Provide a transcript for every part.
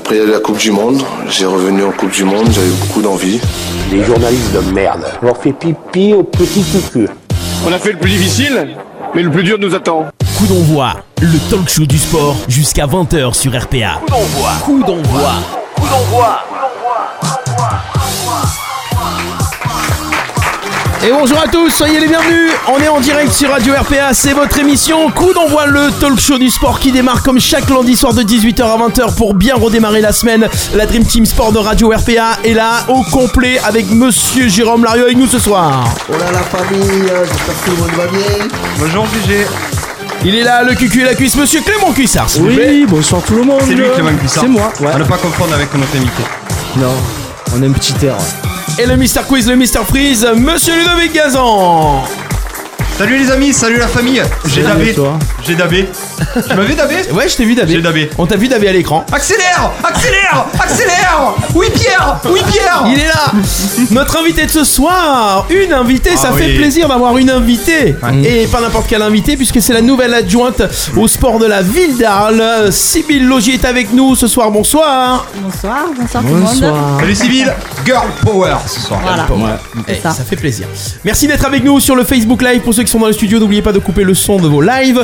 Après, il y a la Coupe du Monde. J'ai revenu en Coupe du Monde, j'avais beaucoup d'envie. Les journalistes de merde. Je leur fais pipi au petit cucu. On a fait le plus difficile, mais le plus dur nous attend. Coup d'envoi, le talk show du sport jusqu'à 20h sur RPA. Coup d'envoi. Coup d'envoi. Coup d'envoi. Et bonjour à tous, soyez les bienvenus. On est en direct sur Radio RPA, c'est votre émission Coup d'envoi, le talk show du sport qui démarre comme chaque lundi soir de 18h à 20h pour bien redémarrer la semaine. La Dream Team Sport de Radio RPA est là au complet avec Monsieur Jérôme Larieux avec nous ce soir. Oh là la famille, j'espère que tout le monde va bien. Bonjour GG. Il est là, le cucu et la cuisse, Monsieur Clément Cuissard. Oui, bonsoir tout le monde. C'est lui Clément Cuissard. C'est moi, ouais. À ne pas confondre avec notre invité. Non, on a un petit air. Et le Mister Quiz, le Mister Freeze, Monsieur Ludovic Gazan. Salut les amis, salut la famille. J'ai dabé. J'ai dabé. Tu m'avais dabé? Ouais, je t'ai vu dabé. J'ai dabé. On t'a vu dabé à l'écran. Accélère, accélère, accélère. Oui Pierre, oui Pierre. Il est là. Notre invité de ce soir. Une invitée, ça fait plaisir d'avoir une invitée. Et pas n'importe quelle invitée, puisque c'est la nouvelle adjointe au sport de la ville d'Arles. Sybille Logier est avec nous ce soir. Bonsoir. Bonsoir tout le monde. Salut Sybille. Girl Power ce soir. Voilà, Ça fait plaisir. Merci d'être avec nous sur le Facebook Live. Pour ceux qui sont dans le studio, n'oubliez pas de couper le son de vos lives.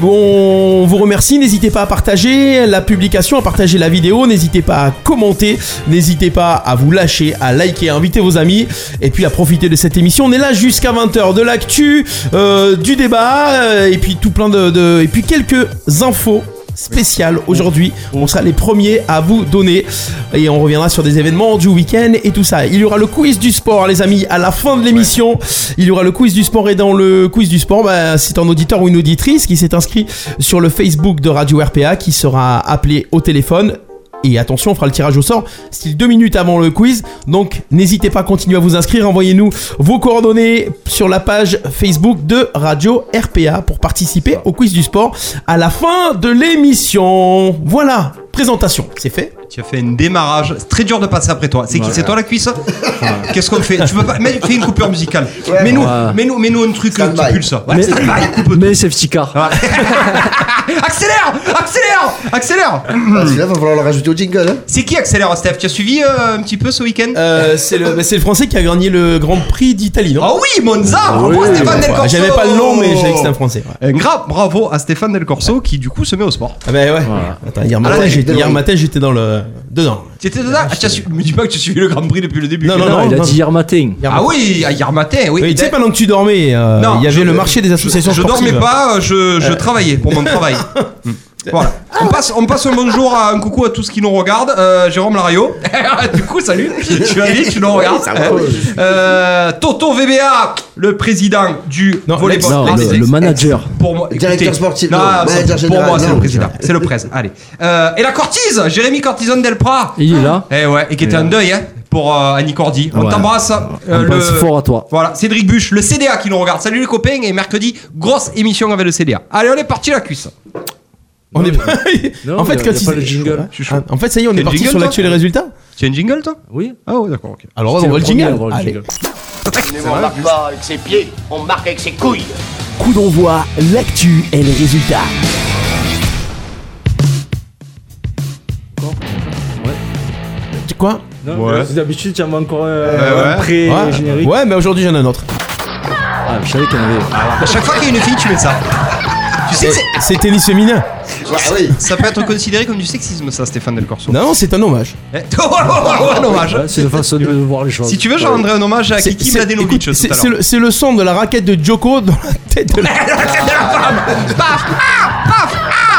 On vous remercie. N'hésitez pas à partager la publication, à partager la vidéo. N'hésitez pas à commenter. N'hésitez pas à vous lâcher, à liker, à inviter vos amis. Et puis à profiter de cette émission. On est là jusqu'à 20h. De l'actu, du débat, et puis tout plein et puis quelques infos spécial aujourd'hui. On sera les premiers à vous donner et on reviendra sur des événements du week-end et tout ça. Il y aura le quiz du sport, les amis, à la fin de l'émission. Il y aura le quiz du sport et dans le quiz du sport, c'est un auditeur ou une auditrice qui s'est inscrit sur le Facebook de Radio RPA qui sera appelé au téléphone. Et attention, on fera le tirage au sort, style 2 minutes avant le quiz. Donc, n'hésitez pas à continuer à vous inscrire. Envoyez-nous vos coordonnées sur la page Facebook de Radio RPA pour participer au quiz du sport à la fin de l'émission. Voilà, présentation, c'est fait. Tu as fait un démarrage, c'est très dur de passer après toi. C'est qui? C'est toi la cuisse? Qu'est-ce qu'on fait? Tu peux pas. Fais une coupure musicale. Mets-nous un truc qui pulse. Mais safety car. Accélère, accélère, accélère. Celui-là va falloir le rajouter au jingle. Hein. C'est qui accélère, Steph? Tu as suivi un petit peu ce week-end? C'est le Français qui a gagné le Grand Prix d'Italie, non? Ah oui, Monza. Bravo Stéphane Del Corso. J'avais pas le nom, mais je savais que c'était un Français. Un grand bravo à Stéphane Del Corso qui du coup se met au sport. Ah bah ouais. Voilà. Attends, hier matin j'étais dedans. Tu étais dedans? Me dis pas que tu as suivi le Grand Prix depuis le début. Non, il a dit hier matin. Oui, hier matin, oui. Tu sais, pendant que tu dormais, il y avait le marché des associations sportives. Je dormais pas, je travaillais pour mon travail. Voilà. On passe un bonjour, un coucou à tous qui nous regardent. Jérôme Larieux. Du coup, salut. Tu vas vite, tu nous regardes. Toto VBA, le président du volleyball. Non, le manager. Pour moi, directeur sportif. Manager général. Pour moi, c'est le président. C'est le presse. Allez. Et la Cortise, Jérémy Cortison Delprat. Il est là. Et qui était en deuil, pour Annie Cordy. On t'embrasse. On passe fort à toi. Voilà, Cédric Buche, le CDA qui nous regarde. Salut les copains. Et mercredi, grosse émission avec le CDA. Allez, on est parti la cuisse. On est pas. En fait, quand il le jingle. En fait, ça y est, on est parti sur l'actu et les résultats. Tu as une jingle, toi? Oui. Ah oui, d'accord, ok. Alors, on va le jingle. Allez. On marque pas avec ses pieds, on marque avec ses couilles. Coup d'envoi, l'actu et les résultats. Quoi? D'habitude, tu as encore un pré-générique. Ouais, mais aujourd'hui, j'en ai un autre. Ah, je savais qu'il y en avait. À chaque fois qu'il y a une fille, tu mets ça. Tu sais, c'est tennis féminin. Ça peut être considéré comme du sexisme, ça, Stéphane Del Corso. Non, c'est un hommage. Un hommage. C'est une façon de voir les choses. Si tu veux, je rendrai un hommage à Kiki Mladenovic tout à l'heure. C'est le son de la raquette de Djoko dans la tête de la femme. Paf, paf,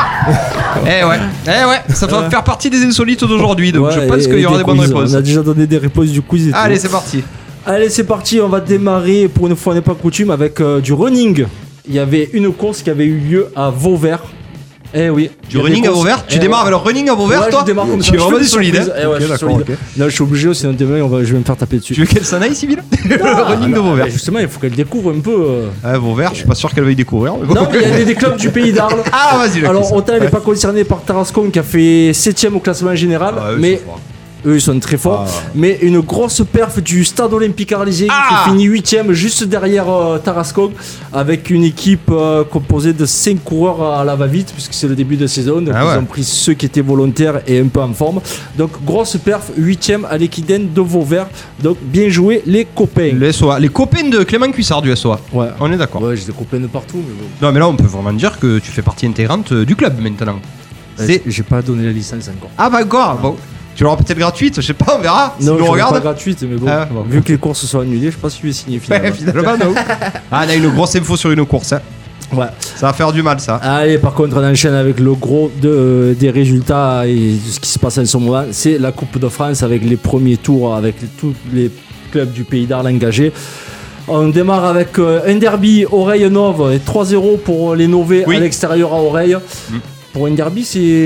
ça va faire partie des insolites d'aujourd'hui, donc je pense qu'il y aura des bonnes réponses. On a déjà donné des réponses du quiz et tout. Allez, c'est parti. Allez, c'est parti, on va démarrer pour une fois n'est pas coutume avec du running. Il y avait une course qui avait eu lieu à Vauvert. Eh oui. Du running à Vauvert? Tu démarres avec le running à Vauvert, toi? Je démarre comme ça. Tu es vraiment solide, hein? Je suis solide. Non, je suis obligé, sinon demain, je vais me faire taper dessus. Tu veux qu'elle s'en aille, Sybille? Le running de Vauvert. Justement, il faut qu'elle découvre un peu. Vauvert, je suis pas sûr qu'elle veuille découvrir. Non, il y a des clubs du pays d'Arles. Ah, vas-y, alors, autant elle n'est pas concernée par Tarascon qui a fait 7ème au classement général, mais Eux, ils sont très forts. Mais une grosse perf du Stade Olympique Arlésien qui finit 8ème juste derrière Tarascon avec une équipe composée de 5 coureurs à la va-vite puisque c'est le début de saison. Donc ils ont pris ceux qui étaient volontaires et un peu en forme. Donc grosse perf, 8ème à l'Equidène de Vauvert. Donc bien joué les copains. Le SOA, les copains de Clément Cuissard du SOA. Ouais. On est d'accord. Ouais, j'ai des copains de partout. Mais bon. Non mais là on peut vraiment dire que tu fais partie intégrante du club maintenant. J'ai pas donné la licence encore. Ah bah encore bon. Tu l'auras peut-être gratuite, je sais pas, on verra. Non, si nous regarde. Pas gratuite, mais bon, vu que les courses sont annulées, je sais pas si je vais signer finalement. Ouais, finalement, non. On a une grosse info sur une course. Hein. Ouais. Ça va faire du mal, ça. Allez, par contre, on enchaîne avec le gros des résultats et de ce qui se passe en ce moment. C'est la Coupe de France avec les premiers tours, avec tous les clubs du Pays d'Arles engagés. On démarre avec un derby Oreille-Nove et 3-0 pour les Novés à l'extérieur à Oreille. Pour un derby,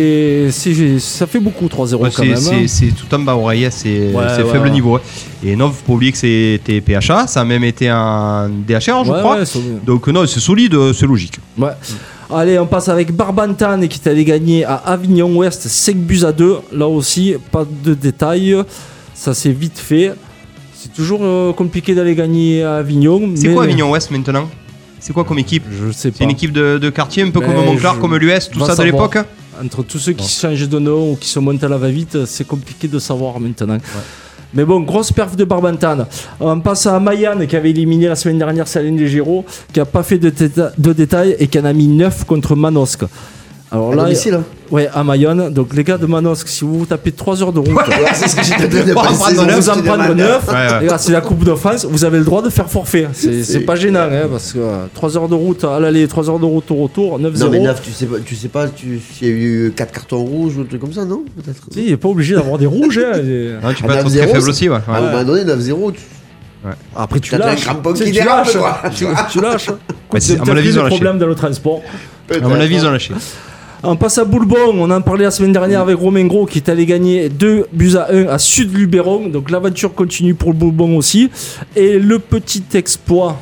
ça fait beaucoup 3-0 quand même. C'est tout en bas Oreille, c'est faible niveau. Et Nov, faut pas oublier que c'était PHA, ça a même été un DHR, je crois. Donc non, c'est solide, c'est logique. Ouais. Allez, on passe avec Barbantane qui est allé gagner à Avignon Ouest 5-2. Là aussi, pas de détails. Ça s'est vite fait. C'est toujours compliqué d'aller gagner à Avignon. C'est quoi Avignon Ouest maintenant ? C'est quoi comme équipe ? Je sais pas. C'est une équipe de quartier, un peu comme Montclar, comme l'US, tout ça de l'époque ? Entre tous ceux qui changent de nom ou qui se montent à la va-vite, c'est compliqué de savoir maintenant. Ouais. Mais bon, grosse perf de Barbantane. On passe à Mayenne qui avait éliminé la semaine dernière Salène des Géraud, qui n'a pas fait de détails et qui en a mis 9 contre Manosque. Alors là, ouais, à Mayenne. Donc les gars de Manosque, si vous vous tapez 3 heures de route, c'est ce que j'ai de passer. Vous en prendre 9. Les gars, c'est la Coupe de France. Vous avez le droit de faire forfait. C'est pas gênant, hein, parce que 3 heures de route à l'aller, 3 heures de route au retour, 9-0. Non mais 9, tu sais pas s'il y a eu 4 cartons rouges ou un truc comme ça, non ? Peut-être. Si, il n'est pas obligé d'avoir des rouges. Hein, non, tu peux être très faible aussi. Ouais. À un moment donné, 9-0. Après, tu lâches. Tu lâches. À mon avis, ils ont lâché. Problème dans le transport. À mon avis, ils ont lâché. On passe à Boulbon, on en parlait la semaine dernière avec Romain Gros qui est allé gagner 2-1 à Sud-Luberon. Donc l'aventure continue pour le Boulbon aussi. Et le petit exploit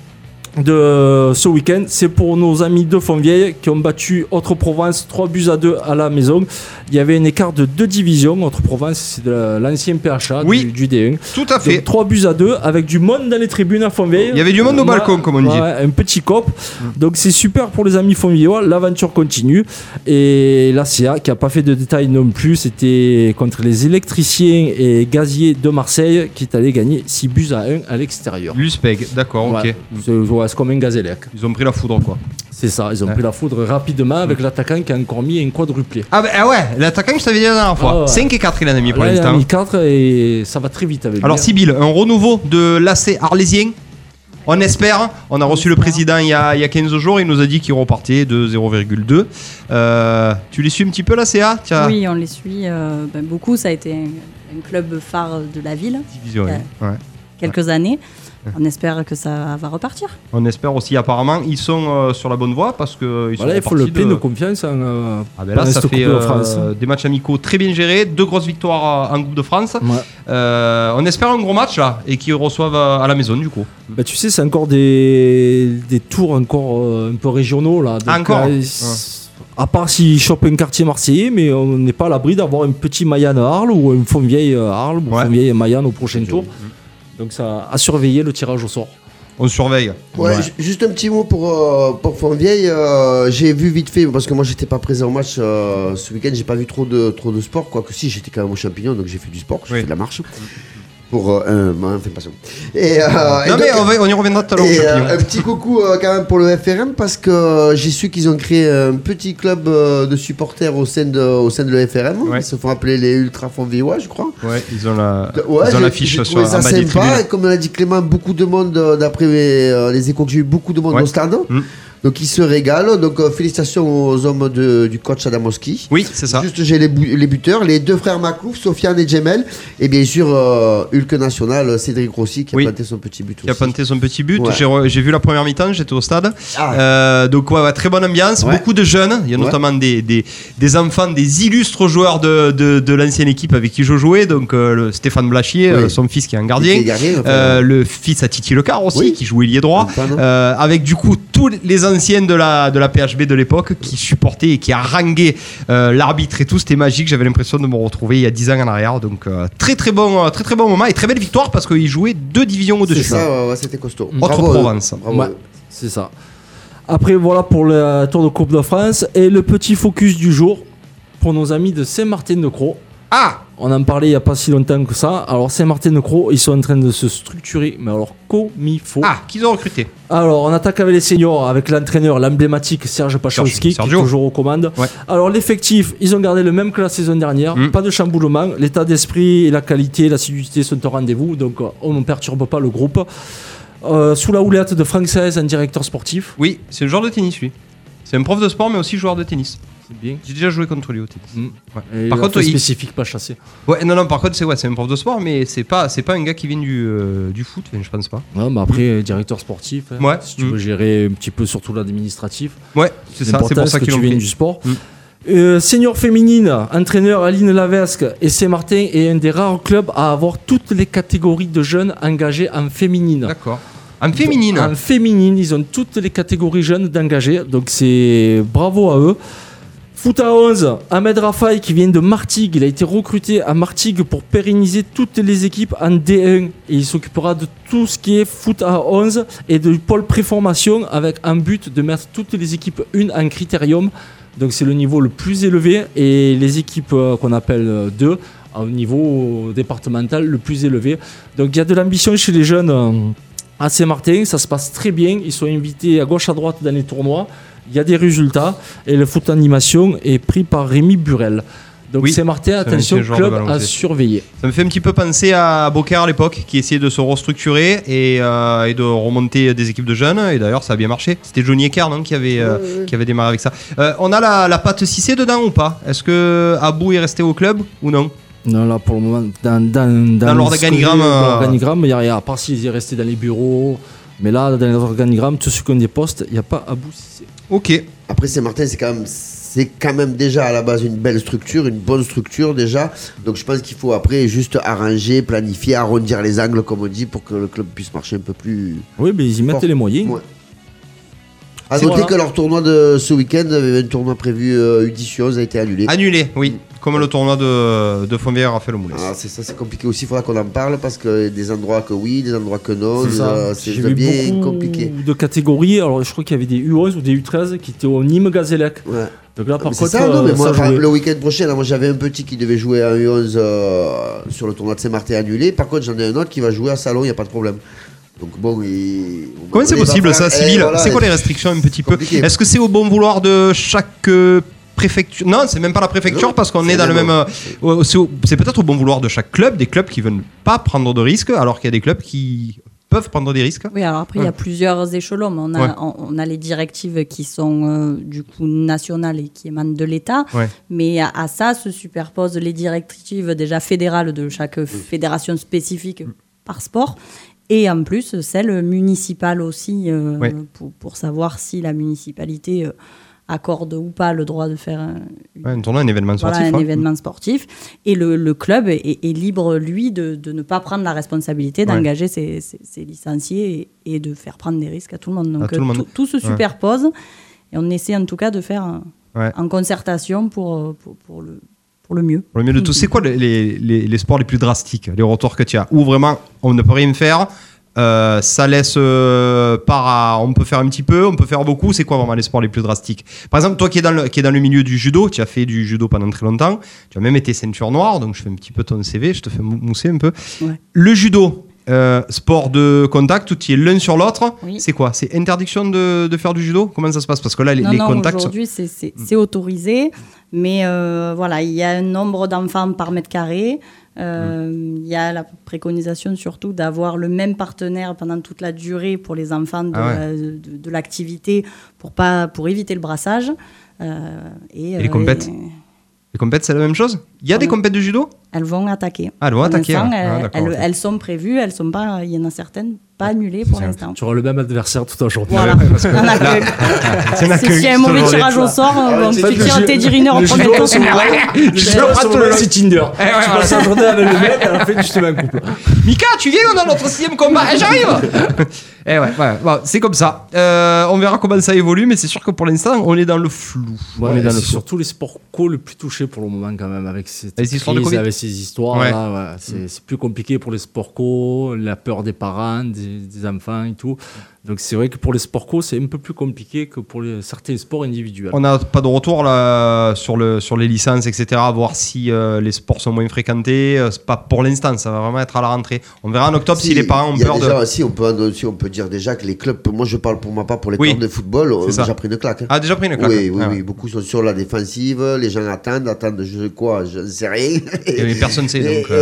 de ce week-end, c'est pour nos amis de Fontvieille qui ont battu Autre-Provence 3-2 à la maison. Il y avait un écart de 2 divisions. Autre-Provence, c'est de l'ancien PHA du D1. Tout à fait. 3-2 avec du monde dans les tribunes à Fontvieille. Il y avait du monde au balcon, comme on dit. Un petit cop. Donc c'est super pour les amis fontvieillois. L'aventure continue. Et la CA, qui n'a pas fait de détails non plus, c'était contre les électriciens et gaziers de Marseille qui est allé gagner 6-1 à l'extérieur. L'USPEG, d'accord, ok. C'est comme un gazélec. Ils ont pris la foudre, quoi. C'est ça, ils ont pris la foudre rapidement avec l'attaquant qui a encore mis un quadruplé. Ah ouais, l'attaquant, je t'avais dit la dernière fois. 5 et 4, il en a mis pour l'instant. Il a mis 4 et ça va très vite avec lui. Alors, Sybille, un renouveau de l'AC Arlésien. On espère. On a reçu le président il y a 15 jours. Il nous a dit qu'il repartait de 0,2. Tu les suis un petit peu, l'ACA ? Oui, on les suit beaucoup. Ça a été un club phare de la ville. Division, quelques années. On espère que ça va repartir. On espère aussi, apparemment, ils sont sur la bonne voie parce que ils sont il faut le plein de confiance. Là, ça fait des matchs amicaux très bien gérés, 2 grosses victoires en Coupe de France. Ouais. On espère un gros match là et qu'ils reçoivent à la maison du coup. Bah, tu sais, c'est encore des tours encore un peu régionaux là. Donc, encore. À part s'ils chopent un quartier marseillais, mais on n'est pas à l'abri d'avoir un petit Mayenne à Arles ou un Fontvieille à Arles ou Fontvieille et Mayenne au prochain tour. Donc ça a surveillé le tirage au sort. On surveille. Ouais. Juste un petit mot pour Fontvieille. J'ai vu vite fait, parce que moi j'étais pas présent au match ce week-end, j'ai pas vu trop de sport. Quoique si, j'étais quand même au champignon, donc j'ai fait du sport, j'ai fait de la marche. Pour passion. Et, on y reviendra tout à l'heure. Un petit coucou quand même pour le FRM parce que j'ai su qu'ils ont créé un petit club de supporters au sein de le FRM. Ouais. Ils se font appeler les Ultra Fontvieillois, je crois. Ouais, ils ont l'affiche sur en bas des tribunes. Comme l'a dit Clément, beaucoup de monde d'après les échos que j'ai eu, beaucoup de monde au stade. Donc ils se régalent. Donc félicitations aux hommes du coach Adamowski. Oui, c'est ça. Juste j'ai les buteurs, les 2 frères Maclouf, Sofiane et Djemel, et bien sûr Hulk national Cédric Rossi qui a planté son petit but. Qui a planté son petit but. Ouais. J'ai vu la première mi-temps, j'étais au stade. Donc très bonne ambiance, beaucoup de jeunes. Il y a notamment des enfants, des illustres joueurs de l'ancienne équipe avec qui je jouais. Donc Stéphane Blachier, son fils qui est un gardien. Le fils à Titi Lecard aussi, qui joue ailier droit. Avec du coup tous les anciens de la PHB de l'époque qui supportaient et qui haranguaient l'arbitre et tout. C'était magique. J'avais l'impression de me retrouver il y a 10 ans en arrière. Donc très bon moment et très belle victoire parce qu'ils jouaient 2 divisions au-dessus. C'est ça, ouais, c'était costaud. Autre Provence. Bravo. Ouais, c'est ça. Après, voilà pour le Tour de Coupe de France. Et le petit focus du jour pour nos amis de Saint-Martin-de-Croix. Ah, on en parlait il n'y a pas si longtemps que ça. Alors, Saint-Martin-de-Croix, ils sont en train de se structurer, mais alors comme il faut. Ah, qu'ils ont recruté. Alors, on attaque avec les seniors, avec l'entraîneur, l'emblématique Serge Pachowski, qui est toujours aux commandes. Ouais. Alors, l'effectif, ils ont gardé le même que la saison dernière. Pas de chamboulement. L'état d'esprit et la qualité, l'assiduité sont au rendez-vous. Donc, on ne perturbe pas le groupe. Sous la houlette de Franck Saez, un directeur sportif. Oui, c'est le joueur de tennis, lui. C'est un prof de sport, mais aussi joueur de tennis. C'est bien. J'ai déjà joué contre lui au tennis. Ouais. Par contre, spécifique, pas chassé. Ouais, non, par contre, c'est un prof de sport, mais c'est pas un gars qui vient du foot, je pense pas. Ouais, mais après, directeur sportif, ouais. Si tu veux gérer un petit peu surtout l'administratif. Ouais, c'est ça, c'est pour ça qu'ils tu viens du sport. Senior féminine, entraîneur Aline Lavesque et Saint-Martin est un des rares clubs à avoir toutes les catégories de jeunes engagés en féminine. D'accord. En féminine. En féminine, ils ont toutes les catégories jeunes d'engagés, donc c'est bravo à eux. Foot à 11, Ahmed Rafaï qui vient de Martigues, il a été recruté à Martigues pour pérenniser toutes les équipes en D1 et il s'occupera de tout ce qui est foot à 11 et du pôle préformation avec un but de mettre toutes les équipes 1 en critérium. Donc c'est le niveau le plus élevé et les équipes qu'on appelle 2 au niveau départemental le plus élevé. Donc il y a de l'ambition chez les jeunes à Saint-Martin, ça se passe très bien, ils sont invités à gauche à droite dans les tournois, il y a des résultats et le foot animation est pris par Rémi Burel. Donc oui, Saint-Martin, attention, club à surveiller. Ça me fait un petit peu penser à Beaucaire à l'époque, qui essayait de se restructurer et de remonter des équipes de jeunes. Et d'ailleurs, ça a bien marché. C'était Johnny Ecker qui avait démarré avec ça. On a la patte Cissé dedans ou pas? Est-ce que Abou est resté au club ou non? Non, là pour le moment, dans l'organigramme, il n'y a rien. À part s'il est resté dans les bureaux. Mais là, dans l'organigramme, tous ceux qui ont des postes, il n'y a pas Abou Cissé. Ok. Après, Saint-Martin, c'est quand même déjà à la base une belle structure, une bonne structure déjà. Donc je pense qu'il faut après juste arranger, planifier, arrondir les angles, comme on dit, pour que le club puisse marcher un peu plus. Oui, mais ils y mettent les moyens. Ouais. À noter que leur tournoi de ce week-end, un tournoi prévu U18 a été annulé. Annulé, oui. Comme le tournoi de Fontvieille Raphaël Moulès. Ah, c'est ça, c'est compliqué aussi. Il faudra qu'on en parle parce que y a des endroits que oui, des endroits que non. C'est bien compliqué. De catégories. Alors je crois qu'il y avait des U11 ou des U13 qui étaient au Nîmes Gazélec. Ouais. Donc là, par contre, ça, non, mais moi, le week-end prochain, moi j'avais un petit qui devait jouer à U11 sur le tournoi de Saint-Martin annulé. Par contre, j'en ai un autre qui va jouer à Salon, il n'y a pas de problème. Donc bon, comment c'est possible ça, Cyril? Voilà, c'est quoi les restrictions un petit peu? Est-ce que c'est au bon vouloir de chaque préfecture? Non, c'est même pas la préfecture parce qu'on est dans le même. C'est peut-être au bon vouloir de chaque club, des clubs qui veulent pas prendre de risques, alors qu'il y a des clubs qui peuvent prendre des risques. Oui, alors après il y a plusieurs échelons. On a les directives qui sont du coup nationales et qui émanent de l'État, mais à ça se superposent les directives déjà fédérales de chaque fédération spécifique par sport. Et en plus, celle municipale aussi, pour savoir si la municipalité accorde ou pas le droit de faire un tournoi, un événement sportif. Voilà, un événement sportif. Et le club est libre, lui, de ne pas prendre la responsabilité d'engager ses licenciés et de faire prendre des risques à tout le monde. Donc tout se superpose. Et on essaie en tout cas de faire en concertation pour le mieux. Pour le mieux de tout. C'est quoi les sports les plus drastiques, les retours que tu as? Où vraiment on ne peut rien faire, ça laisse on peut faire un petit peu, on peut faire beaucoup. C'est quoi vraiment les sports les plus drastiques? Par exemple, toi qui es dans le milieu du judo, tu as fait du judo pendant très longtemps, tu as même été ceinture noire, donc je fais un petit peu ton CV, je te fais mousser un peu. Le judo, sport de contact où tu es l'un sur l'autre, c'est quoi? C'est interdiction de faire du judo? Comment ça se passe? Parce que là, les contacts... Aujourd'hui, c'est autorisé, mais voilà, il y a un nombre d'enfants par mètre carré. Il y a la préconisation surtout d'avoir le même partenaire pendant toute la durée pour les enfants de l'activité pour éviter le brassage. Et les compètes? Les compètes, c'est la même chose? Il y a des compètes de judo? Elles vont attaquer. Elles vont attaquer. Elles sont prévues, elles sont pas. Il y en a certaines pas annulé pour l'instant. Tu auras le même adversaire toute la journée. Voilà. S'il y a un mauvais tirage au sort, effectivement, Teddy Riner en premier temps, c'est moi. C'est Tinder. Tu passes la journée avec le mec, à la fin, tu te mets en couple. Mika, tu viens, on a notre 6ème combat. J'arrive. Bon, c'est comme ça. On verra comment ça évolue, mais c'est sûr que pour l'instant, on est dans le flou. C'est surtout les sports co le plus touchés pour le moment, quand même, avec ces histoires. Là, c'est plus compliqué pour les sports co, la peur des parents, des enfants et tout. Donc c'est vrai que pour les sports co, c'est un peu plus compliqué que pour certains sports individuels. On n'a pas de retour là, sur les licences, etc. Voir si les sports sont moins fréquentés. C'est pas pour l'instant, ça va vraiment être à la rentrée. On verra en octobre si les parents ont peur de... Si on peut dire déjà que les clubs, moi je parle pour ma part, pour les clubs de football, ont déjà pris une claque. Ah, déjà pris une claque. Oui. Beaucoup sont sur la défensive, les gens attendent je ne sais rien. Et personne ne sait.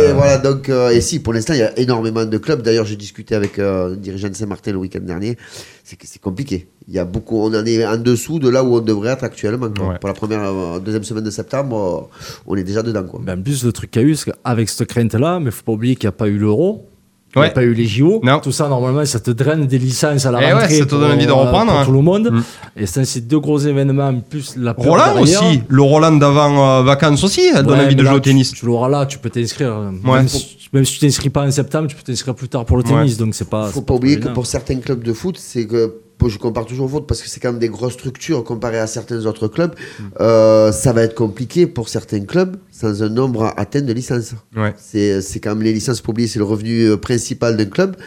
Et si, pour l'instant, il y a énormément de clubs. D'ailleurs, j'ai discuté avec un dirigeant de Saint-Martin le week-end dernier. C'est compliqué. Il y a beaucoup, on en est en dessous de là où on devrait être actuellement. Pour la deuxième semaine de septembre, on est déjà dedans. En plus, le truc qu'il y a eu, c'est qu'avec cette crainte-là, mais il ne faut pas oublier qu'il n'y a pas eu l'Euro. Il n'y a pas eu les JO. Non. Tout ça, normalement, ça te draine des licences à la rentrée. Ça te donne envie de reprendre. Pour tout le monde. Et ça, c'est 2 gros événements, plus la peur Roland derrière. Aussi. Le Roland d'avant vacances aussi, elle donne envie de jouer au tennis. Tu l'auras là, tu peux t'inscrire. Même si tu t'inscris pas en septembre, tu peux t'inscrire plus tard pour le tennis. Donc c'est pas. Faut pas oublier que pour certains clubs de foot, c'est que. Je compare toujours au foot parce que c'est quand même des grosses structures comparées à certains autres clubs. Ça va être compliqué pour certains clubs sans un nombre atteint de licences. C'est quand même les licences, pour oublier, c'est le revenu principal d'un club.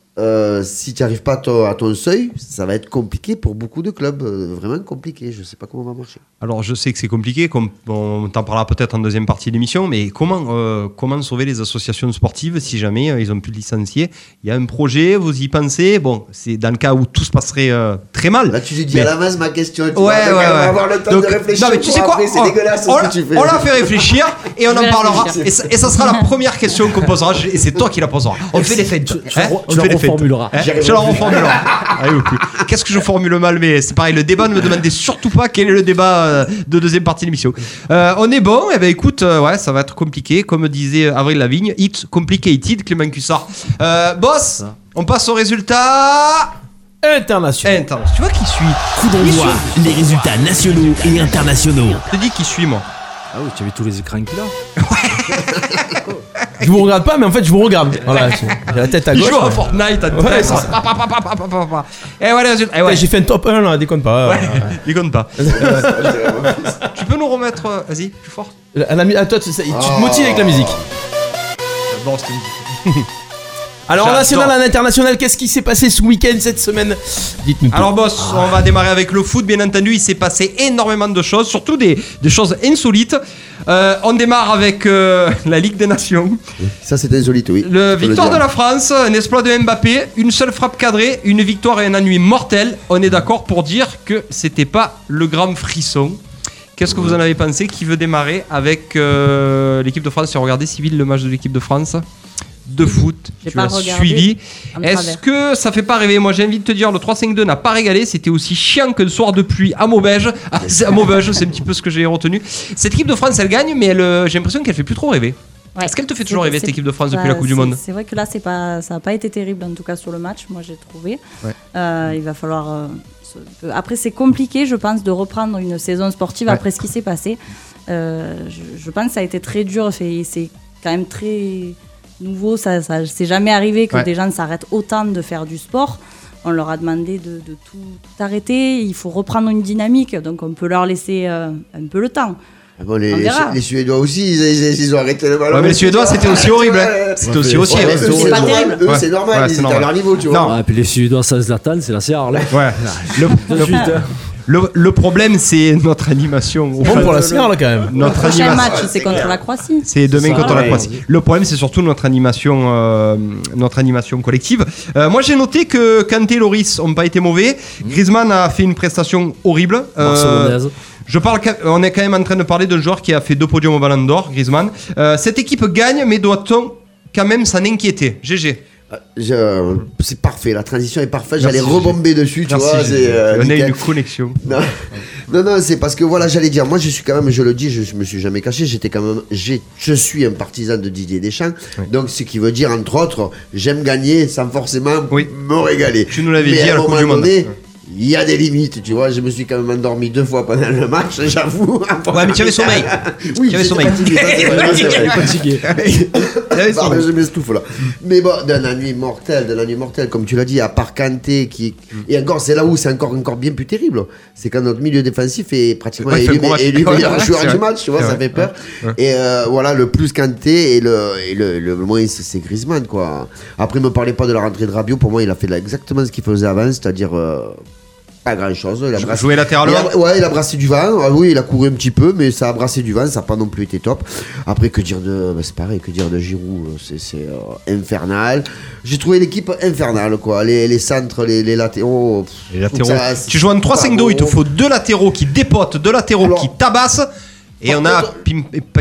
Si tu n'arrives pas à ton seuil, ça va être compliqué pour beaucoup de clubs, vraiment compliqué. Je ne sais pas comment ça va marcher. Alors je sais que c'est compliqué, on t'en parlera peut-être en deuxième partie de l'émission, mais comment sauver les associations sportives si jamais ils n'ont plus de licenciés? Il y a un projet, vous y pensez? Bon, c'est dans le cas où tout se passerait très mal. Là tu lui dis à la masse ma question, tu vas avoir le temps de réfléchir. Non mais tu sais quoi, c'est dégueulasse ce que tu fais. On l'a fait réfléchir et on en parlera. Et ça sera la première question qu'on posera, et c'est toi qui la poseras. On fait des fêtes. Formulera. Je la reformulera. Qu'est-ce que je formule mal, mais c'est pareil, le débat, ne me demandez surtout pas quel est le débat de deuxième partie de l'émission. On est bon, et écoute, ça va être compliqué, comme disait Avril Lavigne, it's complicated, Clément Cussard. Boss, on passe aux résultats internationaux. Tu vois qui suit? Coup d'envoi, les résultats nationaux et internationaux. Je te dis qui suit, moi. Ah oui, tu as vu tous les écrans qu'il a. Je vous regarde pas, mais en fait, je vous regarde. Voilà, j'ai la tête à gauche. Il joue à Fortnite à 13. Et voilà, j'ai fait un top 1 là, déconne pas. Déconne pas. Tu peux nous remettre. Vas-y, plus fort. Toi, tu te motives avec la musique. Bon, c'était une... Alors en national, en international, qu'est-ce qui s'est passé ce week-end, cette semaine? Dites-nous. Alors boss, on va démarrer avec le foot, bien entendu. Il s'est passé énormément de choses, surtout des choses insolites. On démarre avec la Ligue des Nations. Ça c'est insolite, oui. La victoire de la France, un exploit de Mbappé, une seule frappe cadrée, une victoire et un ennui mortel. On est d'accord pour dire que c'était pas le grand frisson. Qu'est-ce que vous en avez pensé? Qui veut démarrer avec l'équipe de France? Si on regardait Civil, le match de l'équipe de France de foot, tu l'as suivi. Est-ce que ça fait pas rêver? Moi j'ai envie de te dire, le 3-5-2 n'a pas régalé. C'était aussi chiant que le soir de pluie à Maubeuge. À Maubeuge, c'est un petit peu ce que j'ai retenu. Cette équipe de France, elle gagne, mais j'ai l'impression qu'elle fait plus trop rêver. Ouais. Est-ce qu'elle te fait toujours rêver, cette équipe de France, depuis la Coupe du Monde? C'est vrai que là, ça n'a pas été terrible, en tout cas sur le match, moi j'ai trouvé. Il va falloir... Après, c'est compliqué, je pense, de reprendre une saison sportive après ce qui s'est passé. Je pense que ça a été très dur. C'est quand même très... nouveau, ça c'est jamais arrivé que des gens s'arrêtent autant de faire du sport. On leur a demandé de tout arrêter, il faut reprendre une dynamique, donc on peut leur laisser un peu le temps. Bon, les Suédois aussi, ils ont arrêté le ballon. Mais les Suédois, c'était aussi horrible. C'était aussi horrible. C'est pas terrible. Eux, c'est normal, ils étaient à leur niveau, tu vois. Et puis les Suédois, ça Zlatan, c'est la CR. Le problème, c'est notre animation. Bon pour la CR, là, quand même. Le prochain match, c'est contre la Croatie. C'est demain contre la Croatie. Le problème, c'est surtout notre animation collective. Moi, j'ai noté que Kanté et Loris n'ont pas été mauvais. Griezmann a fait une prestation horrible. On est quand même en train de parler d'un joueur qui a fait 2 podiums au Ballon d'Or, Griezmann. Cette équipe gagne, mais doit-on quand même s'en inquiéter? GG. C'est parfait, la transition est parfaite. J'allais rebomber dessus, tu vois. On a une connexion. Non, c'est parce que voilà, j'allais dire, moi je suis quand même, je le dis, je me suis jamais caché, je suis un partisan de Didier Deschamps. Oui. Donc ce qui veut dire, entre autres, j'aime gagner sans forcément me régaler. Tu nous l'avais dit à la Coupe du Monde. Il y a des limites, tu vois. Je me suis quand même endormi 2 fois pendant le match, j'avoue. Ouais, mais tu avais sommeil. Oui, tu avais sommeil. Fatigué. Pardon, je m'estouffe là. Mais bon, de la nuit mortelle, comme tu l'as dit, à part Kanté qui. Et encore, c'est là où c'est encore bien plus terrible. C'est quand notre milieu défensif est pratiquement élu meilleur joueur du match, tu vois, ça fait peur. Et voilà, le plus Kanté et le moins c'est Griezmann, quoi. Après, ne me parlez pas de la rentrée de Rabiot. Pour moi, il a fait exactement ce qu'il faisait avant, c'est-à-dire. Pas grand chose. Jouer latéral. Il a brassé du vent. Ah, oui, il a couru un petit peu, mais ça a brassé du vent. Ça n'a pas non plus été top. Après, que dire de. C'est pareil, que dire de Giroud. C'est infernal. J'ai trouvé l'équipe infernale, quoi. Les centres, les latéraux. Les latéraux. Tu joues en 3-5-2, il te faut 2 latéraux qui dépotent, 2 latéraux qui tabassent. Et on a Pim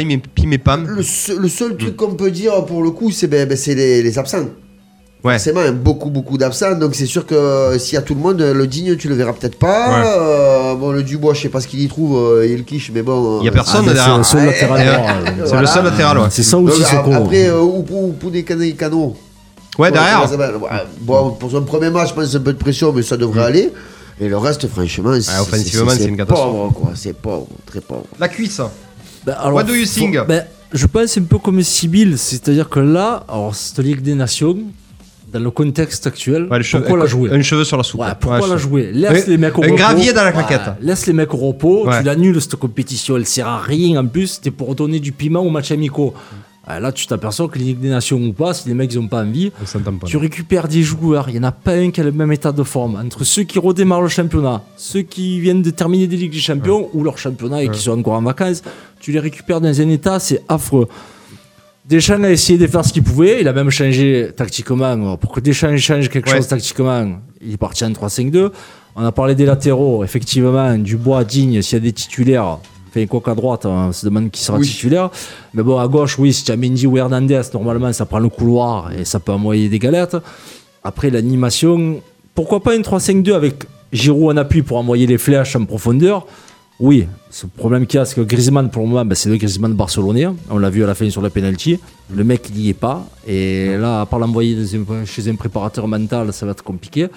et Pam. Le seul truc qu'on peut dire pour le coup, c'est les absents. Ouais. Forcément, beaucoup d'absents, donc c'est sûr que s'il y a tout le monde, le Digne, tu le verras peut-être pas. Ouais. Bon, le Dubois, je sais pas ce qu'il y trouve, il quiche, mais bon. Il y a personne derrière. C'est le seul latéral. C'est le seul latéral, ouais. C'est ça aussi, c'est con. Après, pour des canaux. Ouais, derrière. Bon, pour son premier match, je pense que c'est un peu de pression, mais ça devrait aller. Et le reste, franchement, offensivement, c'est une catastrophe. Pauvre, quoi. C'est pauvre, très pauvre. La cuisse. Alors, What do you think? Je pense un peu comme Sibyl, c'est-à-dire que là, alors cette Ligue des Nations. Dans le contexte actuel, pourquoi la jouer? Un cheveu sur la soupe. Pourquoi la jouer? Laisse les mecs au repos. Un gravier dans la claquette. Laisse les mecs au repos. Tu l'annules cette compétition, elle sert à rien. En plus, c'était pour donner du piment aux matchs amicaux. Là, tu t'aperçois que les Ligue des Nations ou pas, si les mecs n'ont pas envie, tu récupères des joueurs. Il n'y en a pas un qui a le même état de forme. Entre ceux qui redémarrent le championnat, ceux qui viennent de terminer des Ligues des Champions ou leur championnat et qui sont encore en vacances, tu les récupères dans un état, c'est affreux. Deschamps a essayé de faire ce qu'il pouvait, il a même changé tactiquement. Pour que Deschamps change quelque chose tactiquement, il est parti en 3-5-2. On a parlé des latéraux, effectivement, Dubois, Digne, s'il y a des titulaires, quoi qu'à droite, on se demande qui sera titulaire. Mais bon, à gauche, si tu as Mendy ou Hernandez, normalement, ça prend le couloir et ça peut envoyer des galettes. Après, l'animation, pourquoi pas une 3-5-2 avec Giroud en appui pour envoyer les flèches en profondeur? Oui, ce problème qu'il y a, c'est que Griezmann, pour le moment, c'est le Griezmann barcelonais. On l'a vu à la fin sur la penalty. Le mec, il n'y est pas. Et là, à part l'envoyer chez un préparateur mental, ça va être compliqué.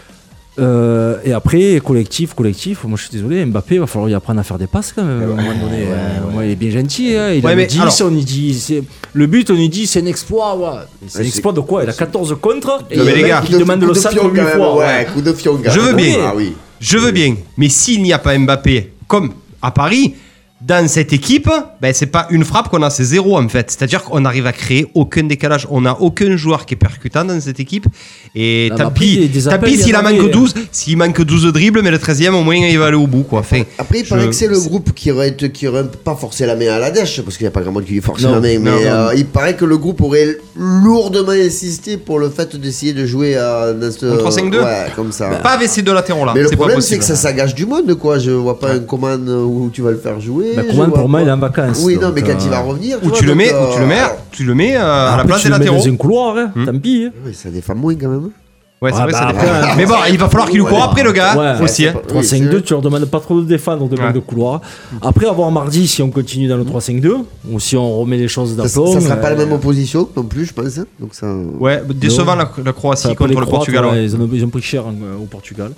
Et après, collectif, moi je suis désolé, Mbappé, il va falloir lui apprendre à faire des passes quand même. À un moment donné, moi, il est bien gentil. Il a 10, on y dit. Le but, on y dit, c'est un exploit. C'est un exploit de quoi? Il a 14 contre. Et les gars, qui demande le centre 8 fois. Coup de fion, je veux bien. Je veux bien. Mais s'il n'y a pas Mbappé, comme à Paris, dans cette équipe, c'est pas une frappe qu'on a, c'est 0 en fait. C'est-à-dire qu'on n'arrive à créer aucun décalage. On n'a aucun joueur qui est percutant dans cette équipe. Et tant pis s'il en manque 12. S'il manque 12 dribbles, mais le 13e, au moins, il va aller au bout. Quoi. Enfin, après, il paraît que c'est le groupe qui aurait pas forcé la main à la dèche, parce qu'il n'y a pas grand monde qui lui force la main. Mais il paraît que le groupe aurait lourdement insisté pour le fait d'essayer de jouer dans ce 3-5-2 comme ça. Pas avec ces 2 latéraux là. Mais le problème, c'est que ça gage du monde, quoi. Je vois pas un commande où tu vas le faire jouer. Coman, pour moi, il est en vacances. Oui, non, mais quand il va revenir. Tu le mets à la place des latéraux. Dans un couloir, tant pis. Oui, ça défend moins quand même. Ouais, c'est vrai, ça défend. Mais bon, il va falloir qu'il lui court après, le gars, aussi. 3-5-2, tu leur demandes pas trop de défendre, on demande de couloir. Après, à voir mardi si on continue dans le 3-5-2 ou si on remet les choses d'aplomb. Ça sera pas la même opposition non plus, je pense. Donc ça. Ouais, décevant la Croatie contre le Portugal. Ils ont pris cher au Portugal.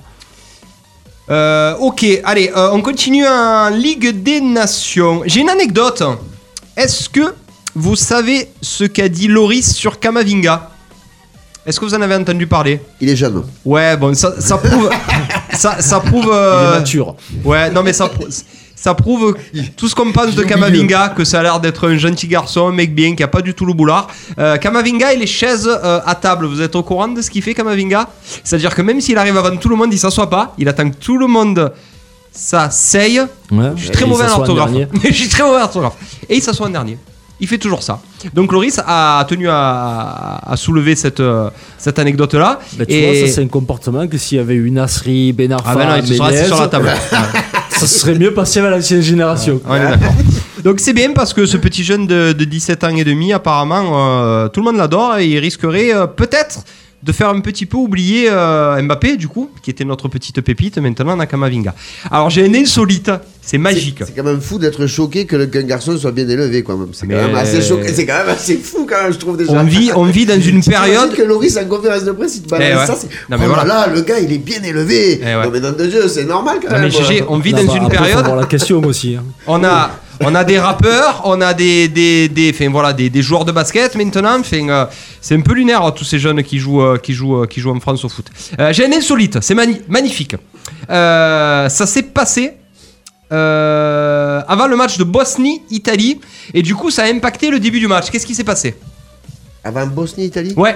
Ok, allez, on continue en Ligue des Nations. J'ai une anecdote. Est-ce que vous savez ce qu'a dit Loris sur Camavinga? Est-ce que vous en avez entendu parler? Il est jeune. Ouais, bon, ça prouve. ça prouve. Il est mature. Ouais, non, mais ça prouve tout ce qu'on pense de Camavinga, que ça a l'air d'être un gentil garçon, un mec bien, qui a pas du tout le boulard. Camavinga, il est chaise à table. Vous êtes au courant de ce qu'il fait, Camavinga? C'est-à-dire que même s'il arrive avant tout le monde, il s'assoit pas. Il attend que tout le monde s'asseye. Ouais, je suis très mauvais en orthographe. Et il s'assoit en dernier. Il fait toujours ça. Donc Loris a tenu à soulever cette anecdote-là. Bah, tu vois, ça c'est un comportement que s'il y avait eu Nasri, Ben Arfa, il se serait assis sur la table. Ça serait mieux passé à l'ancienne génération. On est d'accord. Donc c'est bien parce que ce petit jeune de 17 ans et demi, apparemment, tout le monde l'adore et il risquerait peut-être de faire un petit peu oublier Mbappé, du coup, qui était notre petite pépite, maintenant à Kamavinga. Alors j'ai un insolite, c'est magique. C'est quand même fou d'être choqué qu'un garçon soit bien élevé, quand même. C'est quand même assez choqué. C'est quand même assez fou, quand même, je trouve déjà. On vit dans une période. Que Loris, en conférence de presse, il te balance ça. Non, mais voilà. Là, le gars, il est bien élevé. Non, mais dans le jeu, c'est normal, quand même. Mais GG, on vit dans une période. Faut voir la question aussi. On a des rappeurs, on a des joueurs de basket maintenant. C'est un peu lunaire tous ces jeunes qui jouent en France au foot. J'ai un insolite, c'est magnifique. Ça s'est passé avant le match de Bosnie-Italie et du coup ça a impacté le début du match. Qu'est-ce qui s'est passé avant Bosnie-Italie? Ouais.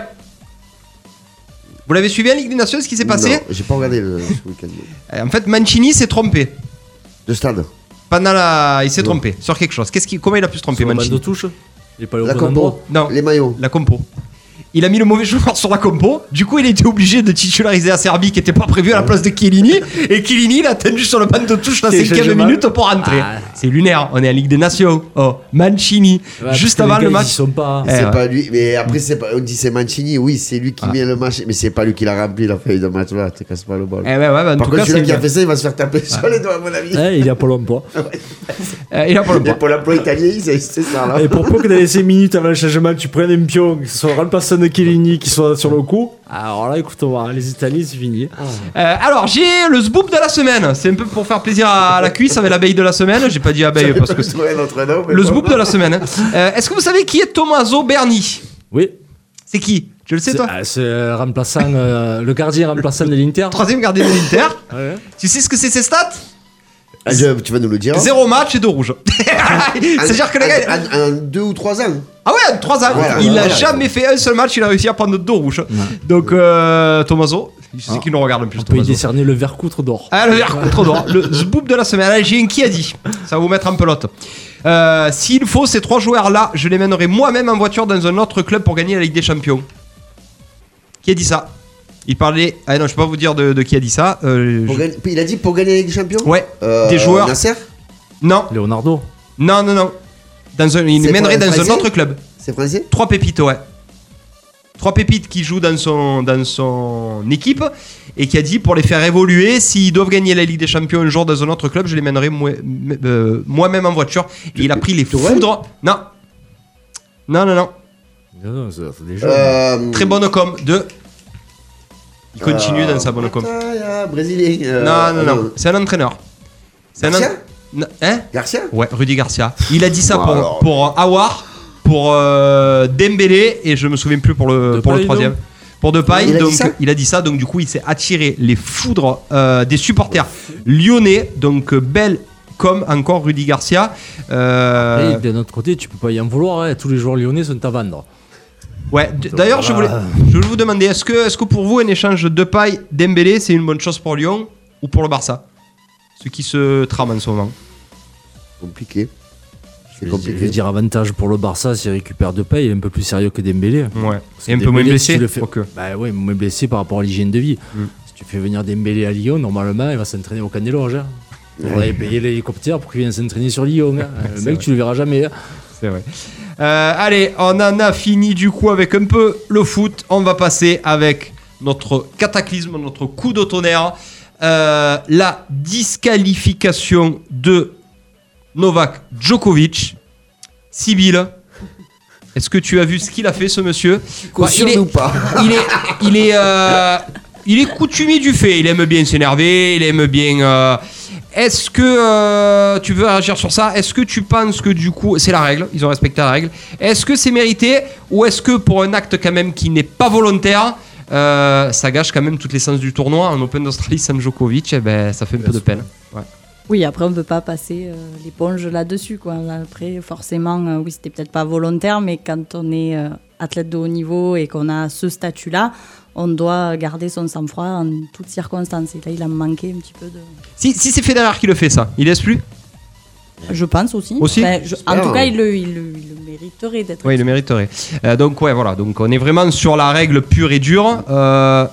Vous l'avez suivi en Ligue des Nations, ce qui s'est passé? Non, j'ai pas regardé le week-end. En fait, Mancini s'est trompé. De stade. Il s'est trompé sur quelque chose. Comment il a pu se tromper, sur Mancini? De touche. Il est pas la compo. Non. Les maillots. La compo. Il a mis le mauvais joueur sur la compo. Du coup, il a été obligé de titulariser Acerbi qui n'était pas prévu à la place de Chiellini. Et Chiellini, il a attendu sur le banc de touche la 5e minute pour rentrer. C'est lunaire. On est en Ligue des Nations. Oh, Mancini. Juste avant le match. C'est pas lui. Mais après, on dit c'est Mancini. Oui, c'est lui qui met le match. Mais c'est pas lui qui l'a rempli la feuille de match là. Tu casses pas le bol. En Par tout contre, cas, celui qui a fait ça, il va se faire taper sur les doigts, à mon avis. Il a pas l'emploi. Il a pas l'emploi italien, c'est ça là. Et pour peu que dans les 5 minutes avant le changement, tu prennes un pion, que ce soit le remplaçant de Chiellini qui soit sur le coup. Alors là, écoute, les Italiens, c'est fini. Alors, j'ai le zboub de la semaine. C'est un peu pour faire plaisir à la cuisse avec l'abeille de la semaine. J'ai pas dit abeille parce que c'est le zboub de la semaine. Est-ce que vous savez qui est Tommaso Berni? Oui. C'est qui? Tu le sais, toi? C'est remplaçant, le gardien remplaçant de l'Inter. 3e gardien de l'Inter. Ouais. Tu sais ce que c'est ses stats? Tu vas nous le dire. 0 match et 2 rouges. C'est-à-dire que les gars. En 2 ou 3 ans. Ah ouais, 3 ans. Il n'a jamais fait un seul match, il a réussi à prendre 2 rouges. Donc, Tommaso, je sais qu'il nous regarde en plus. On peut y décerner le verre-coutre d'or. Ah, le verre-coutre d'or. Le zboub de la semaine. Allez, j'ai un qui a dit. Ça va vous mettre en pelote. S'il faut, ces 3 joueurs-là, je les mènerai moi-même en voiture dans un autre club pour gagner la Ligue des Champions. Qui a dit ça? Il parlait. Ah non, je peux pas vous dire de qui a dit ça. Il a dit pour gagner la Ligue des Champions? Ouais. Des joueurs. Nasser? Non. Leonardo? Non. Il les mènerait dans un autre club. C'est français? 3 pépites, ouais. 3 pépites qui jouent dans son équipe et qui a dit pour les faire évoluer, s'ils doivent gagner la Ligue des Champions un jour dans un autre club, je les mènerai moi-même en voiture. Et il a pris les foudres. Non. C'est déjà très bonne com. Il continue dans sa bonne com. Brésilien. Non. C'est un entraîneur. Garcia? Garcia? Ouais, Rudy Garcia. Il a dit ça pour Aouar, pour Dembélé et je me souviens plus pour le 3e. Pour Depay, il a dit ça, donc du coup il s'est attiré les foudres des supporters lyonnais, donc belle comme encore Rudy Garcia. Et de notre côté, tu peux pas y en vouloir, tous les joueurs lyonnais sont à vendre. Ouais, d'ailleurs je voulais vous demander, est-ce que pour vous un échange de Depay, Dembélé c'est une bonne chose pour Lyon ou pour le Barça? Ce qui se trame en ce moment. Compliqué. Je vais dire avantage pour le Barça s'il récupère Depay, il est un peu plus sérieux que Dembélé. Ouais. Et un peu moins blessé. Bah ouais, moins blessé par rapport à l'hygiène de vie. Si tu fais venir Dembélé à Lyon, normalement il va s'entraîner au Canet-Loge. On va payer l'hélicoptère pour qu'il vienne s'entraîner sur Lyon. Le mec, tu le verras jamais. C'est vrai. Allez, on en a fini du coup avec un peu le foot. On va passer avec notre cataclysme, notre coup de tonnerre. La disqualification de Novak Djokovic. Sibylle, est-ce que tu as vu ce qu'il a fait, ce monsieur? Ou pas? Il est coutumier du fait. Il aime bien s'énerver. Il aime bien. Est-ce que tu veux réagir sur ça? Est-ce que tu penses que du coup, c'est la règle, ils ont respecté la règle. Est-ce que c'est mérité ou est-ce que pour un acte quand même qui n'est pas volontaire, ça gâche quand même toute l'essence du tournoi? En Open d'Australie sans Djokovic, ça fait un peu de peine. Ouais. Oui, après on ne peut pas passer l'éponge là-dessus, quoi. Après, forcément, oui, c'était peut-être pas volontaire, mais quand on est athlète de haut niveau et qu'on a ce statut-là, on doit garder son sang-froid en toutes circonstances. Et là, il a manqué un petit peu de... Si c'est Federer qui le fait, ça, il laisse plus? Je pense aussi. En tout cas, il le mériterait d'être. Oui, il le mériterait. Donc, ouais, voilà. Donc, on est vraiment sur la règle pure et dure.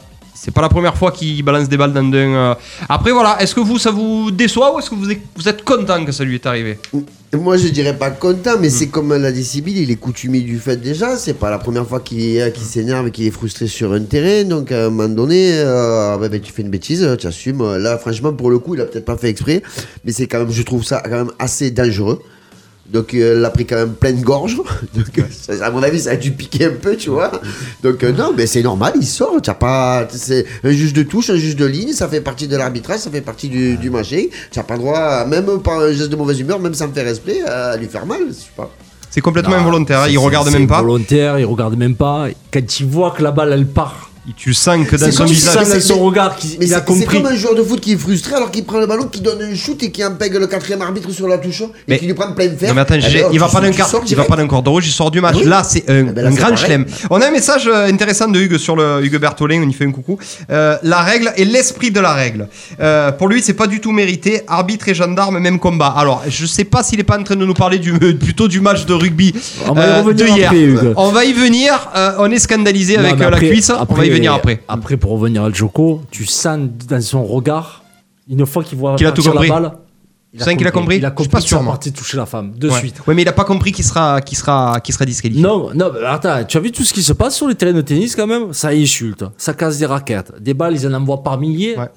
C'est pas la première fois qu'il balance des balles dans un. Après, voilà, est-ce que ça vous déçoit ou est-ce que vous êtes content que ça lui est arrivé? Moi, je dirais pas content, mais c'est comme l'a dit Sibyl, il est coutumier du fait déjà. C'est pas la première fois qu'il s'énerve et qu'il est frustré sur un terrain. Donc, à un moment donné, tu fais une bêtise, tu assumes. Là, franchement, pour le coup, il a peut-être pas fait exprès, mais c'est quand même, je trouve ça quand même assez dangereux. Donc, il a pris quand même pleine gorge. Donc, à mon avis, ça a dû piquer un peu, tu vois. Donc, non, mais c'est normal, il sort. C'est un juge de touche, un juge de ligne, ça fait partie de l'arbitrage, ça fait partie du machin. Tu n'as pas le droit, même par un geste de mauvaise humeur, même sans faire esprit, à lui faire mal. Je sais pas. C'est complètement involontaire, il regarde même pas. C'est volontaire, il regarde même pas. Quand il voit que la balle, elle part. Tu sens que dans son visage, dans son regard, il a compris. C'est comme un joueur de foot qui est frustré alors qu'il prend le ballon, qui donne un shoot et qui empêche le 4e arbitre sur la touche et qui lui prend plein fer. Non mais attends, il va pas d'un quart de rouge, il sort du match. Oui. Là, c'est un grand chelem. On a un message intéressant de Hugues sur le Hugues Bertholin, on y fait un coucou. La règle et l'esprit de la règle. Pour lui, c'est pas du tout mérité. Arbitre et gendarme, même combat. Alors, je sais pas s'il est pas en train de nous parler plutôt du match de rugby de hier. Après, on va y venir. On est scandalisé avec la cuisse. On va y venir après. Après, pour revenir à Djoko, tu sens dans son regard, une fois qu'il voit partir la balle, tu sens qu'il a compris. Il a compris qu'il sera parti toucher la femme de suite. Ouais, mais il a pas compris qu'il sera disqualifié. Non, attends, tu as vu tout ce qui se passe sur les terrains de tennis quand même? Ça insulte, ça casse des raquettes, des balles, ils en envoient par milliers. Ouais.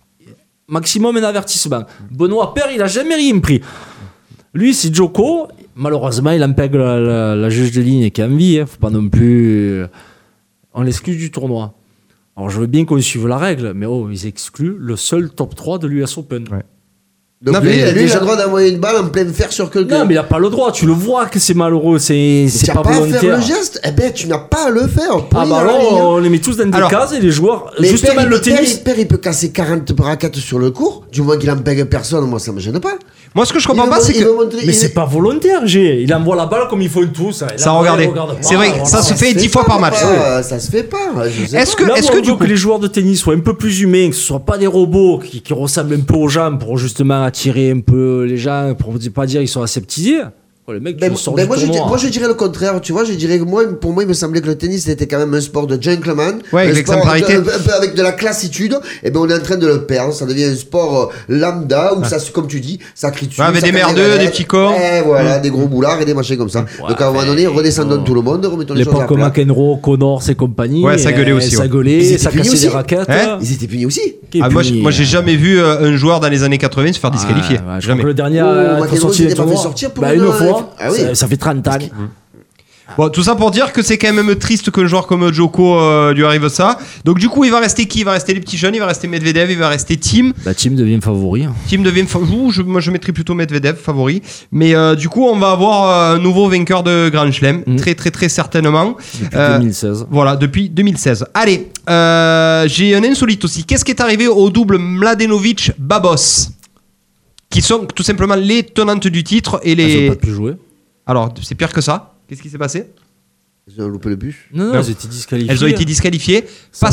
Maximum un avertissement. Benoît Paire, il a jamais rien pris. Lui, c'est Djoko. Malheureusement, il empêche la juge de ligne qui est en vie. Faut pas non plus. On l'exclut du tournoi. Alors, je veux bien qu'on suive la règle, mais ils excluent le seul top 3 de l'US Open. Ouais. Donc, lui, il a le droit d'envoyer une balle en pleine fer sur quelqu'un. Non, mais il n'a pas le droit. Tu le vois que c'est malheureux. C'est pas volontaire. Tu n'as pas à faire le geste. Eh ben, tu n'as pas à le faire. On les met tous dans des cases et les joueurs. Mais justement, le tennis. Père, il peut casser 40 raquettes sur le court. Du moins qu'il n'empêche personne, moi, ça ne me gêne pas. Moi, ce que je comprends pas, c'est que. Mais c'est pas volontaire, Il envoie la balle comme ils font tous. Ça, regardez. C'est vrai, ça se fait 10 fois par match. Ça se fait pas. Est-ce que du coup, les joueurs de tennis soient un peu plus humains, que ce soient pas des robots qui ressemblent un peu aux gens pour justement attirer un peu les gens, pour ne pas dire qu'ils sont aseptisés? Les mecs, moi je dirais le contraire, tu vois, je dirais que pour moi il me semblait que le tennis était quand même un sport de gentleman, un sport avec de la classitude, et ben on est en train de le perdre, ça devient un sport lambda où ça, comme tu dis, ça crie dessus. Avec des merdeux, des petits cons. Voilà, des gros boulards et des machins comme ça. Donc à un moment donné, redescendons tout le monde, remettons les choses à plat. L'époque McEnroe, Connors et compagnie. Ouais, ça gueulait aussi. Ça gueulait, ça cassait des raquettes. Ils étaient punis aussi. Moi j'ai jamais vu un joueur dans les années 80 se faire disqualifier. Jamais. Le dernier sorti des tournois. Une fois. Ça fait 30 ans. Bon, tout ça pour dire que c'est quand même triste qu'un joueur comme Djoko lui arrive ça. Donc du coup, il va rester qui? Il va rester les petits jeunes, il va rester Medvedev, il va rester Thiem. Thiem devient favori. Moi, je mettrais plutôt Medvedev favori. Mais du coup, on va avoir un nouveau vainqueur de Grand Chelem, très très très certainement. Depuis 2016. Voilà, depuis 2016. Allez, j'ai un insolite aussi. Qu'est-ce qui est arrivé au double Mladenovic-Babos, qui sont tout simplement les tenantes du titre et les. Elles n'ont pas pu jouer. Alors, c'est pire que ça. Qu'est-ce qui s'est passé? Elles ont loupé le bus. Non, elles étaient disqualifiées. Elles ont été disqualifiées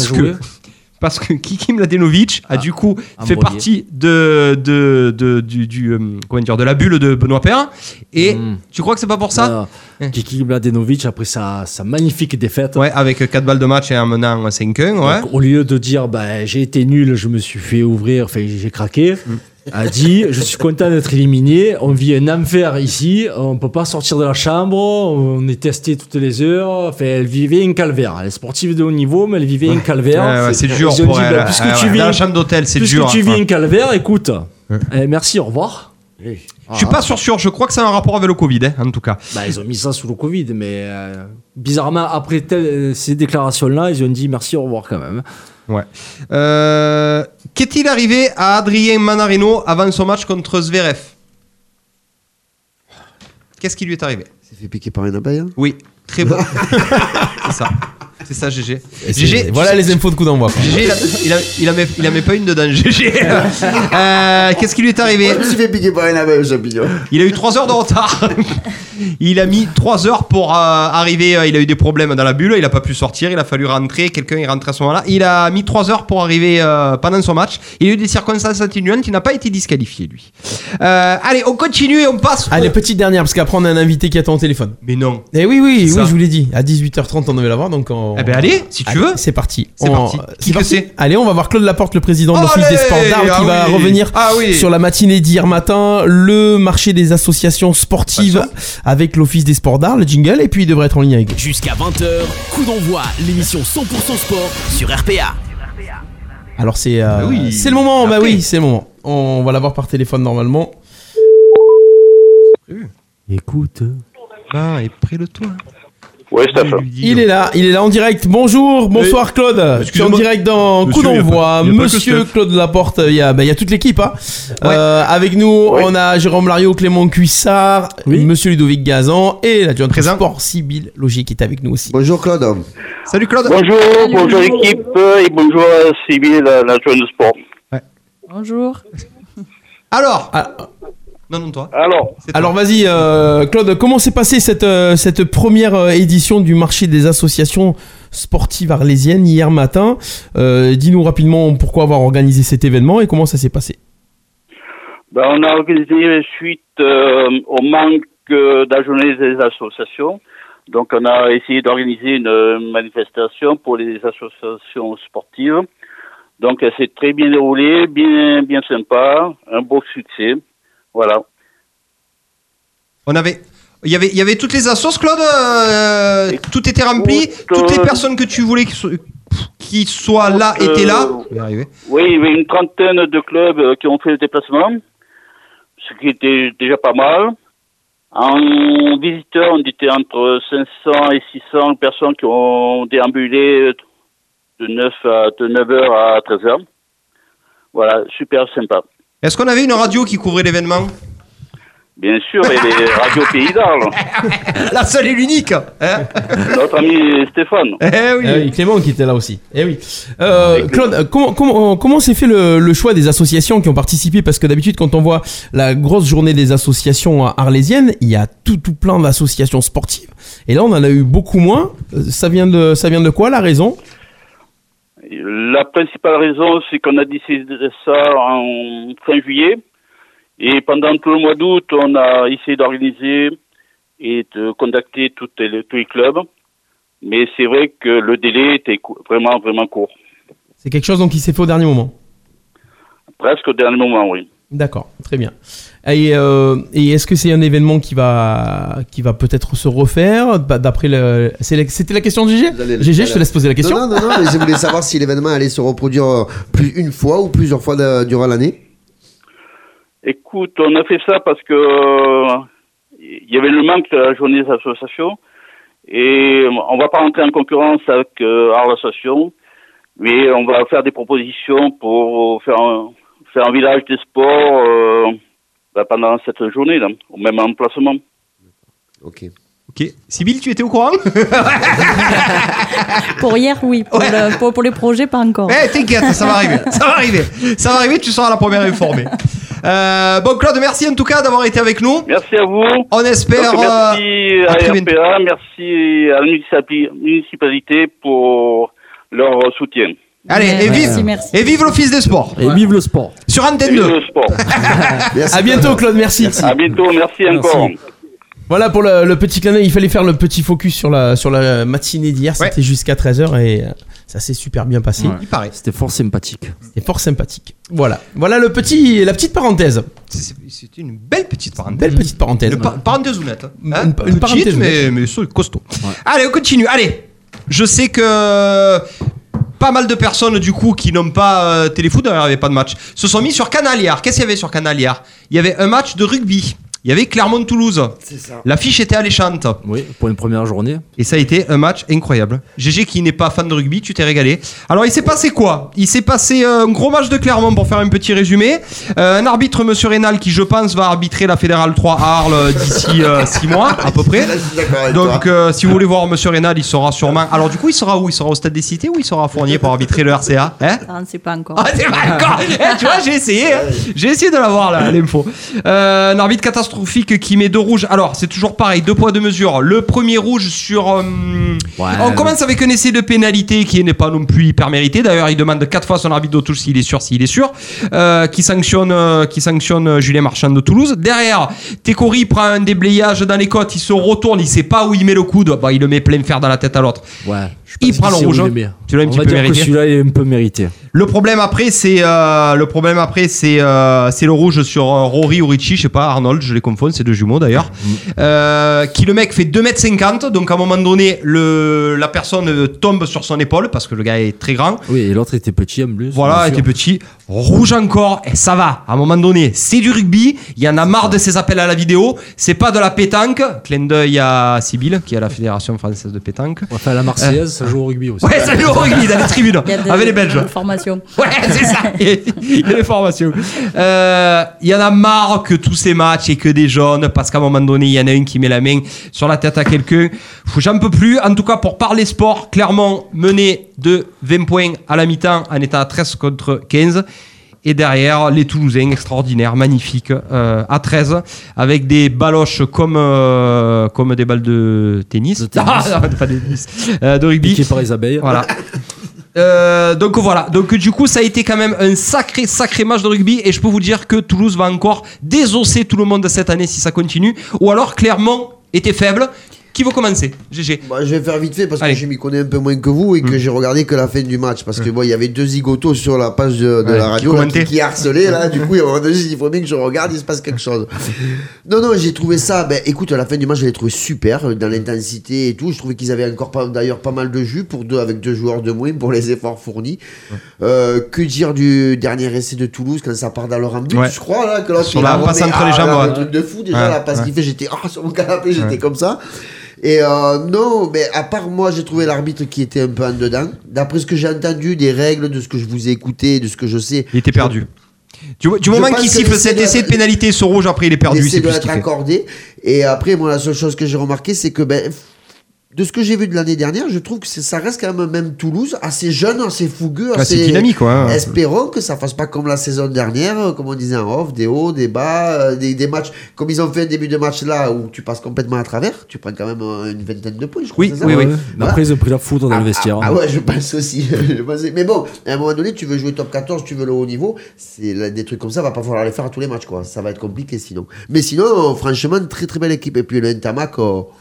parce que Kiki Mladenovic a du coup fait partie de la bulle de Benoît Paire. Et tu crois que c'est pas pour ça? Kiki Mladenovic, après sa magnifique défaite. Ouais, avec 4 balles de match et en menant 5-1. Ouais. Donc, au lieu de dire j'ai été nul, je me suis fait ouvrir, j'ai craqué. A dit je suis content d'être éliminé, on vit un enfer ici, on peut pas sortir de la chambre, on est testé toutes les heures. Elle vivait un calvaire, elle est sportive de haut niveau mais elle vivait un calvaire. C'est dur pour elle. Dans la chambre d'hôtel c'est dur. Puisque tu vis un calvaire, écoute, merci, au revoir. Je suis pas sûr, je crois que ça a un rapport avec le Covid, en tout cas. Ils ont mis ça sous le Covid, mais bizarrement, après ces déclarations-là, ils ont dit merci, au revoir quand même. Ouais. Qu'est-il arrivé à Adrien Manarino avant son match contre Zverev? Qu'est-ce qui lui est arrivé? Il s'est fait piquer par une abeille. Oui, très bon. C'est ça, GG. Voilà les infos de coup d'envoi. GG, il a mis pas une dedans, GG. Qu'est-ce qui lui est arrivé? Il s'est fait piquer par une abeille au champignon. Il a eu 3 heures de retard. Il a mis 3 heures pour arriver. Il a eu des problèmes dans la bulle. Il a pas pu sortir. Il a fallu rentrer. Quelqu'un est rentré à ce moment-là. Il a mis 3 heures pour arriver pendant son match. Il a eu des circonstances atténuantes. Il n'a pas été disqualifié, lui. Allez, on continue et on passe. Allez, petite dernière, parce qu'après on a un invité qui attend au téléphone. Mais non. Eh oui, je vous l'ai dit. À 18h30, on devait l'avoir. Donc Eh ben allez, si tu veux. C'est parti. C'est parti. Qui que c'est ? Allez, on va voir Claude Laporte, le président de l'Office des sports d'Arles, qui va revenir sur la matinée d'hier matin, le marché des associations sportives avec l'Office des sports d'Arles, le jingle, et puis il devrait être en ligne avec. Jusqu'à 20h, coup d'envoi, l'émission 100% sport sur RPA. Alors c'est le moment, c'est le moment. On va l'avoir par téléphone normalement. Écoute. Et près de toi. Ouais, Steph. Il est là en direct. Bonsoir Claude. Tu es en direct dans Coup d'envoi. Monsieur Claude Laporte, il y a toute l'équipe. Avec nous, on a Jérôme Lariot, Clément Cuissard, Monsieur Ludovic Gazan et l'adjoint de sport Sybille Logier qui est avec nous aussi. Bonjour Claude. Salut Claude. Bonjour l'équipe et bonjour à Sybille, l'adjoint de sport. Bonjour. Alors. Non, toi. Alors vas-y, Claude, comment s'est passée cette première édition du marché des associations sportives arlésiennes hier matin ? Dis-nous rapidement pourquoi avoir organisé cet événement et comment ça s'est passé. On a organisé suite au manque d'ajourner des associations. Donc on a essayé d'organiser une manifestation pour les associations sportives. Donc elle s'est très bien déroulée, bien sympa, un beau succès. Voilà. Il y avait toutes les assos, Claude. Tout était rempli. Toutes les personnes que tu voulais qui soient là étaient là. Oui, il y avait une trentaine de clubs qui ont fait le déplacement, ce qui était déjà pas mal. En visiteurs, on était entre 500 et 600 personnes qui ont déambulé de 9h à 13h. Voilà, super sympa. Est-ce qu'on avait une radio qui couvrait l'événement ? Bien sûr, et les radios Pays d'Arles. La seule et l'unique. Notre ami Stéphane. Oui, Clément qui était là aussi. Claude, comment s'est fait le choix des associations qui ont participé ? Parce que d'habitude, quand on voit la grosse journée des associations arlésiennes, il y a tout plein d'associations sportives. Et là, on en a eu beaucoup moins. Ça vient de quoi, la raison ? La principale raison, c'est qu'on a décidé de ça en fin juillet. Et pendant tout le mois d'août, on a essayé d'organiser et de contacter tous les clubs. Mais c'est vrai que le délai était vraiment court. C'est quelque chose donc qui s'est fait au dernier moment ? Presque au dernier moment, oui. D'accord, très bien. Et est-ce que c'est un événement qui va peut-être se refaire d'après C'était la question de GG ? GG, je te laisse poser la question. Non, mais je voulais savoir si l'événement allait se reproduire une fois ou plusieurs fois durant l'année. Écoute, on a fait ça parce que il y avait le manque de la journée des associations et on va pas rentrer en concurrence avec Arles Association, mais on va faire des propositions pour faire un village des sports pendant cette journée là, au même emplacement. Ok. Sybille, tu étais au courant ? Pour hier, oui. Pour les projets, pas encore. T'inquiète, ça va arriver. Tu seras la première informée. Claude, merci en tout cas d'avoir été avec nous. Merci à vous. On espère. Donc, merci à RPA, merci à la municipalité pour leur soutien. Allez, merci. Et vive l'Office des sports. Et vive le sport. Sur Antenne 2. Vive le sport. À bientôt, Claude, merci. À bientôt, merci encore. Voilà pour le petit clin d'œil, il fallait faire le petit focus sur la matinée d'hier, c'était jusqu'à 13h et ça s'est super bien passé. Il paraît. C'était fort sympathique. Voilà la petite parenthèse. C'était une belle petite parenthèse. Parenthèse ounette. Une petite, parenthèse, mais costaud. Ouais. Allez, on continue. Allez, je sais que pas mal de personnes du coup qui n'ont pas Téléfoot, d'ailleurs il n'y avait pas de match, se sont mis sur Canal hier. Qu'est-ce qu'il y avait sur Canal hier ? Il y avait un match de rugby. Il y avait Clermont-Toulouse. C'est ça. L'affiche était alléchante. Oui, pour une première journée. Et ça a été un match incroyable. GG qui n'est pas fan de rugby, tu t'es régalé. Alors il s'est passé quoi ? Il s'est passé un gros match de Clermont pour faire un petit résumé. Un arbitre, Monsieur Rénal, qui je pense va arbitrer la Fédérale 3 à Arles d'ici 6 mois à peu près. Donc si vous voulez voir Monsieur Rénal, il sera sûrement... Alors du coup il sera où ? Il sera au Stade des Cités ou il sera à Fournier pour arbitrer le RCA ? On ne sait pas encore. C'est pas encore. Tu vois, j'ai essayé. J'ai essayé de l'avoir là, l'info. Un arbitre catastrophique qui met 2 rouges. Alors c'est toujours pareil, 2 poids 2 mesures. Le premier rouge sur on commence avec un essai de pénalité qui n'est pas non plus hyper mérité. D'ailleurs il demande 4 fois son arbitre de touche s'il est sûr, qui sanctionne Julien Marchand de Toulouse. Derrière, Técori prend un déblayage dans les côtes, il se retourne, il sait pas où il met le coude, il le met plein fer dans la tête à l'autre. Il prend le rouge. Tu l'as un petit peu mérité. Que celui-là est un peu mérité. Le problème après, c'est le rouge sur Rory ou Richie, je sais pas, Arnold, je les confonds, c'est deux jumeaux d'ailleurs. Qui le mec fait 2,50 m, donc à un moment donné, la personne tombe sur son épaule parce que le gars est très grand. Oui, et l'autre était petit en plus. Voilà, était petit. Rouge encore, et ça va. À un moment donné, c'est du rugby. Il y en a marre de ces appels à la vidéo. C'est pas de la pétanque. Clin d'œil à Sibylle, qui est à la Fédération française de pétanque. Enfin, la Marseillaise, ça joue au rugby aussi. Ouais, ça joue au rugby dans les tribunes. Avec les Belges. Formation. Ouais, c'est ça. Il y a des formations. Il y en a marre que tous ces matchs et que des jaunes, parce qu'à un moment donné, il y en a une qui met la main sur la tête à quelqu'un. J'en peux plus. En tout cas, pour parler sport, Clermont menait de 20 points à la mi-temps en étant à 13 contre 15. Et derrière, les Toulousains, extraordinaires, magnifiques, à 13, avec des baloches comme des balles de tennis. Pas de tennis. De rugby. Piqué par les abeilles. Voilà. Donc voilà, donc du coup ça a été quand même un sacré match de rugby, et je peux vous dire que Toulouse va encore désosser tout le monde cette année si ça continue, ou alors Clermont était faible. Qui veut commencer? GG. Je vais faire vite fait parce que je m'y connais un peu moins que vous et que j'ai regardé que la fin du match, parce que il y avait deux zigotos sur la page de la radio qui harcelaient là. Du coup, il faut bien que je regarde, il se passe quelque chose. Non, j'ai trouvé ça. Écoute, à la fin du match, je l'ai trouvé super dans l'intensité et tout. Je trouvais qu'ils avaient encore pas mal de jus avec deux joueurs de moins pour les efforts fournis. Que dire du dernier essai de Toulouse quand ça part dans leur but, je crois là que sur la passe entre les jambes, un truc de fou déjà, la passe qu'il fait, j'étais sur mon canapé, j'étais comme ça. Et non, mais à part moi, j'ai trouvé l'arbitre qui était un peu en dedans. D'après ce que j'ai entendu, des règles, de ce que je vous ai écouté, de ce que je sais. Il était perdu. Du moment qu'il siffle cet essai de pénalité sur rouge, après il est perdu. C'est plus être accordé. Et après, moi, la seule chose que j'ai remarqué, c'est que de ce que j'ai vu de l'année dernière, je trouve que ça reste quand même Toulouse, assez jeune, assez fougueux, assez dynamique, quoi. Espérons que ça fasse pas comme la saison dernière, comme on disait en off, des hauts, des bas, des matchs, comme ils ont fait un début de match là où tu passes complètement à travers, tu prends quand même une vingtaine de points, je crois. Oui. Voilà. Mais après, ils ont pris la foudre dans le vestiaire. Ouais, je pense aussi. Mais bon, à un moment donné, tu veux jouer top 14, tu veux le haut niveau, des trucs comme ça, va pas falloir les faire à tous les matchs, quoi. Ça va être compliqué sinon. Mais sinon, franchement, très très belle équipe. Et puis le Ntamak,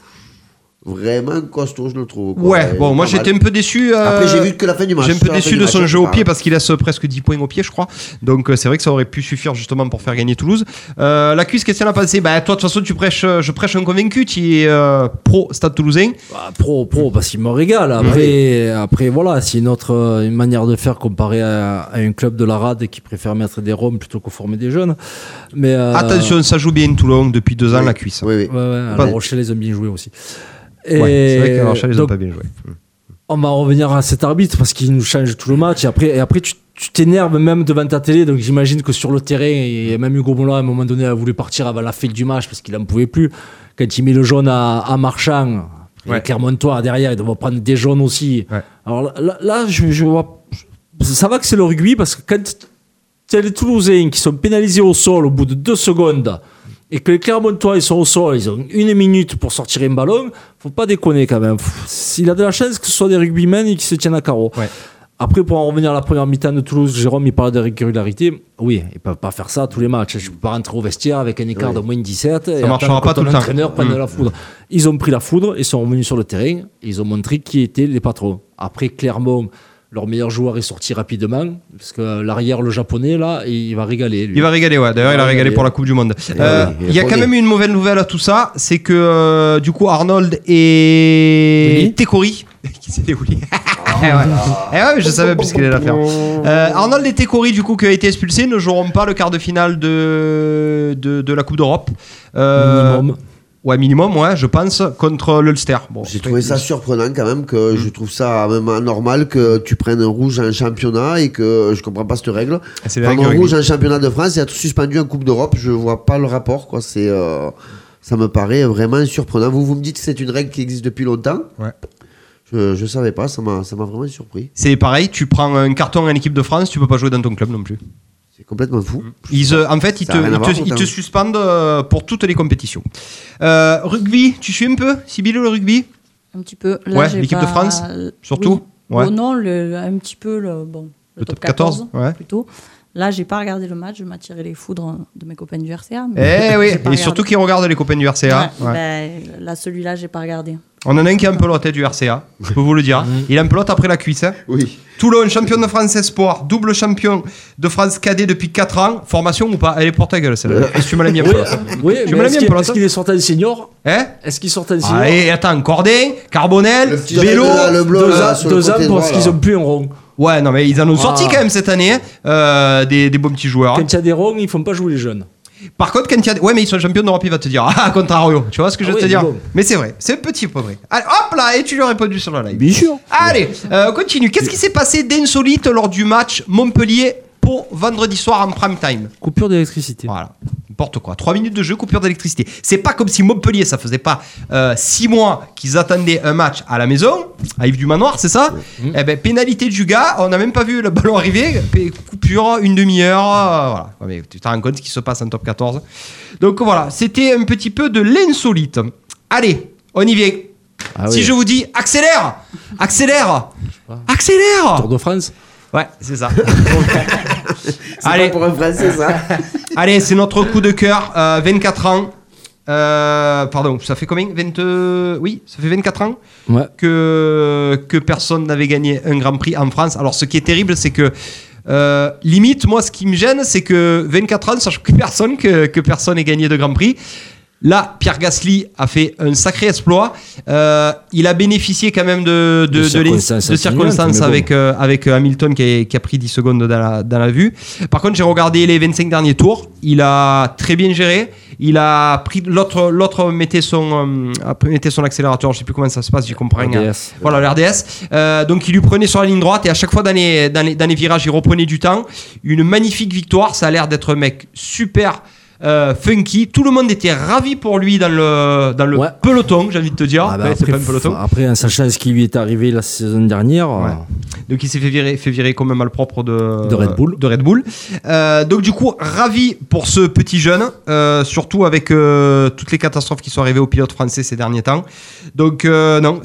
vraiment costaud, je le trouve. Ouais, bon, moi j'étais un peu déçu. Après, j'ai vu que la fin du match. J'ai un peu déçu de son jeu au pied parce qu'il laisse presque 10 points au pied, je crois. Donc c'est vrai que ça aurait pu suffire justement pour faire gagner Toulouse. La cuisse, qu'est-ce qu'il en a pensé? Toi, de toute façon, je prêche un convaincu. Tu es pro Stade Toulousain. Pro, parce qu'il me régale. Après, voilà, c'est une manière de faire comparé à un club de la rade qui préfère mettre des roms plutôt que former des jeunes. Mais attention, ça joue bien Toulon depuis 2 ans, la cuisse. Oui. Alors Rochelle, ils ont bien joué aussi. C'est vrai que Rochelle, ils ont pas bien joué. On va revenir à cet arbitre parce qu'il nous change tout le match. Et après tu t'énerves même devant ta télé. Donc j'imagine que sur le terrain, et même Hugo Moulin, à un moment donné, a voulu partir avant la fin du match parce qu'il n'en pouvait plus. Quand il met le jaune à Marchand, Clermontois derrière, il doit prendre des jaunes aussi. Ouais. Alors là, je vois. Ça va que c'est le rugby parce que quand tu as les Toulousains qui sont pénalisés au sol au bout de 2 secondes. Et que les Clermontois, ils sont au sol, ils ont 1 minute pour sortir un ballon, faut pas déconner quand même. S'il a de la chance que ce soit des rugbymen et qu'ils se tiennent à carreau. Ouais. Après, pour en revenir à la première mi-temps de Toulouse, Jérôme, il parlait de régularité. Oui, ils peuvent pas faire ça tous les matchs. Je peux pas rentrer au vestiaire avec un écart de moins de 17. Ça marchera pas tout le temps. L'entraîneur prenne la foudre. Ils ont pris la foudre, ils sont revenus sur le terrain, et ils ont montré qui étaient les patrons. Après, Clermont, leur meilleur joueur est sorti rapidement, parce que l'arrière, le japonais, là, il va régaler. Lui. Il va régaler, ouais. D'ailleurs, il a régalé pour la Coupe du Monde. Il y a quand même une mauvaise nouvelle à tout ça, c'est que du coup, Arnold et Tekori, qui s'est déroulé. Ouais, je savais plus qu'il allait la faire. Arnold et Tekori, du coup, qui a été expulsé, ne joueront pas le quart de finale de la Coupe d'Europe. Minimum. Ouais, minimum, ouais, je pense, contre l'Ulster. Bon, j'ai trouvé ça surprenant quand même, que je trouve ça même anormal que tu prennes un rouge en championnat et que je comprends pas cette règle. Prendre un rouge en championnat de France et être suspendu en Coupe d'Europe, je vois pas le rapport, quoi. C'est, ça me paraît vraiment surprenant. Vous me dites que c'est une règle qui existe depuis longtemps. Ouais. Je savais pas, ça m'a vraiment surpris. C'est pareil, tu prends un carton en équipe de France, tu peux pas jouer dans ton club non plus. C'est complètement fou. En fait, ils te suspendent pour toutes les compétitions. Rugby, tu suis un peu, Sibylle, le rugby? Un petit peu. Là, l'équipe de France, surtout. Oui. Ouais. Non, un petit peu le top 14 ouais. plutôt. Là, j'ai pas regardé le match, je m'attirais les foudres de mes copains du RCA. Oui, et surtout qu'ils regardent les copains du RCA. Ouais. Ben, là, celui-là, j'ai pas regardé. On en a un qui a un pelote du RCA, je peux vous le dire. Il a un pelote après la cuisse. Oui. Toulon, champion de France Espoir, double champion de France cadet depuis 4 ans. Formation ou pas? Elle est pour ta gueule, celle-là. Est-ce que tu me l'as mis un pelote? Oui, mais est-ce qu'il est sorti des seniors? Est-ce qu'il sortait des seniors? Allez, attends, Cordin, Carbonel, Vélo, 2 ans parce qu'ils ont plus un rond. Ouais, non, mais ils en ont sorti quand même cette année, des bons petits joueurs. Quand il y a des ronds, ils font pas jouer les jeunes. Par contre, quand il y a... Ouais, mais ils sont champions d'Europe, il va te dire. Ah, contrario. Tu vois ce que je veux te dire? Bon. Mais c'est vrai, c'est petit pour vrai. Allez, hop là, et tu lui as répondu sur la live. Bien sûr. Allez, on continue. Qu'est-ce qui s'est passé d'insolite lors du match Montpellier pour vendredi soir en prime time? Coupure d'électricité. Voilà. N'importe quoi. 3 minutes de jeu, coupure d'électricité. C'est pas comme si Montpellier, ça faisait pas 6 mois qu'ils attendaient un match à la maison, à Yves du Manoir, c'est ça? Eh ben, pénalité du gars, on n'a même pas vu le ballon arriver, coupure, une demi-heure, voilà. Ouais, mais tu te rends compte ce qui se passe en top 14. Donc voilà, c'était un petit peu de l'insolite. Allez, on y vient. Si je vous dis accélère, accélère, accélère. Tour de France. Ouais, c'est ça. Allez, pas pour un Français, ça. Allez, c'est notre coup de cœur. 24 ans. Pardon, ça fait combien? Oui, ça fait 24 ans que personne n'avait gagné un Grand Prix en France. Alors, ce qui est terrible, c'est que limite, moi, ce qui me gêne, c'est que 24 ans, sachant que personne n'ait gagné de Grand Prix. Là, Pierre Gasly a fait un sacré exploit. Il a bénéficié quand même de circonstances avec Hamilton qui a pris 10 secondes dans la vue. Par contre, j'ai regardé les 25 derniers tours. Il a très bien géré. Il a pris l'autre mettait son accélérateur. Je sais plus comment ça se passe. J'y comprends rien. Voilà, l'RDS. Donc, il lui prenait sur la ligne droite et à chaque fois dans les virages, il reprenait du temps. Une magnifique victoire. Ça a l'air d'être un mec super. Funky, tout le monde était ravi pour lui dans le peloton, j'ai envie de te dire. C'est pas un peloton. Après, en sachant ce qui lui est arrivé la saison dernière. Donc il s'est fait virer comme un malpropre de Red Bull. Donc du coup, ravi pour ce petit jeune, surtout avec toutes les catastrophes qui sont arrivées aux pilotes français ces derniers temps. Donc non,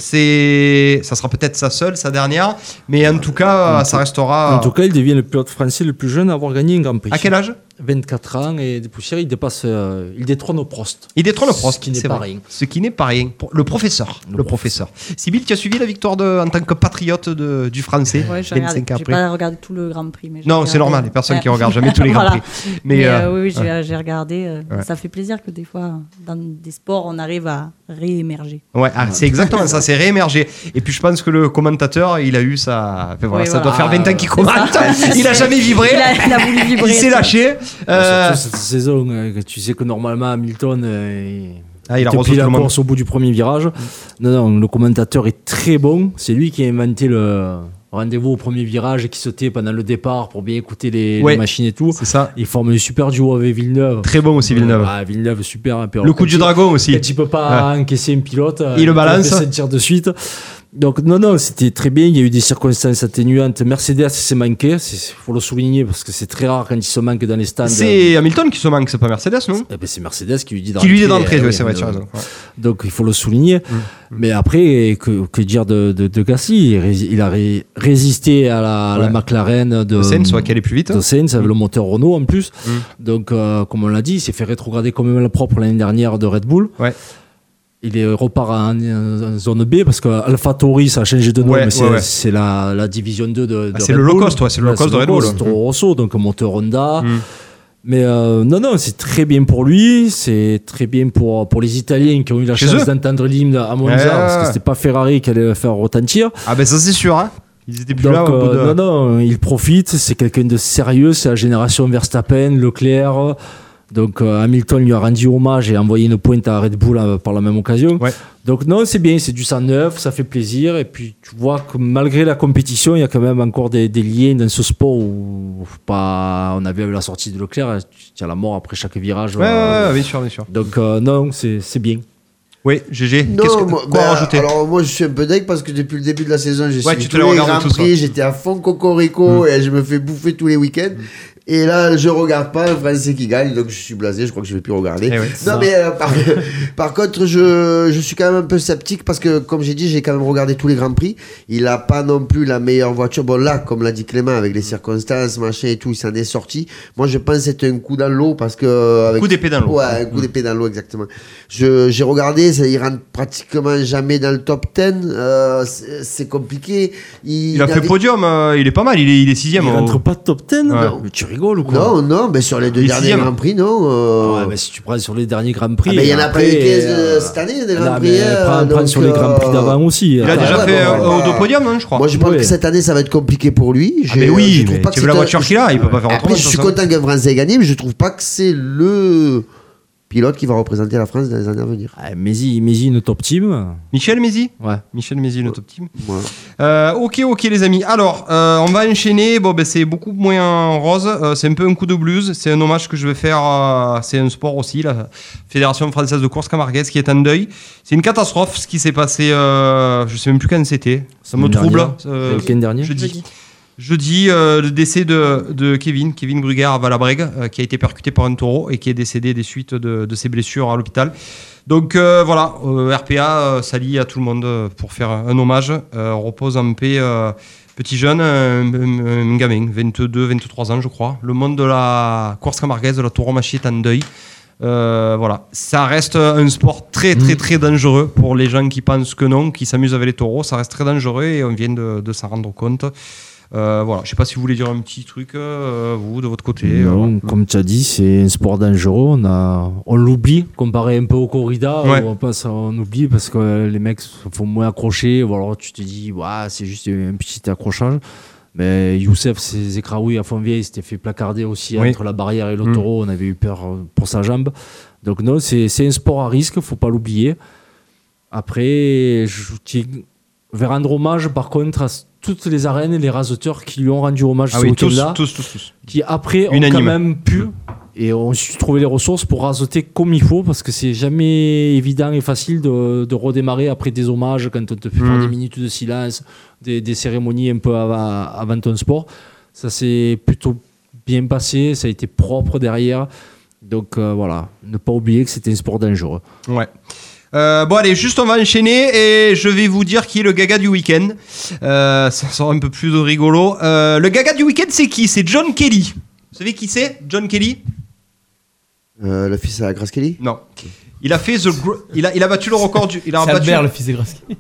ça sera peut-être sa dernière, mais en tout cas, ça restera. En tout cas, il devient le pilote français le plus jeune à avoir gagné un Grand Prix. À quel âge? 24 ans et des poussières, il détrône au Prost. Il détrône au Prost, ce qui n'est pas rien. Ce qui n'est pas rien. Le professeur. Sibylle, tu as suivi la victoire en tant que patriote du français. Oui, j'ai pas regardé tout le Grand Prix. Mais non, c'est normal, les personnes qui regardent jamais tous les Grands Prix. Mais oui, j'ai regardé. Ça fait plaisir que des fois, dans des sports, on arrive à réémerger. Ouais, c'est exactement ça, c'est réémerger. Et puis je pense que le commentateur, il a eu ça. Enfin, ça doit faire 20 ans qu'il commente. Il a jamais vibré. Il a voulu vibrer. Il s'est lâché. Surtout cette saison, tu sais que normalement Hamilton il a reçu la course au bout du premier virage. Non, le commentateur est très bon. C'est lui qui a inventé le rendez-vous au premier virage et qui sautait pendant le départ pour bien écouter les machines et tout. C'est ça. Il forme un super duo avec Villeneuve. Très bon aussi Villeneuve. Villeneuve super. Le coup du dragon aussi. Quand tu peux pas encaisser un pilote, il le balance. Il fait 7 tirs de suite. Donc non, c'était très bien. Il y a eu des circonstances atténuantes. Mercedes s'est manqué, faut le souligner parce que c'est très rare quand il se manque dans les stands. C'est Hamilton qui se manque, c'est pas Mercedes, non? C'est Mercedes qui lui dit d'entrer. C'est vrai, tu as raison. Donc il faut le souligner. Mais après, que dire de Gasly? Il a résisté à la McLaren de Sainz, soit qu'elle est plus vite. De Sainz avec le moteur Renault en plus. Donc comme on l'a dit, il s'est fait rétrograder quand même la propre l'année dernière de Red Bull. Ouais. Il repart en zone B parce que AlphaTauri ça a changé de nom, mais c'est la division 2 de c'est Red Bull. C'est le low cost de Red Bull. C'est Toro Rosso, donc moteur Honda. Mais non, c'est très bien pour lui, c'est très bien pour les Italiens qui ont eu la chance d'entendre l'hymne à Monza parce que c'était pas Ferrari qui allait le faire retentir. Ah ben ça c'est sûr, hein. Ils étaient plus là au bout de... Non, il profite, c'est quelqu'un de sérieux, c'est la génération Verstappen, Leclerc. Donc Hamilton lui a rendu hommage et a envoyé une pointe à Red Bull par la même occasion. Donc non, c'est bien, c'est du sang neuf, ça fait plaisir. Et puis tu vois que malgré la compétition, il y a quand même encore des liens dans ce sport où on avait la sortie de Leclerc, tu as la mort après chaque virage. Bien sûr. Donc non, c'est bien. Oui, GG. Non, Quoi rajouter? Alors moi je suis un peu dingue parce que depuis le début de la saison, j'ai suivi tous les Grands Prix, j'étais à fond cocorico et je me fais bouffer tous les week-ends. Et là, je regarde pas un Français qui gagne, donc je suis blasé, je crois que je vais plus regarder. Non, mais par contre, je suis quand même un peu sceptique parce que, comme j'ai dit, j'ai quand même regardé tous les Grands Prix. Il a pas non plus la meilleure voiture. Bon, là, comme l'a dit Clément, avec les circonstances, machin et tout, il s'en est sorti. Moi, je pense que c'était un coup dans l'eau parce que. Un coup d'épée dans l'eau. Ouais, un coup d'épée dans l'eau, exactement. J'ai regardé, il rentre pratiquement jamais dans le top 10. C'est compliqué. Il a fait podium, il est pas mal, il est 6ème. Il rentre pas top 10 non. Mais tu rigoles ou quoi? Non, mais sur les 2 derniers Grands Prix, non. Ouais, mais si tu prends sur les derniers Grands Prix. Il y en a pas eu 15 cette année, des Grands Prix. Prends sur les Grands Prix d'avant aussi. Il a déjà fait au podium, je crois. Moi, je pense que cette année, ça va être compliqué pour lui. Mais oui, tu veux la voiture qu'il a, il peut pas faire autrement. Après, je suis content qu'un Français ait gagné, mais je trouve pas que c'est le pilote qui va représenter la France dans les années à venir. Mézi, une top team. Michel Mézi. Ouais. Michel Mézi, une top team. Ouais. Ok, les amis. Alors, on va enchaîner. Bon, c'est beaucoup moins rose. C'est un peu un coup de blues. C'est un hommage que je vais faire. C'est un sport aussi, la Fédération française de course camarguaise qui est en deuil. C'est une catastrophe ce qui s'est passé. Je sais même plus quand c'était. Ça me trouble. Le week-end dernier. Jeudi, le décès de Kevin Brugger à Valabrègue, qui a été percuté par un taureau et qui est décédé des suites de ses blessures à l'hôpital. Donc voilà, RPA s'allie à tout le monde pour faire un hommage. Repose en paix, petit jeune, un gamin, 22-23 ans je crois. Le monde de la course camarguaise, de la tauromachie est en deuil. Voilà, ça reste un sport très dangereux pour les gens qui pensent que non, qui s'amusent avec les taureaux. Ça reste très dangereux et on vient de s'en rendre compte. Voilà, je sais pas si vous voulez dire un petit truc, vous, de votre côté. Non, comme tu as dit, c'est un sport dangereux. On l'oublie, comparé un peu au corrida. Ouais. On oublie parce que les mecs se font moins accrocher. Ou alors tu te dis, c'est juste un petit accrochage. Mais Youssef, ses écraouilles à Fontvieille, s'était fait placarder aussi entre la barrière et le taureau. On avait eu peur pour sa jambe. Donc non, c'est un sport à risque, faut pas l'oublier. Après, vais rendre hommage par contre à toutes les arènes et les rasoteurs qui lui ont rendu hommage ce week-end-là. Tous. Qui après ont quand même pu et ont su trouver les ressources pour rasoter comme il faut parce que c'est jamais évident et facile de redémarrer après des hommages quand on te fait faire des minutes de silence, des cérémonies un peu avant ton sport. Ça s'est plutôt bien passé, ça a été propre derrière. Donc voilà, ne pas oublier que c'était un sport dangereux. Ouais. Bon allez, juste on va enchaîner et je vais vous dire qui est le gaga du week-end. Ça sera un peu plus de rigolo. Le gaga du week-end c'est qui? C'est John Kelly. Vous savez qui c'est? John Kelly? Le fils à Grace Kelly? Non. Il a fait il a battu le record du. C'est Albert, le fils de Grace Kelly.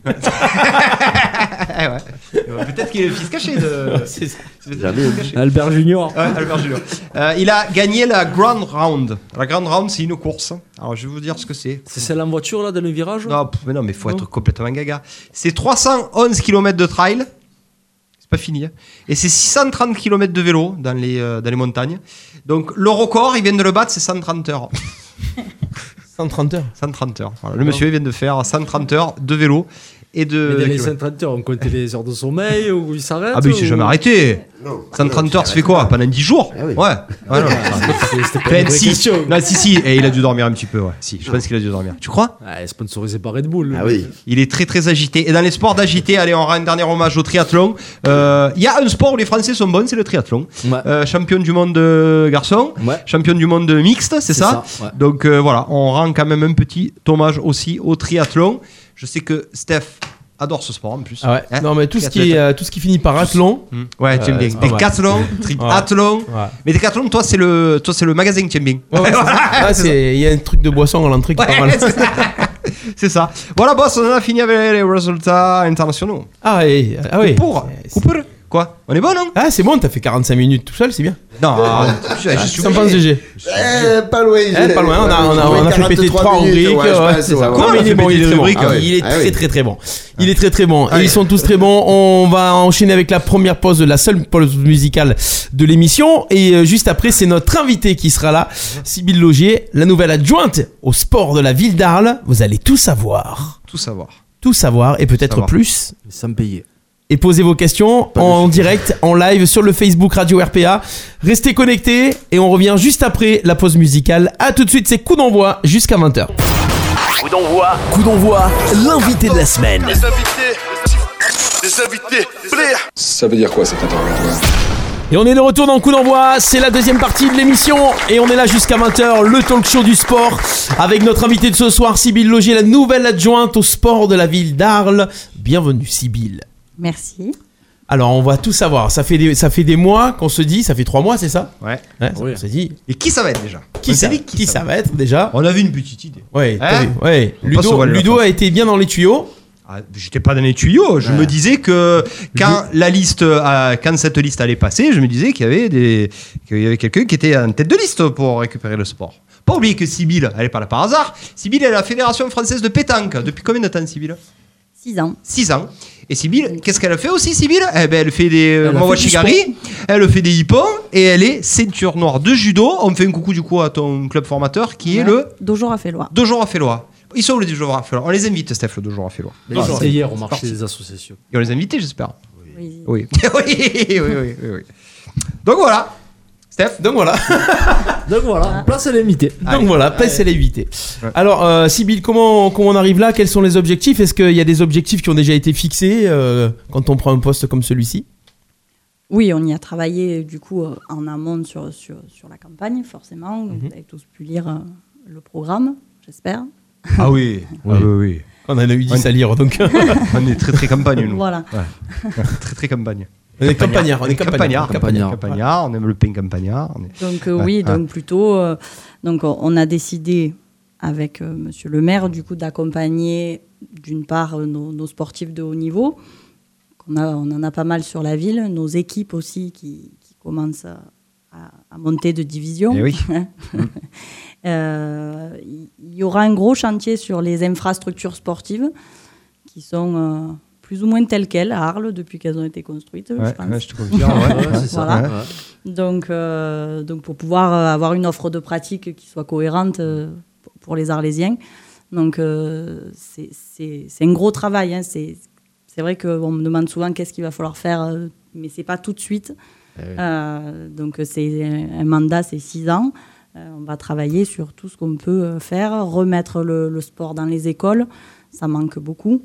Ouais. Peut-être qu'il est le fils caché de. Albert Junior. Ouais, Albert Junior. Il a gagné la Grand Round. La Grand Round, c'est une course. Alors, je vais vous dire ce que c'est. C'est celle en voiture, là, dans le virage? Non, mais faut être complètement gaga. C'est 311 km de trail. C'est pas fini. Hein. Et c'est 630 km de vélo dans les montagnes. Donc, le record, il vient de le battre, c'est 130 heures. 130 heures. 130 heures. Voilà. Le monsieur vient de faire 130 heures de vélo. Et de. Mais dans les 130 heures, on comptait les heures de sommeil où il s'arrête? Ah, mais il s'est jamais arrêté. 130 heures, ça fait quoi? Pendant 10 jours? Ah oui. Ouais. C'était pas une vraie question. Non, si. Et il a dû dormir un petit peu, ouais. Si, je pense qu'il a dû dormir. Tu crois? Sponsorisé par Red Bull. Ah oui. Il est très agité. Et dans les sports d'agité, allez, on rend un dernier hommage au triathlon. Il y a un sport où les Français sont bons, c'est le triathlon. Ouais. Champion du monde de garçons. Ouais. Champion du monde mixte, c'est ça ouais. Donc voilà, on rend quand même un petit hommage aussi au triathlon. Je sais que Steph adore ce sport en plus. Ah ouais. Hein, non mais tout ce qui finit par athlon. Ouais, tu aimes bien. Décathlon, triathlon. Ouais. Mais Décathlon, toi c'est le magazine que tu aimes bien. Ouais, il y a un truc de boisson à l'entrée qui est pas mal. C'est ça. Voilà boss, on a fini avec les résultats internationaux. Ah oui. Cooper. Quoi? On est bon, non? Ah, c'est bon, t'as fait 45 minutes tout seul, c'est bien. Non, je suis ça me pense GG. Pas loin. Pas loin, on a fait péter 3 rubriques. C'est ça. Non, mais il est bon, il est très bon. Il est très bon. Et ils sont tous très bons. On va enchaîner avec la première pause, la seule pause musicale de l'émission. Et juste après, c'est notre invité qui sera là, Sybille Laugier, la nouvelle adjointe au sport de la ville d'Arles. Vous allez tout savoir. Tout savoir et peut-être plus. Sans payer. Et posez vos questions en direct, en live sur le Facebook Radio RPA. Restez connectés et on revient juste après la pause musicale. A tout de suite, c'est coup d'envoi jusqu'à 20h. Coup d'envoi. Coup d'envoi, l'invité de la semaine. Les invités, ça veut dire quoi cet interrogatoire? Et on est de retour dans le Coup d'envoi, c'est la deuxième partie de l'émission et on est là jusqu'à 20h, le talk show du sport avec notre invité de ce soir, Sybille Logier, la nouvelle adjointe au sport de la ville d'Arles. Bienvenue Sybille. Merci. Alors on va tout savoir, ça fait des mois qu'on se dit, ça fait 3 mois c'est ça? Ouais. Oui. On s'est dit. Et qui ça va être déjà? Qui ça va être déjà? On avait une petite idée. Ouais, Ludo a été bien dans les tuyaux. Ah, j'étais pas dans les tuyaux, je me disais que quand cette liste allait passer, je me disais qu'il y avait quelqu'un qui était en tête de liste pour récupérer le sport. Pas oublier que Sybille, elle est pas là par hasard. Sybille est à la Fédération française de pétanque. Depuis combien de temps, Sybille? 6 ans. 6 ans. Et Sybille, qu'est-ce qu'elle a fait aussi, Sybille? Elle fait des Mawashigari, elle fait des hippos et elle est ceinture noire de judo. On fait un coucou du coup à ton club formateur qui est le Dojo Raffelois. Dojo Raffelois. Ils sont où les Dojo Raffelois? On les invite, Steph, le Dojo Raffelois. C'est hier au marché des associations. Et on les a invités, j'espère. Oui. Oui. Donc voilà. Steph. Donc voilà, place à l'invité. Place à l'invité. Alors, Sybille, comment on arrive là? Quels sont les objectifs? Est-ce qu'il y a des objectifs qui ont déjà été fixés quand on prend un poste comme celui-ci? Oui, on y a travaillé du coup en amont sur la campagne, forcément. Vous avez tous pu lire le programme, j'espère. Ah oui. Oui. On en a eu 10 à lire, donc. On est très très campagne, nous. Voilà. Ouais. Très très campagne. On est campagnard. On aime le pain campagnard. Donc donc plutôt, on a décidé avec Monsieur le maire du coup d'accompagner d'une part nos sportifs de haut niveau. On en a pas mal sur la ville, nos équipes aussi qui commencent à monter de division. Eh oui. Il y aura un gros chantier sur les infrastructures sportives qui sont plus ou moins telles quelles à Arles depuis qu'elles ont été construites, je pense. Ouais, je te confirme. C'est ça. Voilà. Donc pour pouvoir avoir une offre de pratique qui soit cohérente pour les Arlésiens. Donc c'est un gros travail. Hein. C'est vrai qu'on me demande souvent qu'est-ce qu'il va falloir faire, mais c'est pas tout de suite. Donc c'est un mandat, c'est 6 ans. On va travailler sur tout ce qu'on peut faire, remettre le sport dans les écoles, ça manque beaucoup.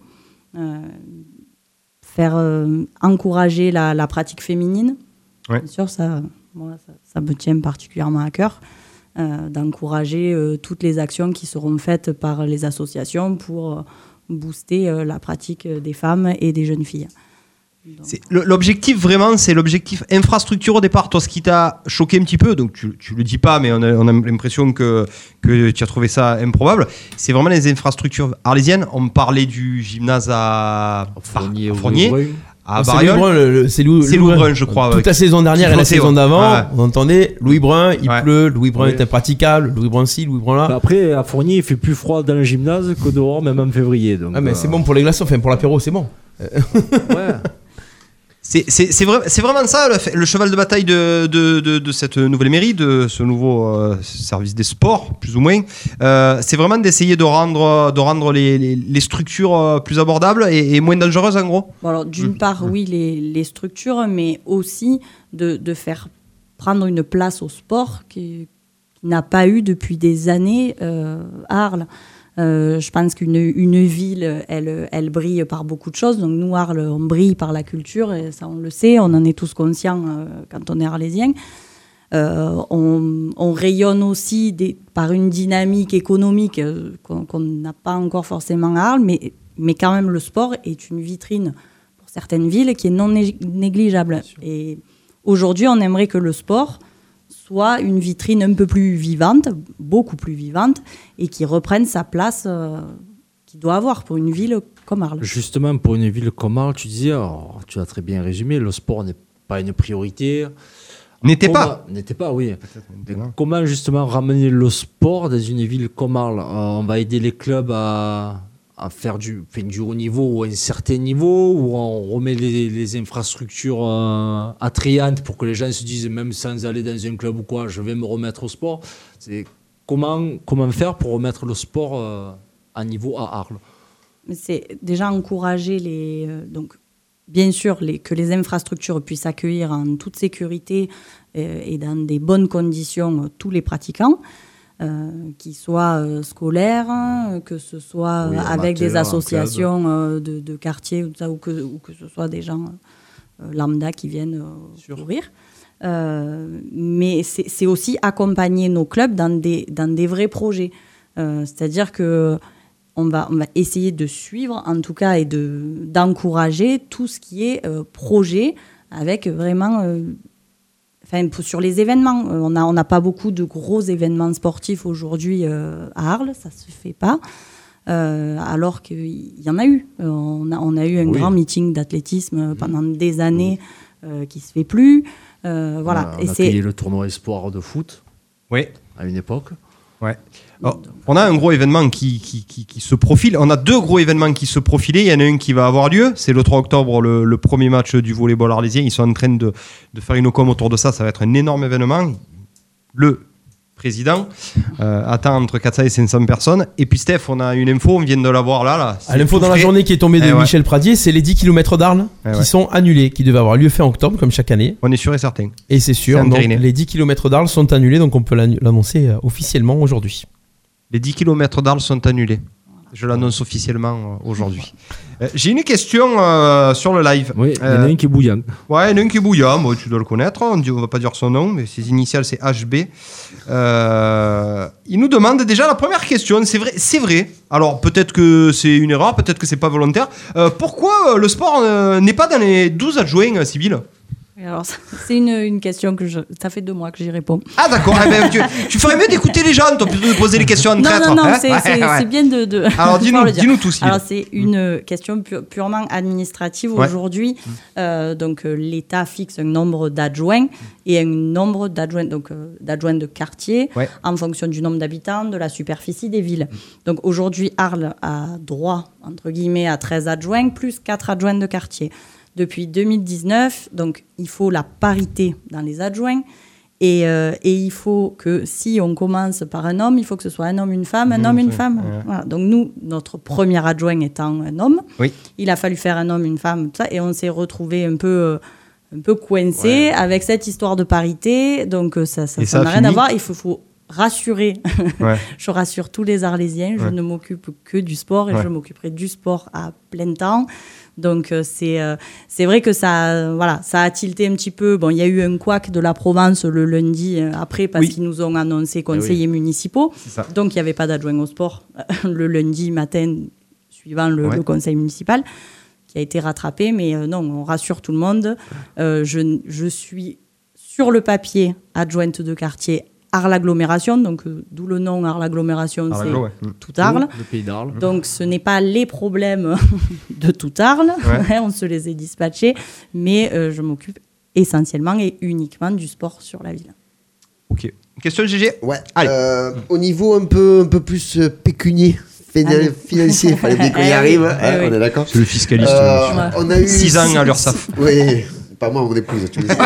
Encourager la pratique féminine. Ouais. Bien sûr, ça me tient particulièrement à cœur. D'encourager toutes les actions qui seront faites par les associations pour booster la pratique des femmes et des jeunes filles. L'objectif vraiment, c'est l'objectif infrastructure au départ. Toi, ce qui t'a choqué un petit peu, donc tu le dis pas, mais on a l'impression que tu as trouvé ça improbable. C'est vraiment les infrastructures arlésiennes. On me parlait du gymnase à Fournier, à Bariol. C'est Louis Brun, je crois. Toute la saison dernière et la saison d'avant, on entendait Louis Brun, il pleut, Louis Brun est impraticable, Louis Brun ci, Louis Brun là. Après, à Fournier, il fait plus froid dans le gymnase que dehors, même en février. Donc, mais c'est bon pour les glaçons, enfin pour l'apéro, c'est bon. Ouais. C'est vraiment ça le cheval de bataille de cette nouvelle mairie, de ce nouveau service des sports, plus ou moins. C'est vraiment d'essayer de rendre les structures plus abordables et moins dangereuses, en gros. Bon, alors, d'une part, oui, les structures, mais aussi de faire prendre une place au sport qui n'a pas eu depuis des années à Arles. Je pense qu'une ville, elle brille par beaucoup de choses. Donc nous, Arles, on brille par la culture, et ça, on le sait, on en est tous conscients quand on est arlésien. On rayonne aussi par une dynamique économique qu'on n'a pas encore forcément à Arles, mais quand même, le sport est une vitrine pour certaines villes qui est non négligeable. Et aujourd'hui, on aimerait que le sport soit une vitrine un peu plus vivante, beaucoup plus vivante, et qui reprenne sa place qu'il doit avoir pour une ville comme Arles. Justement, pour une ville comme Arles, tu disais, tu as très bien résumé, le sport n'est pas une priorité. N'était pas, oui. Comment justement ramener le sport dans une ville comme Arles? On va aider les clubs à faire du haut niveau ou à un certain niveau, où on remet les infrastructures attrayantes pour que les gens se disent, même sans aller dans un club ou quoi, je vais me remettre au sport. C'est comment faire pour remettre le sport à niveau à Arles? C'est déjà encourager donc bien sûr que les infrastructures puissent accueillir en toute sécurité et dans des bonnes conditions tous les pratiquants. qui soient scolaires, que ce soit avec des associations de quartier ou que ce soit des gens lambda qui viennent courir. Mais c'est aussi accompagner nos clubs dans des vrais projets. C'est-à-dire que on va essayer de suivre, en tout cas, et d'encourager tout ce qui est projet avec vraiment... sur les événements, on n'a pas beaucoup de gros événements sportifs aujourd'hui à Arles, ça ne se fait pas, alors qu'il y en a eu. On a eu un grand meeting d'athlétisme pendant des années qui ne se fait plus. Voilà. On a payé le tournoi espoir de foot à une époque. Ouais. Alors, on a un gros événement qui se profile. On a 2 gros événements qui se profilaient. Il y en a un qui va avoir lieu. C'est le 3 octobre, le premier match du volleyball arlésien. Ils sont en train de faire une com autour de ça. Ça va être un énorme événement. Le président attend entre 400 et 500 personnes. Et puis Steph, on a une info, on vient de l'avoir là. L'info dans la journée qui est tombée de Michel Pradier, c'est les 10 km d'Arles qui sont annulés, qui devaient avoir lieu fin octobre, comme chaque année. On est sûr et certain. Et c'est sûr, donc, les 10 km d'Arles sont annulés, donc on peut l'annoncer officiellement aujourd'hui. Les 10 km d'Arles sont annulés. Je l'annonce officiellement aujourd'hui. J'ai une question sur le live. Oui, il y en a un qui est bouillant. Ouais, il y en a un qui est bouillant. Bon, tu dois le connaître. On ne va pas dire son nom, mais ses initiales, c'est HB. Il nous demande déjà la première question. C'est vrai. Alors, peut-être que c'est une erreur, peut-être que c'est pas volontaire. Pourquoi le sport n'est pas dans les 12 adjoints, Sybille ? Alors, c'est une question ça fait 2 mois que j'y réponds. Ah d'accord, tu ferais mieux d'écouter les gens, plutôt de poser les questions en traître. Non, c'est bien de alors dis-nous tout, Sylvie. Alors c'est une question purement administrative aujourd'hui. Donc l'État fixe un nombre d'adjoints et un nombre d'adjoints, donc d'adjoints de quartier en fonction du nombre d'habitants, de la superficie des villes. Donc aujourd'hui, Arles a droit, entre guillemets, à 13 adjoints plus 4 adjoints de quartier. Depuis 2019, donc il faut la parité dans les adjoints et il faut que si on commence par un homme, il faut que ce soit un homme, une femme, un homme, une femme. Ouais. Voilà. Donc nous, notre premier adjoint étant un homme, il a fallu faire un homme, une femme, tout ça, et on s'est retrouvé un peu coincé avec cette histoire de parité. Donc ça n'a rien à voir. Il faut rassurer. Je rassure tous les Arlésiens. Je ne m'occupe que du sport et je m'occuperai du sport à plein temps. Donc c'est vrai que ça a tilté un petit peu. Bon, il y a eu un couac de la Provence le lundi après parce qu'ils nous ont annoncé conseillers municipaux. Donc il n'y avait pas d'adjoint au sport le lundi matin suivant le conseil municipal qui a été rattrapé. Mais non, on rassure tout le monde. Je suis sur le papier adjointe de quartier Arles Agglomération, donc d'où le nom Arles Agglomération, c'est tout Arles. Le pays d'Arles. Donc ce n'est pas les problèmes de tout Arles, on se les a dispatchés, mais je m'occupe essentiellement et uniquement du sport sur la ville. Ok. Question GG. Ouais. Allez. Au niveau un peu plus pécunier, financier, il fallait bien qu'on y arrive. On est d'accord. C'est le fiscaliste. On a eu 6 ans à l'URSSAF. Oui. Pas moi, mon épouse, tu le sais.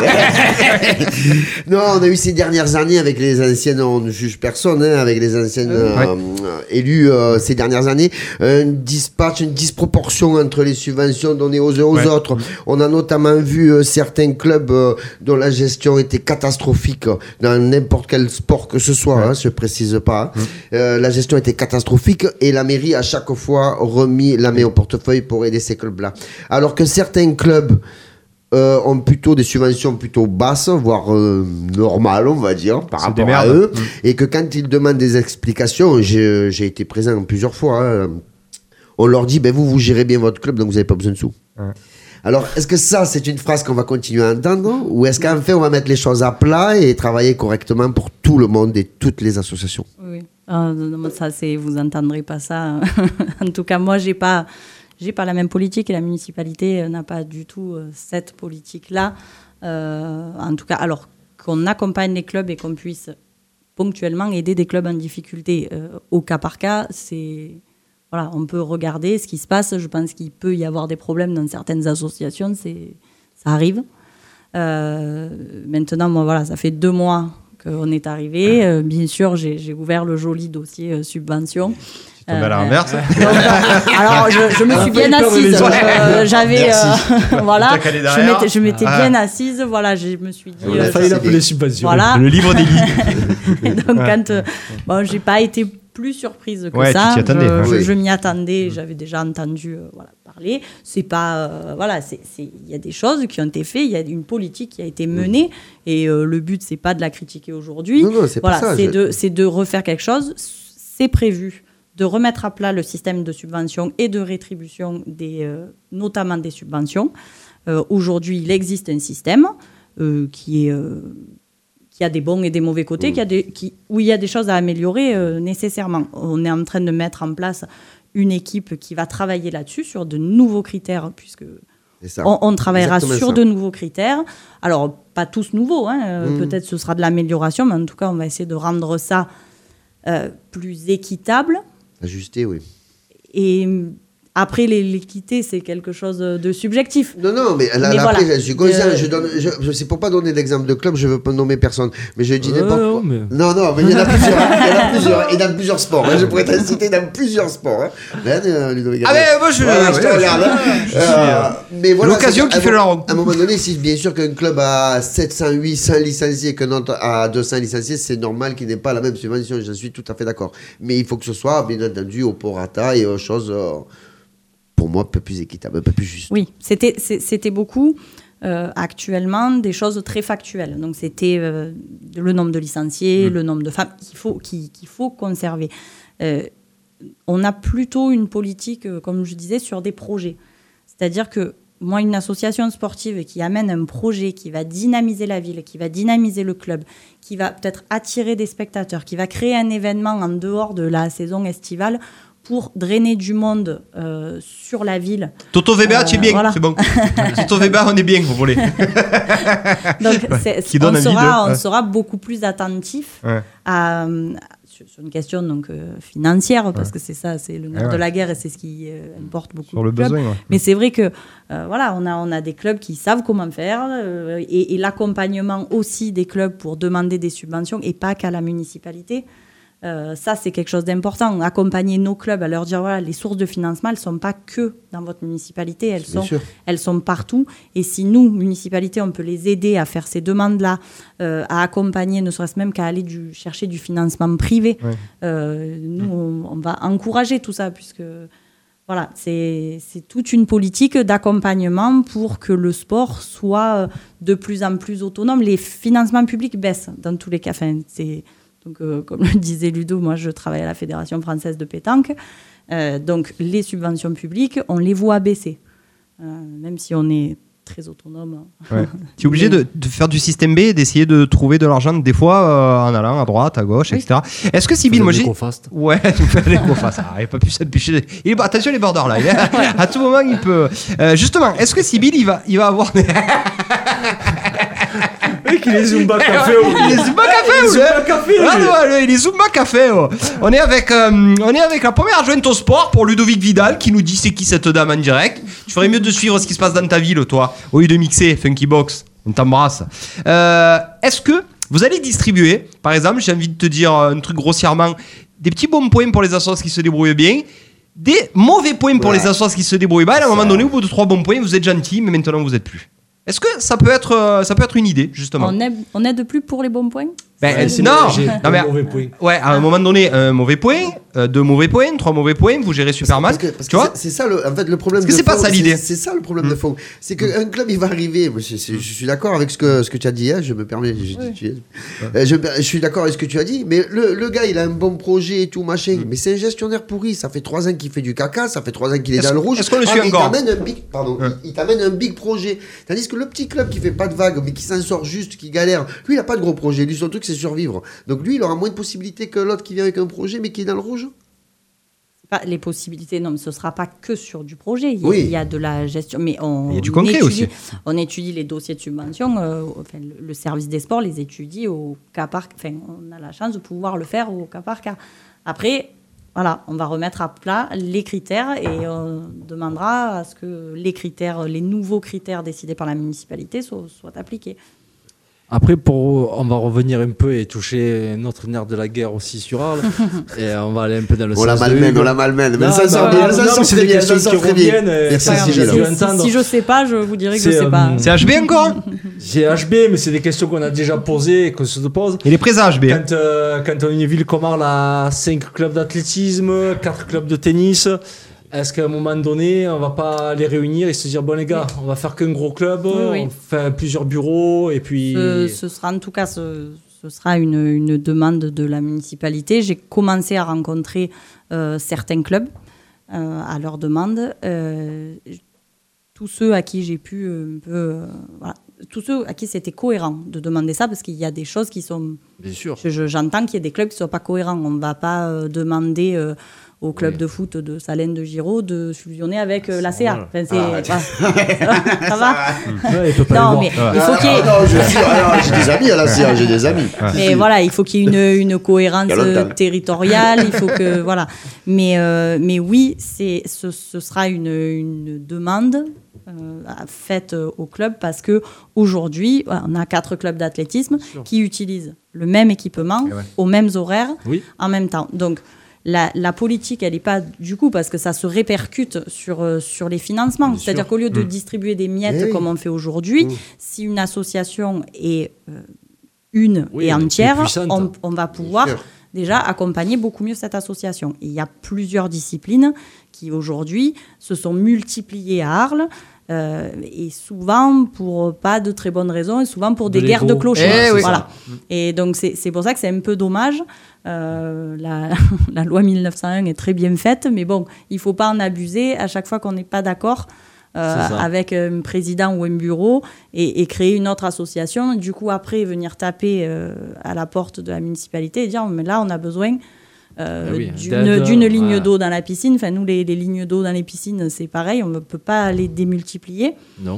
Non, on a eu ces dernières années avec les anciennes, on ne juge personne, avec les anciennes élus ces dernières années, une disproportion entre les subventions données aux uns aux autres. On a notamment vu certains clubs dont la gestion était catastrophique dans n'importe quel sport que ce soit, je précise pas. La gestion était catastrophique et la mairie a chaque fois remis la main au portefeuille pour aider ces clubs-là. Alors que certains clubs ont plutôt des subventions plutôt basses, voire normales, on va dire, par rapport à eux. Et que quand ils demandent des explications, j'ai été présent plusieurs fois, on leur dit, vous gérez bien votre club, donc vous n'avez pas besoin de sous. Alors, est-ce que ça, c'est une phrase qu'on va continuer à entendre, ou est-ce qu'en fait, on va mettre les choses à plat et travailler correctement pour tout le monde et toutes les associations ? Oui, ça, vous n'entendrez pas ça. En tout cas, moi, j'ai pas la même politique et la municipalité n'a pas du tout cette politique-là. En tout cas, alors qu'on accompagne les clubs et qu'on puisse ponctuellement aider des clubs en difficulté au cas par cas, on peut regarder ce qui se passe. Je pense qu'il peut y avoir des problèmes dans certaines associations, ça arrive. Maintenant, moi, ça fait 2 mois on est arrivé. Bien sûr, j'ai ouvert le joli dossier subvention. À l'inverse. Alors, je me suis bien assise. J'avais, voilà, je m'étais bien assise. Voilà, je me suis dit. Il a fallu l'appeler subvention. Voilà. Le livre des lits. Donc, quand j'ai pas été plus surprise que ça, je m'y attendais. J'avais déjà entendu parler. C'est pas, il y a des choses qui ont été faites. Il y a une politique qui a été menée. Et le but, c'est pas de la critiquer aujourd'hui. Non, c'est pas ça. C'est de refaire quelque chose. C'est prévu de remettre à plat le système de subvention et de rétribution, notamment des subventions. Aujourd'hui, il existe un système qui a des bons et des mauvais côtés, où il y a des choses à améliorer nécessairement. On est en train de mettre en place une équipe qui va travailler là-dessus, sur de nouveaux critères, puisque on travaillera sur de nouveaux critères. Alors, pas tous nouveaux, peut-être ce sera de l'amélioration, mais en tout cas, on va essayer de rendre ça plus équitable. Ajusté, oui. Et après, l'équité, c'est quelque chose de subjectif. Non, mais là, après, je suis conscient, c'est pour pas donner d'exemple de club, je veux pas nommer personne, mais je dis n'importe quoi. Mais... Non, mais il y en a plusieurs, et dans plusieurs sports. Je pourrais t'inciter dans plusieurs sports. Ludovic. Mais moi, je te regarde. Mais voilà, l'occasion qui fait la rencontre. À un moment donné, si bien sûr qu'un club a 700, 800 licenciés, qu'un autre a 200 licenciés, c'est normal qu'il n'ait pas la même subvention, j'en suis tout à fait d'accord. Mais il faut que ce soit, bien entendu, au prorata et aux choses... pour moi, un peu plus équitable, un peu plus juste. Oui, c'était beaucoup, actuellement, des choses très factuelles. Donc, c'était le nombre de licenciés, le nombre de femmes qu'il faut conserver. On a plutôt une politique, comme je disais, sur des projets. C'est-à-dire que moi, une association sportive qui amène un projet qui va dynamiser la ville, qui va dynamiser le club, qui va peut-être attirer des spectateurs, qui va créer un événement en dehors de la saison estivale, pour drainer du monde sur la ville. Toto Weber, tu es bien, voilà. C'est bon. Toto Weber, on est bien, vous voulez. Donc, on sera beaucoup plus attentif sur une question financière, parce que c'est ça, c'est le nerf de la guerre et c'est ce qui importe beaucoup sur le clubs. Besoin, Mais c'est vrai que on a des clubs qui savent comment faire et l'accompagnement aussi des clubs pour demander des subventions et pas qu'à la municipalité. Ça, c'est quelque chose d'important. Accompagner nos clubs, à leur dire, voilà, les sources de financement, elles ne sont pas que dans votre municipalité, elles sont partout. Et si nous, municipalité, on peut les aider à faire ces demandes-là, à accompagner, ne serait-ce même qu'à aller chercher du financement privé, nous, on va encourager tout ça, puisque... Voilà, c'est toute une politique d'accompagnement pour que le sport soit de plus en plus autonome. Les financements publics baissent dans tous les cas. Enfin, donc, comme le disait Ludo, moi, je travaille à la Fédération française de pétanque. Donc, les subventions publiques, on les voit baisser. Même si on est très autonome. Ouais. Tu es obligé de faire du système B et d'essayer de trouver de l'argent, des fois, en allant à droite, à gauche, etc. Est-ce que Sybille, moi j'ai... Ouais, tu fais l'éco-fast. Il n'a pas pu s'empêcher. Attention les borderline. À tout moment, il peut... justement, est-ce que Sybille, il va avoir... Il est Zumba Café. Il est Zumba Café. Il est Zumba Café. On est avec la première adjointe au sport pour Ludovic Vidal qui nous dit c'est qui cette dame en direct. Tu ferais mieux de suivre ce qui se passe dans ta ville, toi, au lieu de mixer Funky Box. On t'embrasse. Est-ce que vous allez distribuer, par exemple, j'ai envie de te dire un truc grossièrement, des petits bons points pour les assos qui se débrouillent bien, des mauvais points pour les assos qui se débrouillent pas, et à un moment donné, au bout de 3 bons points, vous êtes gentil, mais maintenant vous êtes plus. Est-ce que ça peut être une idée, justement? On aide plus pour les bons points? Mauvais point. Ouais, à un moment donné, un mauvais point, 2 mauvais points, 3 mauvais points, vous gérez super mal. Parce que c'est ça, en fait, le problème. Parce que c'est pas ça l'idée. C'est ça le problème de fond. C'est qu'un club, il va arriver. Je suis d'accord avec ce que tu as dit. Je me permets. Je suis d'accord avec ce que tu as dit. Mais le gars, il a un bon projet et tout machin. Mais c'est un gestionnaire pourri. Ça fait 3 ans qu'il fait du caca. Ça fait 3 ans qu'il est dans le rouge. Est-ce qu'on le suit encore? Il t'amène un big projet. Tandis que le petit club qui fait pas de vagues, mais qui s'en sort juste, qui galère, lui, il a pas de gros projet. Lui, son truc, c'est survivre. Donc lui, il aura moins de possibilités que l'autre qui vient avec un projet, mais qui est dans le rouge. Les possibilités, non, mais ce ne sera pas que sur du projet. Il y a de la gestion. Mais il y a du concret aussi. On étudie les dossiers de subvention. Le service des sports les étudie au cas par cas. Enfin, on a la chance de pouvoir le faire au cas par cas. Après, voilà, on va remettre à plat les critères et on demandera à ce que les nouveaux critères décidés par la municipalité soient appliqués. Après, on va revenir un peu et toucher notre nerf de la guerre aussi sur Arles. Et on va aller un peu dans le sens. On la malmène. Mais ça sort bien, ça sort très bien, ça sort très bien. Si je sais pas, je vous dirai que je sais pas. C'est HB encore? C'est HB, mais c'est des questions qu'on a déjà posées et qu'on se pose. Il est présent HB. Quand on est une ville comme Arles a 5 clubs d'athlétisme, 4 clubs de tennis. Est-ce qu'à un moment donné, on va pas les réunir et se dire, bon les gars, on va faire qu'un gros club, on fait plusieurs bureaux et puis... Ce sera en tout cas ce sera une demande de la municipalité. J'ai commencé à rencontrer certains clubs à leur demande. Tous ceux à qui j'ai pu tous ceux à qui c'était cohérent de demander ça, parce qu'il y a des choses qui sont... Bien sûr. J'entends qu'il y a des clubs qui ne sont pas cohérents. On ne va pas demander... au club de foot de Salène de Giraud de fusionner avec la CA. Enfin, ça va. Non, mais il faut qu'il y ait... j'ai des amis à la CA, j'ai des amis. Mais voilà, il faut qu'il y ait une cohérence territoriale. Il faut que voilà. Mais oui, ce sera une demande faite au club, parce que aujourd'hui, on a 4 clubs d'athlétisme qui utilisent le même équipement aux mêmes horaires en même temps. Donc la politique, elle n'est pas du coup, parce que ça se répercute sur les financements. Bien C'est-à-dire sûr. Qu'au lieu de distribuer des miettes comme on fait aujourd'hui, si une association est et entière, on va pouvoir déjà accompagner beaucoup mieux cette association. Et il y a plusieurs disciplines qui aujourd'hui se sont multipliées à Arles. Et souvent pour pas de très bonnes raisons, et souvent pour des guerres de clochers. Voilà. Et donc c'est pour ça que c'est un peu dommage. La loi 1901 est très bien faite, mais bon, il faut pas en abuser à chaque fois qu'on n'est pas d'accord avec un président ou un bureau, et créer une autre association. Du coup, après, venir taper à la porte de la municipalité et dire mais là, on a besoin d'une ligne d'eau dans la piscine. Enfin, nous, les lignes d'eau dans les piscines, c'est pareil, on ne peut pas les démultiplier. Non.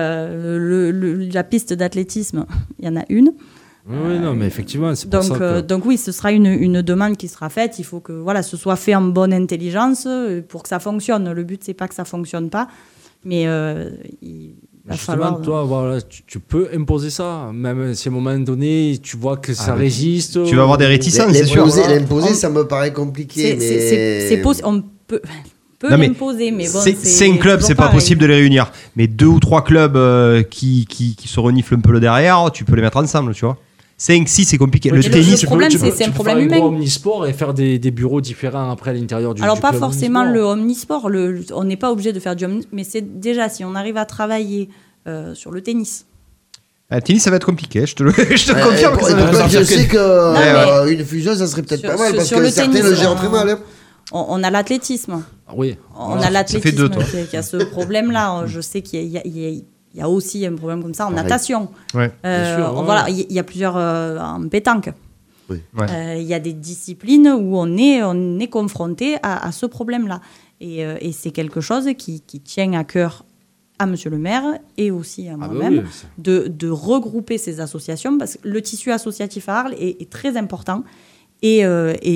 La piste d'athlétisme, il y en a une. Oui, non, mais effectivement, c'est pour ça que... Donc oui, ce sera une demande qui sera faite. Il faut que ce soit fait en bonne intelligence pour que ça fonctionne. Le but, c'est pas que ça fonctionne pas, mais il va falloir... Toi, voilà, tu peux imposer ça, même si à un moment donné, tu vois que ça résiste. Tu vas avoir des réticences, c'est sûr. L'imposer, ça me paraît compliqué. C'est possible. On peut l'imposer, mais bon... 5 clubs, c'est pas possible de les réunir. Mais 2 ou 3 clubs qui se reniflent un peu le derrière, tu peux les mettre ensemble, tu vois. 5, 6, c'est compliqué. Le tennis, le problème, c'est un problème humain. Tu peux faire un gros omnisport et faire des bureaux différents après à l'intérieur du club. Alors, pas forcément le omnisport. On n'est pas obligé de faire du omnisport, mais c'est déjà si on arrive à travailler sur le tennis. Le tennis, ça va être compliqué. Je te confirme que ça va être compliqué. Je sais qu'une fusion, ça serait peut-être pas mal, parce que certains le gèrent très mal. On a l'athlétisme. Oui. On a l'athlétisme qui a ce problème-là. Je sais qu'il y a aussi un problème comme ça en natation. Voilà, il y a plusieurs en pétanque. Il y a des disciplines où on est confronté à ce problème-là. Et c'est quelque chose qui tient à cœur à Monsieur le maire et aussi à moi-même de regrouper ces associations, parce que le tissu associatif à Arles est très important et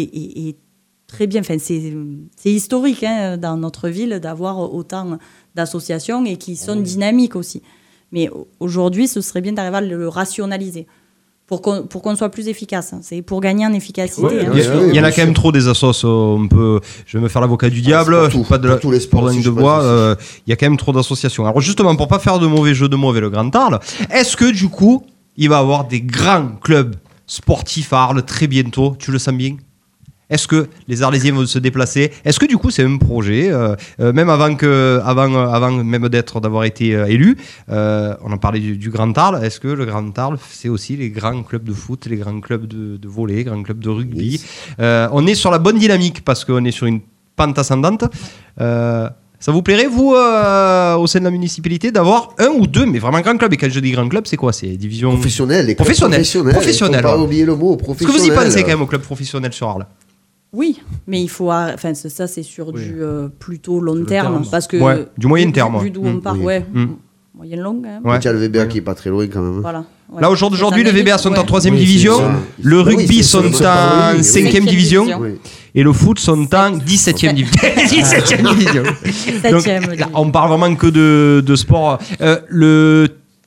très bien. Enfin, c'est historique dans notre ville d'avoir autant d'associations et qui sont dynamiques aussi. Mais aujourd'hui, ce serait bien d'arriver à le rationaliser pour qu'on soit plus efficace. C'est pour gagner en efficacité. Il y en a quand même trop des assos. Je vais me faire l'avocat du diable. Pas de tous les sports de bois. Il y a quand même trop d'associations. Alors justement, pour pas faire de mauvais jeu de mots avec le Grand Arles, est-ce que du coup, il va y avoir des grands clubs sportifs à Arles très bientôt? Tu le sens bien? Est-ce que les Arlésiens vont se déplacer? Est-ce que du coup c'est un projet, même avant même d'avoir été élu, on en parlait du Grand Arles. Est-ce que le Grand Arles, c'est aussi les grands clubs de foot, les grands clubs de volley, les grands clubs de rugby? On est sur la bonne dynamique parce qu'on est sur une pente ascendante. Ça vous plairait, vous, au sein de la municipalité, d'avoir un ou deux, mais vraiment grands clubs? Et quand je dis grands clubs, c'est quoi? C'est division professionnelle. Professionnelle. Il ne faut pas oublier le mot professionnel. Est-ce que vous y pensez quand même au club professionnel sur Arles? Oui, mais il faut... Enfin, ça, c'est sur du plutôt long terme. Parce que, du moyen terme. Vu d'où on part, moyenne longue. Tu as le VBA qui n'est pas très loin quand même. Voilà. Là, aujourd'hui, les VBA sont en 3e division. Le rugby sont en 5e division. Et le foot sont en 17e division. 17e division. Donc, là, on parle vraiment que de sport. Le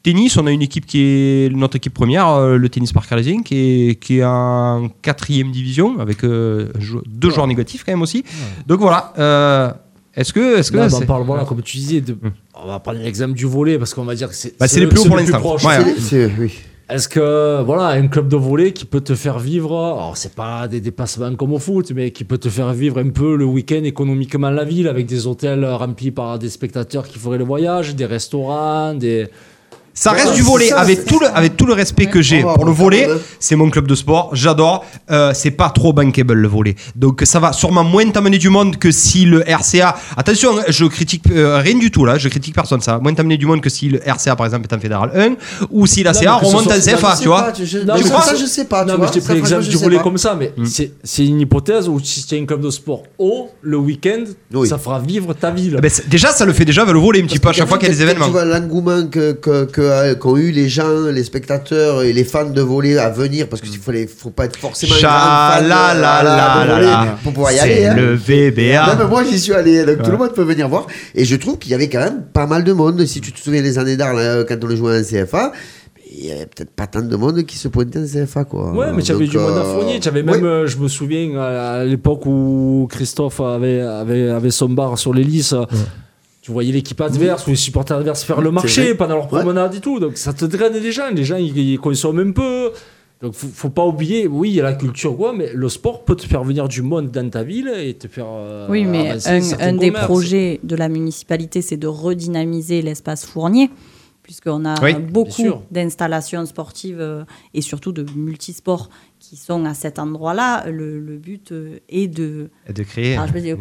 tennis, on a une équipe qui est notre équipe première, le Tennis Park Racing, qui est en 4e division, avec 2 joueurs négatifs quand même aussi. Donc voilà. Est-ce que là, on parle, voilà, comme tu disais, on va prendre l'exemple du volley, parce qu'on va dire que c'est les plus hauts pour l'instant. Oui. Est-ce que, voilà, un club de volley qui peut te faire vivre, alors c'est pas des déplacements comme au foot, mais qui peut te faire vivre un peu le week-end économiquement la ville, avec des hôtels remplis par des spectateurs qui feraient le voyage, des restaurants, des... Ça reste du volley, avec tout le respect que j'ai pour le volley, c'est mon club de sport, j'adore, c'est pas trop bankable le volley. Donc ça va sûrement moins t'amener du monde que si le RCA, attention, je critique rien du tout là, je critique personne, ça va moins t'amener du monde que si le RCA par exemple est en Fédéral 1, ou si la CA remonte en CFA, tu vois. Je sais pas, non, mais je t'ai pris l'exemple du volley comme ça, mais c'est une hypothèse où si tu as un club de sport haut, le week-end, ça fera vivre ta ville. Déjà, ça le fait déjà avec le volley un petit peu à chaque fois qu'il y a des événements. Tu vois l'engouement qu'ont eu les gens, les spectateurs et les fans de volley à venir, parce qu'il faut pas être forcément fan de volley pour pouvoir y aller. C'est le VBA. Non, mais moi j'y suis allé, donc tout le monde peut venir voir. Et je trouve qu'il y avait quand même pas mal de monde. Si tu te souviens les années d'Arles, quand on a joué en CFA, il y avait peut-être pas tant de monde qui se pointait en CFA, quoi. Ouais, mais tu avais du monde à Fournier. Tu avais même, je me souviens, à l'époque où Christophe avait son bar sur l'hélice. Tu voyais l'équipe adverse ou les supporters adverses faire le marché pendant leur promenade et tout. Donc ça te draine les gens. Les gens, ils consomment un peu. Donc faut pas oublier, oui, il y a la culture, mais le sport peut te faire venir du monde dans ta ville et te faire. Oui, mais un des projets de la municipalité, c'est de redynamiser l'espace Fournier, puisqu'on a beaucoup d'installations sportives et surtout de multisports qui sont à cet endroit-là. Le but est de créer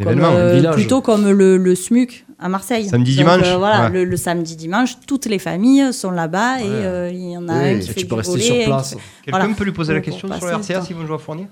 plutôt comme le SMUC à Marseille. Samedi-dimanche. Le samedi-dimanche, toutes les familles sont là-bas et il y en a un qui fait tu peux du rester volley, sur place. Quelqu'un peut lui poser la question sur le RCA s'ils vont jouer à Fournier?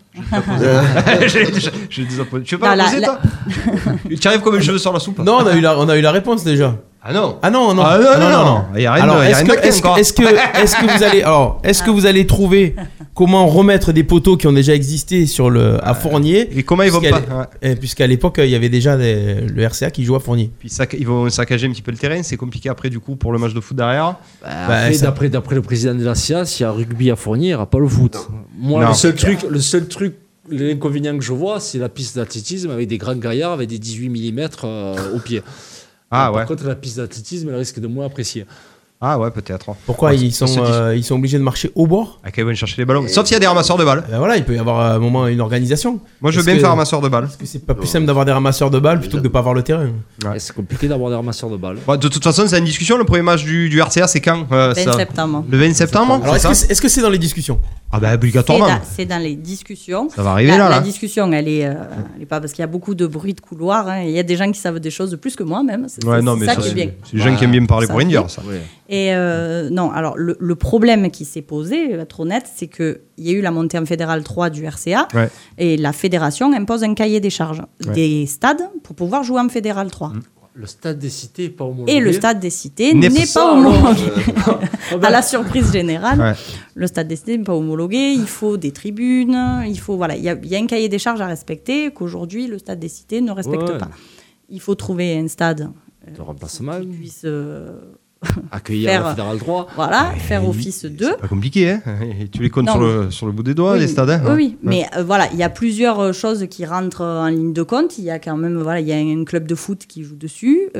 Je désappointe. Tu veux pas la poser, toi? Tu arrives comme un cheveu sur la soupe? Non, on a eu la réponse déjà. Ah non. Non. Il y a rien alors, de est-ce que vous allez trouver comment remettre des poteaux qui ont déjà existé à Fournier? Et comment ils vont pas puisqu'à l'époque il y avait déjà le RCA qui joue à Fournier. Puis ils vont saccager un petit peu le terrain, c'est compliqué après du coup pour le match de foot derrière. D'après le président de la CIA, s'il y a rugby à Fournier, il n'y aura pas le foot. Moi, le seul truc, l'inconvénient que je vois, c'est la piste d'athlétisme avec des grands gaillards avec des 18 mm au pied. Par contre, la piste d'athlétisme, elle risque de moins apprécier. Ah ouais, peut-être. Pourquoi ils sont obligés de marcher au bord? Ils vont chercher les ballons. Sauf s'il y a des ramasseurs de balles. Voilà, il peut y avoir un moment une organisation. Moi, je veux bien faire ramasseur de balles. Est-ce que c'est pas plus simple d'avoir des ramasseurs de balles plutôt que de pas avoir le terrain? C'est compliqué d'avoir des ramasseurs de balles. De toute façon, c'est une discussion. Le premier match du RCA, c'est quand? 20 septembre. Le 20 septembre. Alors, est-ce que c'est dans les discussions? Ah bah obligatoirement. C'est dans les discussions. Ça va arriver là. La discussion, elle est pas parce qu'il y a beaucoup de bruit de couloir. Il y a des gens qui savent des choses de plus que moi même. C'est ça qui est bien. C'est des gens qui aiment bien parler pour India, ça. Et non, alors le problème qui s'est posé, être honnête, c'est qu'il y a eu la montée en Fédéral 3 du RCA et la fédération impose un cahier des charges des stades pour pouvoir jouer en Fédéral 3. Le stade des cités n'est pas homologué. Et le stade des cités n'est pas homologué. À la surprise générale, le stade des cités n'est pas homologué. Il faut des tribunes. Il y a un cahier des charges à respecter qu'aujourd'hui le stade des cités ne respecte pas. Il faut trouver un stade de remplacement qui puisse accueillir la Fédéral 3. Voilà, faire office 2. C'est pas compliqué, hein. Tu les comptes sur le bout des doigts, les stades. Hein. Oui, mais il y a plusieurs choses qui rentrent en ligne de compte. Il y a quand même, il y a un club de foot qui joue dessus.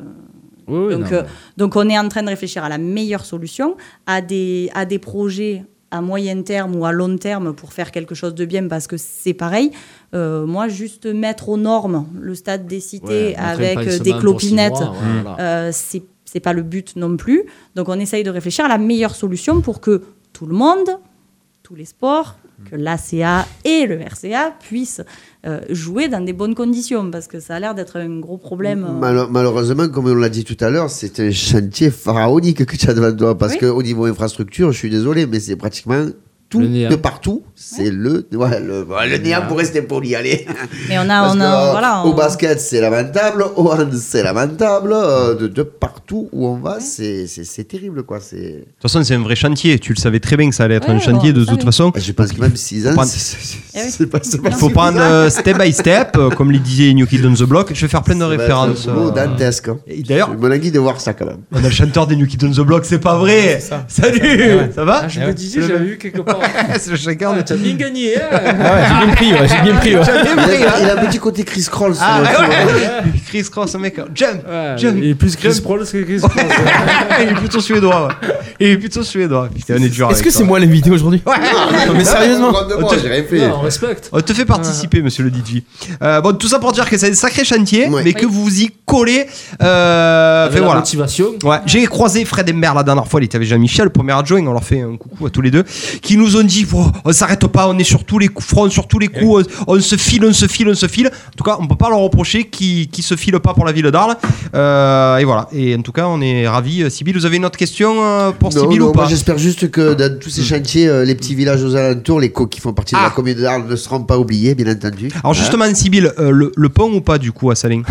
Donc on est en train de réfléchir à la meilleure solution, à des projets à moyen terme ou à long terme pour faire quelque chose de bien, parce que c'est pareil. Moi, juste mettre aux normes le stade des cités avec des clopinettes, c'est pas le but non plus. Donc on essaye de réfléchir à la meilleure solution pour que tout le monde, tous les sports, que l'ACA et le RCA puissent jouer dans des bonnes conditions, parce que ça a l'air d'être un gros problème. Malheureusement, comme on l'a dit tout à l'heure, c'est un chantier pharaonique que tu as devant toi, parce qu'au niveau infrastructure, je suis désolé, mais c'est pratiquement tout de partout, c'est le néant pour rester poli, allez. Mais voilà. Au basket, c'est lamentable. Au hand, c'est lamentable. De partout où on va, c'est terrible, quoi. De toute façon, c'est un vrai chantier. Tu le savais très bien que ça allait être un chantier de toute façon. Je pense que même 6 ans, c'est pas il faut prendre step by step, comme le disait New Kids on the Block. Je vais faire plein de références. Dantesque. Et d'ailleurs, je me languis de voir ça quand même. On a le chanteur des New Kids on the Block, c'est pas vrai. Salut, ça va? Je me disais, j'avais vu quelque part. C'est le chacun. T'as bien gagné, hein? J'ai bien pris. Il a un petit côté Chris Kroll. Chris Kroll, ce mec. Jump. Il est plus Chris Kroll que Chris Kroll. Il est plutôt suédois. Putain, on est dur. Est-ce que c'est moi l'invité aujourd'hui? Non, mais sérieusement. On respecte. On te fait participer, monsieur le DJ. Bon, tout ça pour dire que c'est un sacré chantier, mais que vous vous y collez. Avec la motivation. Ouais. J'ai croisé Fred et Mer la dernière fois, il était avec Jean-Michel, le premier adjoint, on leur fait un coucou à tous les deux, qui nous ont dit on s'arrête pas, on est sur tous les fronts, sur tous les coups, on se file. En tout cas, on peut pas leur reprocher qu'ils se filent pas pour la ville d'Arles. Et voilà. Et en tout cas, on est ravis. Sybille, vous avez une autre question pour Sybille ou pas? Moi, j'espère juste que dans tous ces chantiers, les petits villages aux alentours, les qui font partie de la commune d'Arles ne seront pas oubliés, bien entendu. Alors justement, Sybille, le pont ou pas du coup à Salins?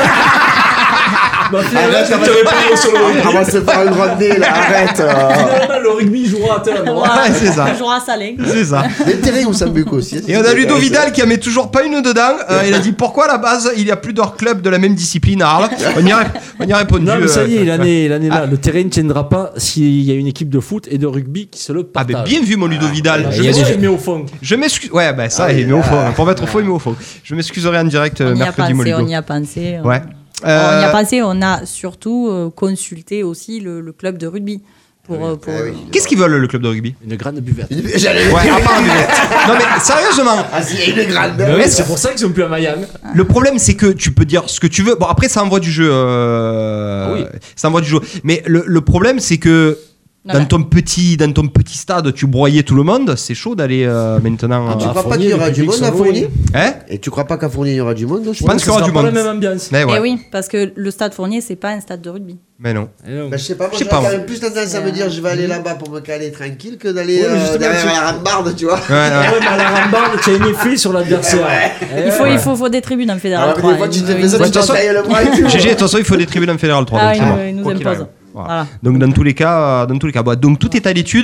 On va se faire une randonnée là, arrête. Finalement, le rugby jouera à terme. Ouais, c'est ça. Il jouera à Salins. C'est ça. L'intérêt au Sambuc aussi. Et on a Ludo Vidal qui en met toujours pas une dedans. Il a dit pourquoi à la base il y a plusieurs clubs de la même discipline à Arles. On y a répondu. Non, mais ça y est, l'année là. Le terrain ne tiendra pas s'il y a une équipe de foot et de rugby qui se le partagent. Ah, mais bien vu, mon Ludo Vidal. Je m'excuse, mais au fond. Je m'excuse. Ouais, bah ça, il met au fond. Pour mettre au fond, il met au fond. Je m'excuserai en direct mercredi, mon Ludo. On y a pensé. Ouais. On y a pensé, on a surtout consulté aussi le club de rugby. Qu'est-ce qu'ils veulent, le club de rugby? Une grande buvette. J'allais dire, pas une buvette. Non, mais sérieusement. Il y a une grande buvette. C'est pour ça qu'ils sont plus à Miami. Le problème, c'est que tu peux dire ce que tu veux. Bon, après, ça envoie du jeu. Oui. Ça envoie du jeu. Mais le problème, c'est que. Dans ton petit stade, tu broyais tout le monde. C'est chaud d'aller maintenant. Tu crois pas qu'il y aura du monde à Fournier? Hein? Et tu crois pas qu'à Fournier il y aura du monde aussi? Je pense qu'il y aura du monde. Pas la même ambiance. Mais ouais. Et oui, parce que le stade Fournier, c'est pas un stade de rugby. Mais non. Je sais pas, moi j'ai quand même plus tendance à me dire je vais aller là-bas pour me caler tranquille que d'aller derrière la rambarde, tu vois. Ouais, mais à la rambarde, tu as un effet sur l'adversaire. Il faut des tribunes en fédéral 3. Des fois tu te fais ça, tu te tailles le bras et tout. GG, de toute façon, il faut des tribunes en fédéral 3. Il nous impose. Voilà. Donc dans tous les cas, donc tout est à l'étude.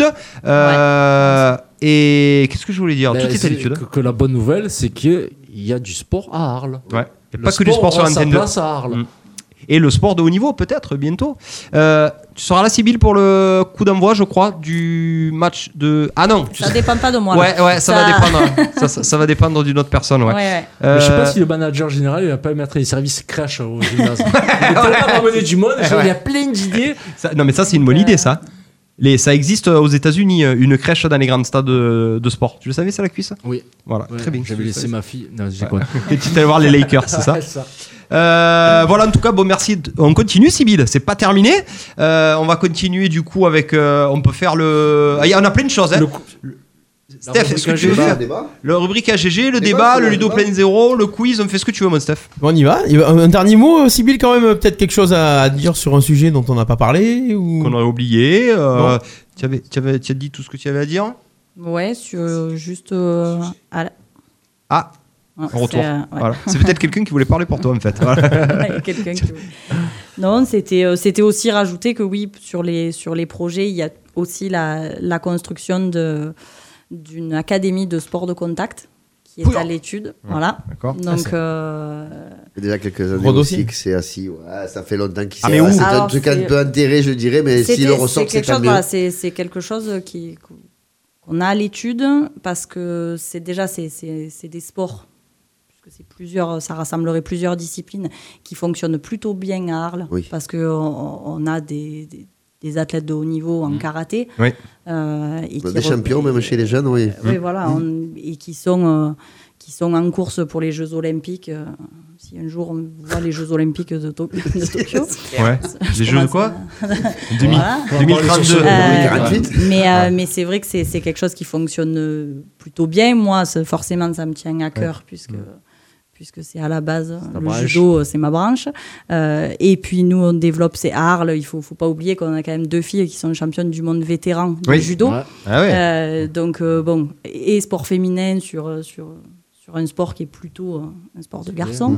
Et qu'est-ce que je voulais dire? Tout est à l'étude. Que la bonne nouvelle, c'est qu'il y a du sport à Arles. Ouais. Il n'y a pas que du sport sur l'antenne 2. Place à Arles. Et le sport de haut niveau, peut-être, bientôt. Tu seras là, Sybille, pour le coup d'envoi, je crois, du match de... Ah non. Ça dépend pas de moi. Ouais, ça va dépendre. ça va dépendre d'une autre personne, ouais. Je sais pas si le manager général, il va pas mettre les services crèche au gymnase. Il est tellement ramené du monde, il y a plein d'idées. Non, mais ça, c'est une bonne idée, ça. Ça existe aux États-Unis, une crèche dans les grands stades de sport. Tu le savais, ça, la cuisse? Oui. Voilà, très bien. J'avais laissé ma fille. Non, j'ai quoi. Et tu allé voir les Lakers, c'est ça? Voilà, en tout cas, bon, merci. On continue, Sybille, c'est pas terminé. On va continuer du coup avec. On peut faire le. On a plein de choses, hein. Steph, est-ce que tu veux faire le rubrique AGG, le débat, le Ludo Plein Zéro, le quiz? On fait ce que tu veux, mon Steph. On y va. Un dernier mot, Sybille, quand même, peut-être quelque chose à dire sur un sujet dont on n'a pas parlé ou... Qu'on aurait oublié. Tu as dit tout ce que tu avais à dire? Ouais, juste. Ah, en retour. Voilà. C'est peut-être quelqu'un qui voulait parler pour toi, en fait. Voilà. Quelqu'un qui... Non, c'était aussi rajouter que oui, sur les projets, il y a aussi la construction d'une académie de sport de contact qui est à l'étude. Voilà. D'accord. Donc, il y a déjà quelques années aussi que c'est assis. Ouais, ça fait longtemps qu'il s'est. C'est un truc un peu enterré, je dirais, mais s'il le ressort, c'est pas mieux. Voilà, c'est quelque chose qu'on a à l'étude parce que c'est des sports. C'est ça rassemblerait plusieurs disciplines qui fonctionnent plutôt bien à Arles, parce qu'on a des athlètes de haut niveau en karaté. Oui. Et des champions, même chez les jeunes, oui. Oui, voilà, et qui sont en course pour les Jeux Olympiques. Si un jour on voit les Jeux Olympiques de Tokyo. Ouais. Les Jeux de quoi 2032. 2048. Mais c'est vrai que c'est quelque chose qui fonctionne plutôt bien. Moi, forcément, ça me tient à cœur, puisque puisque c'est à la base, le branche. judo, c'est ma branche. Et puis nous, on développe, c'est à Arles. Il faut pas oublier qu'on a quand même 2 filles qui sont championnes du monde vétéran de judo. Ouais. Ah ouais. Donc bon, et sport féminin sur un sport qui est plutôt un sport de garçon.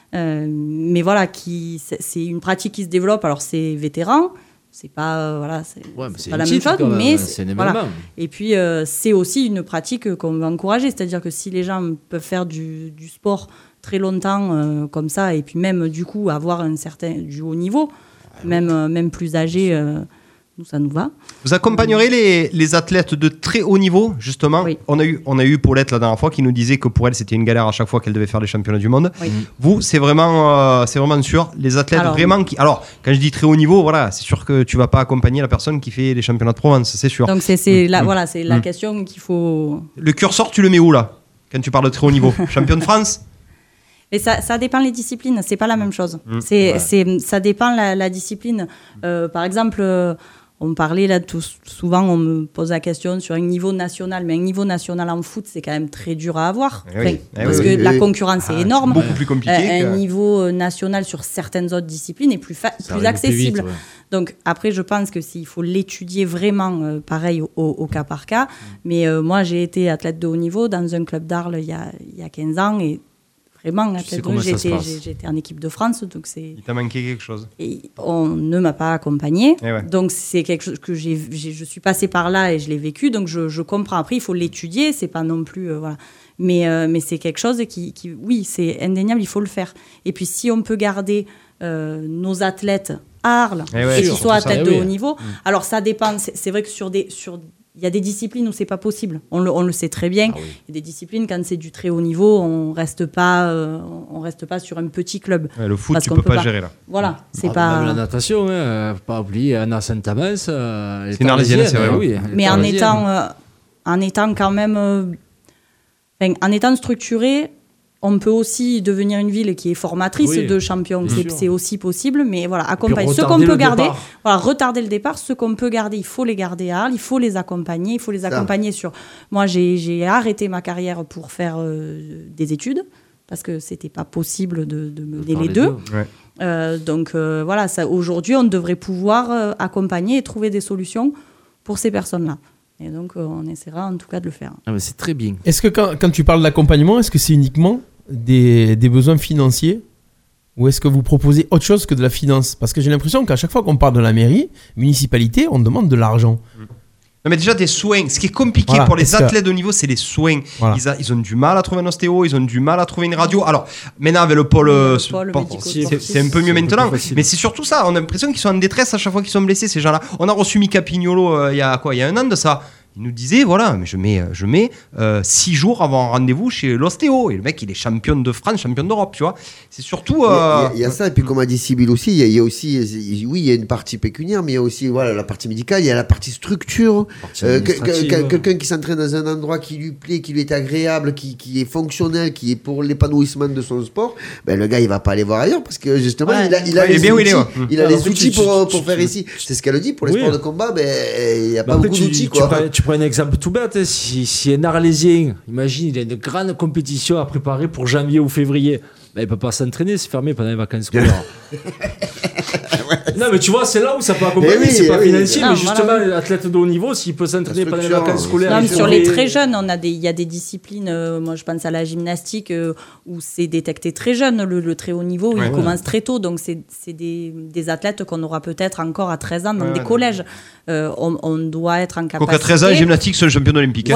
Mais voilà, c'est une pratique qui se développe. Alors c'est vétéran. C'est pas c'est pas la même chose, mais c'est voilà. Et puis c'est aussi une pratique qu'on veut encourager, c'est-à-dire que si les gens peuvent faire du sport très longtemps comme ça, et puis même du coup avoir du haut niveau, même plus âgés, nous ça nous va. Vous accompagnerez les athlètes de très haut niveau, justement. Oui. On a eu Paulette la dernière fois qui nous disait que pour elle c'était une galère à chaque fois qu'elle devait faire les championnats du monde. Oui. Vous, c'est vraiment sûr, les athlètes qui. Alors, quand je dis très haut niveau, voilà, c'est sûr que tu vas pas accompagner la personne qui fait les championnats de Provence, c'est sûr. Donc c'est la question qu'il faut. Le curseur, tu le mets où là, quand tu parles de très haut niveau? Champion de France? Mais ça dépend les disciplines, c'est pas la même chose. Ça dépend la discipline. Par exemple, on parlait là souvent, on me pose la question sur un niveau national, mais un niveau national en foot, c'est quand même très dur à avoir. Parce que la concurrence est énorme. C'est beaucoup plus compliqué. Un niveau national sur certaines autres disciplines est plus accessible. Plus vite, Donc après, je pense que s'il faut l'étudier vraiment, pareil au cas par cas. Mais moi, j'ai été athlète de haut niveau dans un club d'Arles il y a 15 ans et vraiment, j'étais en équipe de France, donc c'est. Il t'a manqué quelque chose. Et on ne m'a pas accompagnée, ouais. Donc c'est quelque chose que je suis passée par là et je l'ai vécu, donc je comprends. Après, il faut l'étudier, c'est pas non plus voilà. Mais c'est quelque chose qui, oui, c'est indéniable, il faut le faire. Et puis si on peut garder nos athlètes à Arles et qu'ils soient athlètes de haut niveau, alors ça dépend. C'est vrai que il y a des disciplines où c'est pas possible. On le sait très bien. Il y a des disciplines, quand c'est du très haut niveau, on reste pas sur un petit club. Ouais, le foot, tu peux pas gérer là. Voilà, c'est pas. Même la natation, pas oublier Anna Saint-Amans. C'est une Arlésienne, c'est vrai. Oui, mais en étant quand même, en étant structuré, on peut aussi devenir une ville qui est formatrice de champions. C'est aussi possible, mais voilà, accompagner ceux qu'on peut garder. Voilà, retarder le départ. Ceux qu'on peut garder, il faut les garder à Arles, il faut les accompagner. Sur. Moi, j'ai arrêté ma carrière pour faire des études parce que c'était pas possible de mener les deux. Donc voilà, aujourd'hui, on devrait pouvoir accompagner et trouver des solutions pour ces personnes-là. Et donc, on essaiera en tout cas de le faire. Ah, mais c'est très bien. Est-ce que quand tu parles d'accompagnement, est-ce que c'est uniquement des besoins financiers ou est-ce que vous proposez autre chose que de la finance? Parce que j'ai l'impression qu'à chaque fois qu'on parle de la mairie, municipalité, on demande de l'argent. Non mais déjà des soins, ce qui est compliqué pour les athlètes de haut niveau, c'est les soins. Ils ont du mal à trouver un ostéo, ils ont du mal à trouver une radio. Alors maintenant avec le pôle c'est un peu mieux maintenant, mais c'est surtout ça, on a l'impression qu'ils sont en détresse à chaque fois qu'ils sont blessés ces gens-là. On a reçu Mika Pignolo il y a 1 an de ça. Il nous disait, voilà, mais je mets 6 jours avant un rendez-vous chez l'ostéo. Et le mec, il est champion de France, champion d'Europe, tu vois. C'est surtout... Il y a ça, et puis comme a dit Sybille aussi, il y a aussi, oui, il y a une partie pécuniaire, mais il y a aussi la partie médicale, il y a la partie structure. Quelqu'un qui s'entraîne dans un endroit qui lui plaît, qui lui est agréable, qui est fonctionnel, qui est pour l'épanouissement de son sport, ben, le gars, il va pas aller voir ailleurs, parce que justement, il a les outils pour faire ici. C'est ce qu'elle dit, pour les sports de combat, ben, il n'y a pas beaucoup d'outils, quoi. Tu prends un exemple tout bête, si un Arlésien, imagine, il a une grande compétition à préparer pour janvier ou février, ben, il peut pas s'entraîner, c'est fermé pendant les vacances scolaires. Non mais tu vois, c'est là où ça peut accompagner, c'est pas financier, mais justement l'athlète de haut niveau, s'il peut s'entraîner pendant les vacances scolaires. Non, sur les très jeunes, il y a des disciplines, moi je pense à la gymnastique, où c'est détecté très jeune, le très haut niveau, il commence très tôt, donc c'est des athlètes qu'on aura peut-être encore à 13 ans dans des collèges. On doit être en capacité... Donc à 13 ans, gymnastique, c'est le champion olympique.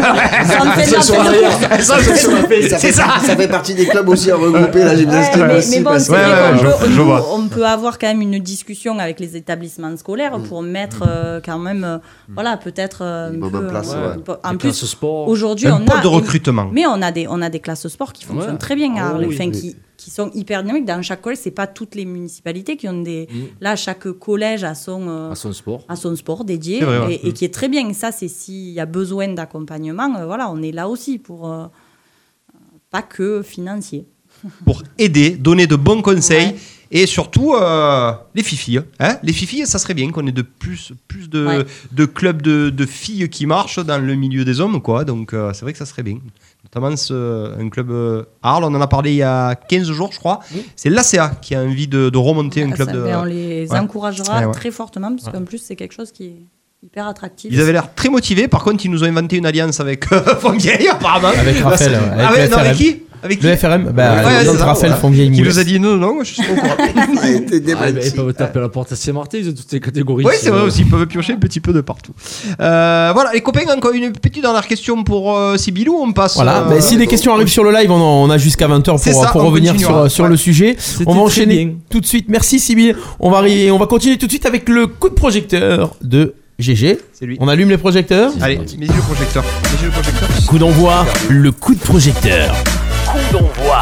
Ça fait partie des clubs aussi à regrouper la gymnastique. Mais bon, c'est vrai qu'on peut avoir quand même une discussion avec les établissements scolaires pour mettre quand même, peut-être en plus. Aujourd'hui, on a de recrutement. Mais on a des classes sport qui fonctionnent très bien à Arles, qui sont hyper dynamiques. Dans chaque collège, c'est pas toutes les municipalités qui ont des. Là, chaque collège a son sport dédié et qui est très bien. Ça, c'est s'il y a besoin d'accompagnement, on est là aussi pour pas que financier. Pour aider, donner de bons conseils. Et surtout, les fifilles. Hein, les fifilles, ça serait bien qu'on ait de plus de clubs de filles qui marchent dans le milieu des hommes, quoi. Donc, c'est vrai que ça serait bien. Notamment un club Arles, on en a parlé il y a 15 jours, je crois. C'est l'ACA qui a envie de remonter un club de. On les encouragera très fortement, parce qu'en plus, c'est quelque chose qui est hyper attractif. Ils avaient l'air très motivés. Par contre, ils nous ont inventé une alliance avec Fontvieille, apparemment. Avec Raphaël. Avec qui? Avec le FRM, Raphaël Fontvieille qui nous a dit non, je suis pas au courant. Ils peuvent taper la porte à Saint-Martin, ils ont toutes les catégories. Oui, c'est vrai aussi, ils peuvent piocher un petit peu de partout. Voilà, les copains, encore une petite dernière question pour Sibylou, on passe. Voilà, si des questions arrivent sur le live, on a jusqu'à 20h pour revenir sur le sujet. On va enchaîner tout de suite. Merci Sibyl. On va continuer tout de suite avec le coup de projecteur de GG. C'est lui. On allume les projecteurs. Allez, mets le projecteur. Coup d'envoi, le coup de projecteur. Coup d'envoi.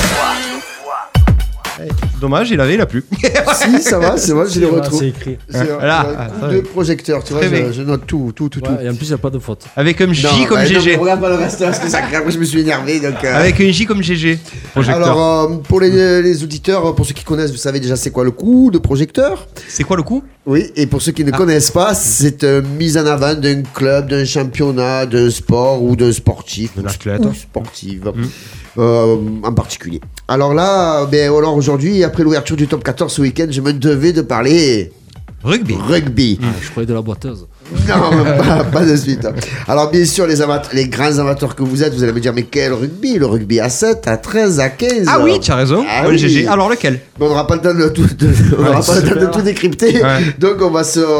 Dommage, il a plus. Si, ça va, c'est moi, je les retrouve. C'est écrit. Voilà. Coup de projecteur, tu vois, je note tout. Et en plus, il n'y a pas de faute. Avec un J comme GG. Non, regarde pas le reste, parce que ça crève, je me suis énervé. Donc, Avec un J comme GG. Projecteur. Alors, pour les auditeurs, pour ceux qui connaissent, vous savez déjà c'est quoi le coup de projecteur? C'est quoi le coup? Oui, et pour ceux qui ne connaissent pas, c'est mise en avant d'un club, d'un championnat, d'un sport ou d'un sportif. D'un athlète. Ou sportive. En particulier. Alors là, aujourd'hui, après l'ouverture du top 14 ce week-end, je me devais de parler rugby. Je croyais de la boiteuse. Non, pas de suite. Alors bien sûr, les grands amateurs que vous êtes, vous allez me dire, mais quel rugby? Le rugby à 7, à 13, à 15. Ah oui, tu as raison. Oui. GG. Alors lequel? On n'aura pas le temps de tout décrypter. Ouais. Donc on va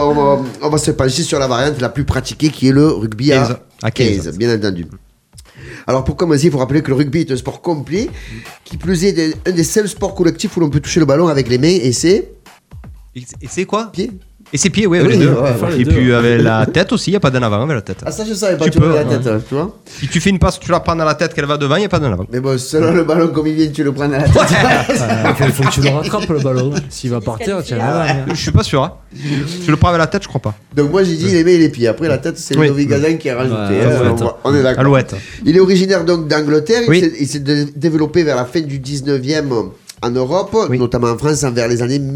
se pencher sur la variante la plus pratiquée qui est le rugby à 15, bien entendu. Alors pour commencer, il faut rappeler que le rugby est un sport complet, qui plus est un des seuls sports collectifs où l'on peut toucher le ballon avec les mains, et c'est... Et c'est quoi? Pieds. Et ses pieds, oui, les deux. Ouais, et puis avec la tête aussi, il n'y a pas d'en avant avec la tête. Ah, ça je savais pas, tu peux la tête, tu vois. Si tu fais une passe, tu la prends dans la tête, qu'elle va devant, il n'y a pas d'en avant. Mais bon, selon le ballon comme il vient, tu le prends dans la tête. Il faut que tu le rattrapes le ballon. S'il va partir, tu Je suis pas sûr. Tu le prends avec la tête, je crois pas. Donc moi j'ai dit les mains et les pieds. Après la tête, c'est le Novi Gazan qui a rajouté. On est d'accord. Alouette. Il est originaire donc d'Angleterre. Il s'est développé vers la fin du 19e. En Europe, notamment en France, vers les années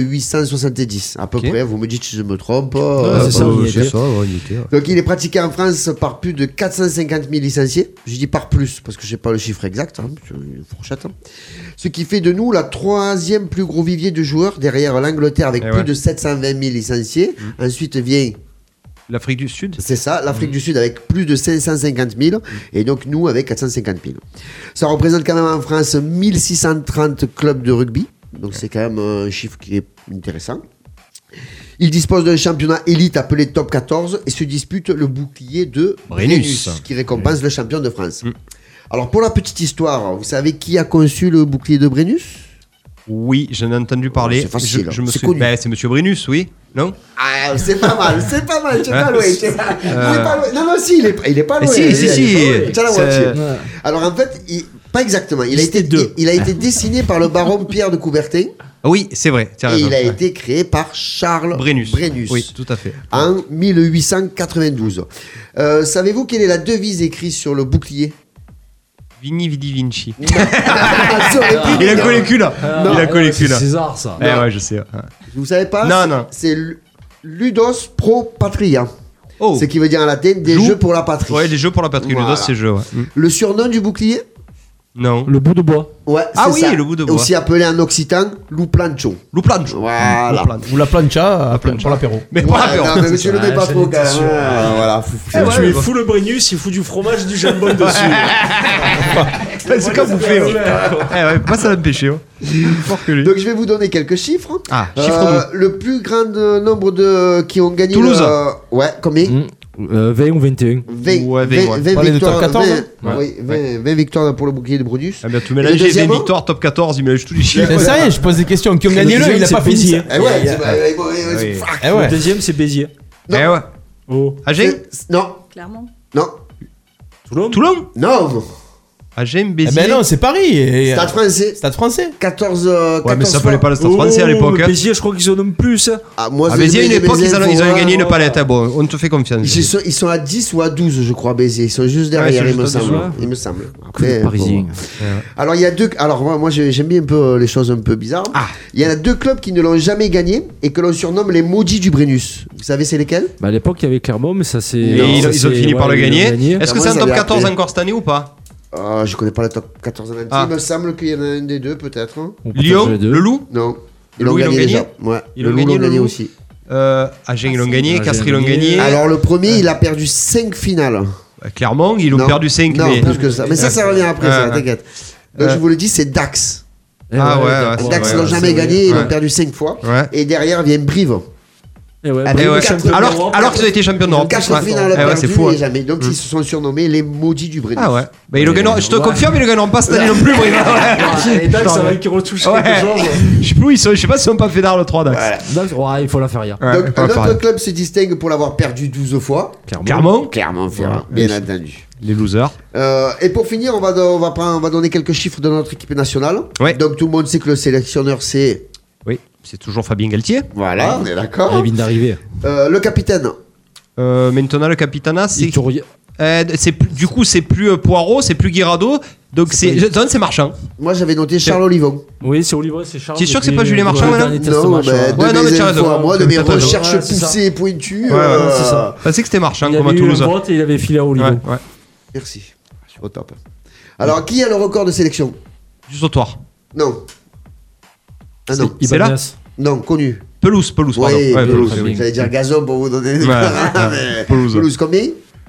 1870, à peu près. Vous me dites si je me trompe. C'est ça. Donc il est pratiqué en France par plus de 450 000 licenciés. Je dis par plus, parce que je sais pas le chiffre exact. Une fourchette. Ce qui fait de nous la 3e plus gros vivier de joueurs, derrière l'Angleterre avec plus de 720 000 licenciés. Ensuite vient... L'Afrique du Sud. C'est ça, l'Afrique du Sud avec plus de 550 000 et donc nous avec 450 000. Ça représente quand même en France 1630 clubs de rugby, donc c'est quand même un chiffre qui est intéressant. Il dispose d'un championnat élite appelé Top 14 et se dispute le bouclier de Brennus qui récompense le champion de France. Alors pour la petite histoire, vous savez qui a conçu le bouclier de Brennus? Oui, j'en ai entendu parler. C'est facile. C'est Monsieur Brennus, oui. Non? Ah, c'est pas mal, tu es pas loin. Non, si, il est pas loin. Si. Tu as la moitié. Alors en fait, pas exactement. Il a été dessiné par le baron Pierre de Coubertin. Oui, c'est vrai. Et il a été créé par Charles Brennus. Oui, tout à fait. En 1892. Savez-vous quelle est la devise écrite sur le bouclier? Vini Vidi Vinci. Il a collé le cul là. Il a collé le cul là. C'est César ça. Ouais, je sais. Vous savez pas? Non. C'est Ludos Pro Patria. Ce qui veut dire en latin des jeux pour la patrie. Ouais, des jeux pour la patrie. Voilà. Ludos, c'est jeu. Ouais. Le surnom du bouclier? Non. Le bout de bois. Ouais, c'est ça. Le bout de bois. Aussi appelé en occitan Louplancho. Voilà. Ou la plancha pour l'apéro. Mais pour l'apéro. Non, mais monsieur le met pas trop quand même. Voilà. Tu mets fou le Brennus, il fout du fromage et du jambon dessus. C'est comme vous faites. Pas ça va me pêcher. Donc je vais vous donner quelques chiffres. Chiffre le plus grand nombre de qui ont gagné. Toulouse. Ouais, combien? 20 ou 21. 20 victoires. 14, 20 victoires pour le bouclier de Brennus. Ah bien, tout mélanger 20 victoires, top 14, il mélange tous les chiffres. C'est ça, je pose des questions. Qui ont gagné il a pas fini. Le deuxième, c'est Béziers. Agen? Non. Clairement. Non. Toulon? Non. Agen, Béziers. Ben non, c'est Paris. Stade français. 14. Ouais, mais ça s'appelait pas le Stade français à l'époque. Béziers, je crois qu'ils en ont plus. Béziers, à une époque, ils ont gagné une palette. Bon, on te fait confiance. Ils sont à 10 ou à 12, je crois, Béziers. Ils sont juste derrière, il me semble. Après, Parisien. Alors, il y a deux. Alors, moi, j'aime bien un peu les choses un peu bizarres. Il y en a deux clubs qui ne l'ont jamais gagné et que l'on surnomme les maudits du Brennus. Vous savez, c'est lesquels? À l'époque, il y avait Clermont, mais ça c'est. Ils ont fini par le gagner. Est-ce que c'est un top 14 encore cette année ou pas? Je connais pas le top 14 en entier. Il me semble qu'il y en a un des deux, peut-être. Lyon, le Loup. Non. Ils l'ont gagné déjà. Ouais. Le Loup l'ont gagné aussi. Agen, ils l'ont gagné. Castres, ils l'ont gagné. Alors, le premier, il a perdu 5 finales. Clermont, ils l'ont perdu 5. Non, plus que ça. Mais ça revient après, ça, t'inquiète. Donc, je vous le dis, c'est Dax. Dax n'ont jamais gagné, ils l'ont perdu 5 fois. Et derrière vient Brive. Alors qu'ils ont été champions d'Europe. 4 finales perdues et jamais. Donc ils se sont surnommés les maudits du Brésil. Ah ouais. Bah, je te confirme, ils ne gagneront pas cette année non plus. Et Dax, ça va qu'ils retouchent quelque chose. Je sais pas s'ils n'ont pas fait d'art le 3 Dax. Il faut la faire hier. Donc un autre club se distingue pour l'avoir perdu 12 fois. Clermont-Ferrand, bien entendu. Les losers. Et pour finir, on va donner quelques chiffres de notre équipe nationale. Donc tout le monde sait que le sélectionneur c'est. Oui, c'est toujours Fabien Galtier. Voilà, on est d'accord. Il vient d'arriver. Le capitaine. Maintenant, le capitanat, c'est. Du coup, c'est plus Poirot, c'est plus Guirado. Donc, c'est Marchand. Moi, j'avais noté Charles Olivon. Oui, c'est Olivon, c'est Charles. T'es sûr que c'est pas Julien Marchand maintenant? Non, mais tu as raison. Moi, de mes recherches poussées et pointues. C'est ça. Je pensais que c'était Marchand, comme à Toulouse. Il avait filé à Olivon. Merci. Au top. Alors, qui a le record de sélection? Du sautoir. Non. Ah non. C'est là? Non, connu. Pelouse, pardon. Oui, pelouse. J'allais dire gazon pour vous donner des pelouse, combien?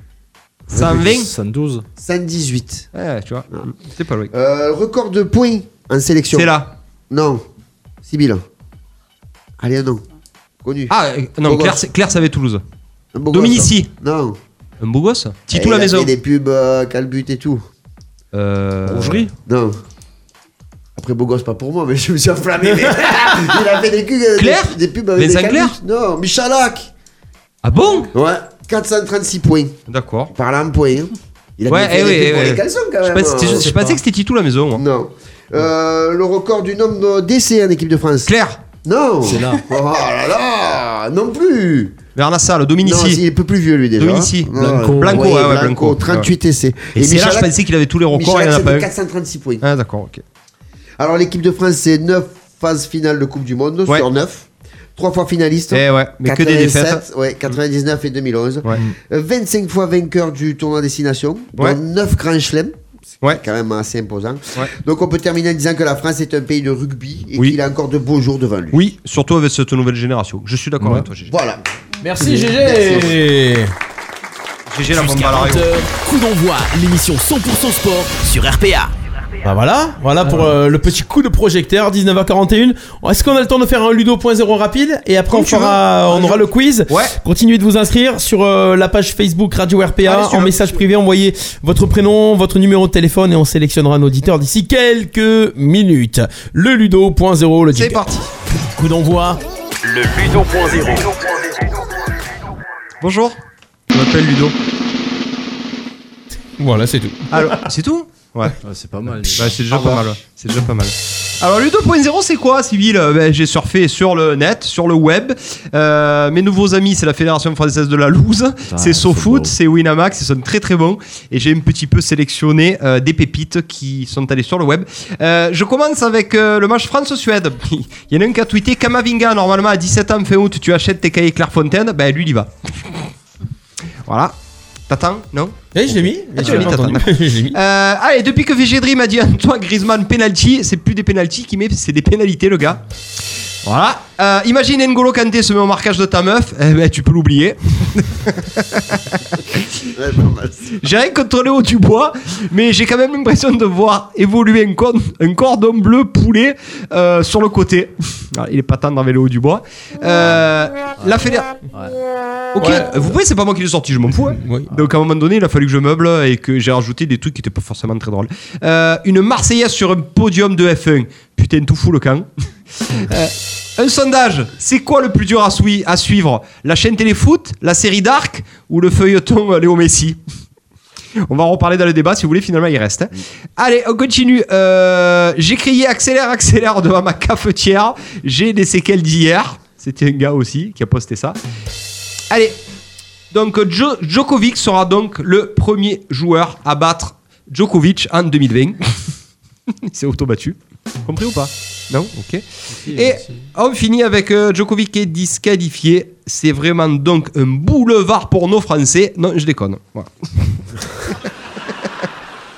120 112 118. Ouais, tu vois. C'est pas loin. Record de points en sélection. C'est là. Non. Sibylle. Allez, non. Connu. Ah, non, Claire savait Toulouse. Dominici. Non. Un beau gosse. Titou la maison. Il a fait des pubs Calbut et tout. Rougerie. Non. Après, beau gosse, pas pour moi, mais je me suis enflammé. Il a fait des pubs avec Vincent des Clair. Non, Michalak. Ah bon? Ouais, 436 points. D'accord. Par là, un point. Il a fait des pubs pour les caleçons, quand même. Je pensais que c'était Titou la maison. Moi. Non. Le record du nombre d'essais en équipe de France. Claire. Non. C'est là. Oh là là. Non plus. Bernassa, le Dominici. Non, il est un peu plus vieux, lui, déjà. Dominici. Blanco. 38 essais. Et c'est là, je pensais qu'il avait tous les records. Il n'y en a pas eu. 436 points. Ah, d'accord, ok. Alors, l'équipe de France, c'est 9 phases finales de Coupe du Monde sur 9. 3 fois finaliste. Mais 87, que des défaites. 99 et 2011. 25 fois vainqueur du tournoi Destination. Dont 9 grands chelems. C'est quand même assez imposant. Donc, on peut terminer en disant que la France est un pays de rugby et qu'il a encore de beaux jours devant lui. Oui, surtout avec cette nouvelle génération. Je suis d'accord avec toi, GG. Voilà. Merci, GG. GG, la bombe à l'arrière. Coup d'envoi, l'émission 100% sport sur RPA. Bah voilà pour le petit coup de projecteur, 19h41. Est-ce qu'on a le temps de faire un Ludo.0 rapide et après on aura le quiz. Continuez de vous inscrire sur la page Facebook Radio RPA. En message privé, envoyez votre prénom, votre numéro de téléphone et on sélectionnera un auditeur d'ici quelques minutes. Le Ludo.0, le C'est parti. Coup d'envoi. Le Ludo.0. Bonjour, je m'appelle Ludo. Voilà, c'est tout. Alors, c'est tout? Ouais, c'est pas mal. Bah, c'est déjà pas mal. C'est déjà pas mal. Alors, Ludo.0, c'est quoi, Cyril? J'ai surfé sur le net, sur le web. Mes nouveaux amis, c'est la Fédération Française de la Loose, c'est SoFoot, c'est Winamax, ils sont très très bons. Et j'ai un petit peu sélectionné des pépites qui sont allées sur le web. Je commence avec le match France-Suède. Il y en a un qui a tweeté Kamavinga, normalement à 17 ans, fin août, tu achètes tes cahiers Clairefontaine. Ben, lui, il y va. Voilà. T'attends? Non? Oui, je l'ai mis. Allez, depuis que VG Dream a dit Antoine Griezmann penalty, c'est plus des penalties qu'il met, c'est des pénalités, le gars. Voilà. Imagine N'Golo Kanté se met au marquage de ta meuf, tu peux l'oublier. J'ai rien contre Léo Dubois, mais j'ai quand même l'impression de voir évoluer un cordon bleu poulet sur le côté. Alors, il est pas tendre avec Léo Dubois. La fédération. Ok, vous voyez, c'est pas moi qui l'ai sorti, je m'en fous. Donc à un moment donné, il a fallu que je meuble et que j'ai rajouté des trucs qui étaient pas forcément très drôles. Une Marseillaise sur un podium de F1. Putain, tout fou le camp. Un sondage, c'est quoi le plus dur à suivre? La chaîne Téléfoot, la série Dark ou le feuilleton Léo Messi? On va en reparler dans le débat si vous voulez, finalement il reste. Allez, on continue. J'ai crié accélère devant ma cafetière. J'ai des séquelles d'hier. C'était un gars aussi qui a posté ça. Allez, donc Djokovic sera donc le premier joueur à battre Djokovic en 2020. Il s'est auto-battu. Compris ou pas? Non? Ok. Et on finit avec Djokovic qui est disqualifié. C'est vraiment donc un boulevard pour nos Français. Non, je déconne. Voilà.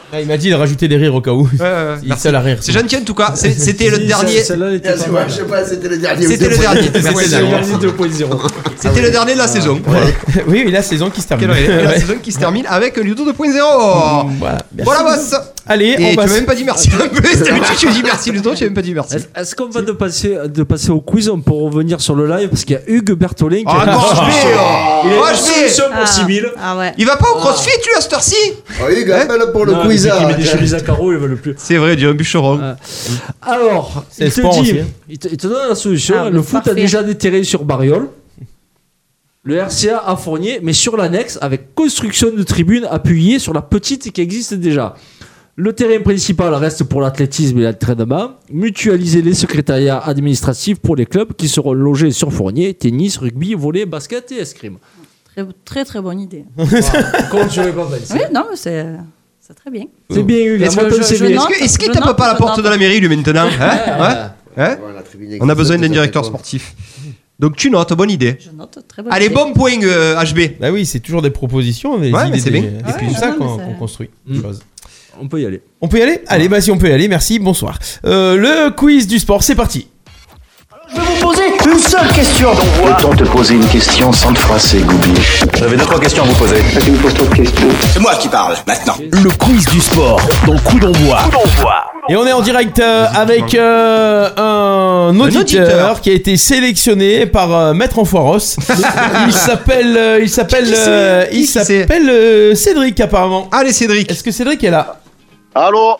Il m'a dit de rajouter des rires au cas où. Il est seul à rire. C'est gentil en tout cas. C'était le dernier. Celle-là, elle était pas mal. Je sais pas, c'était le dernier. C'était le dernier. C'était le dernier de la saison. Oui, la saison qui se termine. La saison qui se termine avec Ludo 2.0. Voilà, boss. Allez, et tu m'as même pas dit merci. Tu me dis merci Ludo, tu m'as même pas dit merci. Est-ce qu'on va de passer au quiz pour revenir sur le live parce qu'il y a Hugues Bertholin qui a il a une solution pour 6000. Il va pas au CrossFit tu à cette heure-ci? Hugues appelle pour le quiz. Il met des chemises à carreaux, il veut le plus. C'est vrai, Dieu un bûcheron. Alors, il te donne la solution. Le foot a déjà déterré sur Bariol. Le RCA à Fournier, mais sur l'annexe avec construction de tribunes appuyées sur la petite qui existe déjà. Le terrain principal reste pour l'athlétisme et l'entraînement. Mutualiser les secrétariats administratifs pour les clubs qui seront logés sur Fournier, tennis, rugby, volley, basket et escrime. Très très bonne idée. Comment tu n'aurais pas pensé? Oui, non, mais c'est très bien. C'est bien, Hugues. Est-ce qu'il tape pas à la porte de la mairie lui maintenant? On a besoin d'un directeur sportif. Donc tu notes, bonne idée. Je note, très bonne Allez, idée. bon point HB. Bah oui, c'est toujours des propositions, des idées, c'est bien. Et puis c'est ça qu'on construit. On peut y aller. On peut y aller? Allez, bah si on peut y aller, merci, bonsoir. Le quiz du sport, c'est parti. Je vais vous poser une seule question. Peut-on te poser une question sans te froisser, Goubi? J'avais 2-3 questions à vous poser. Tu me poses trop de questions. C'est moi qui parle, maintenant. Le quiz du sport dans Coup d'envoi. Et on est en direct avec un auditeur qui a été sélectionné par Maître Enfoiros. Il s'appelle Cédric apparemment. Allez Cédric. Est-ce que Cédric est là? Allô?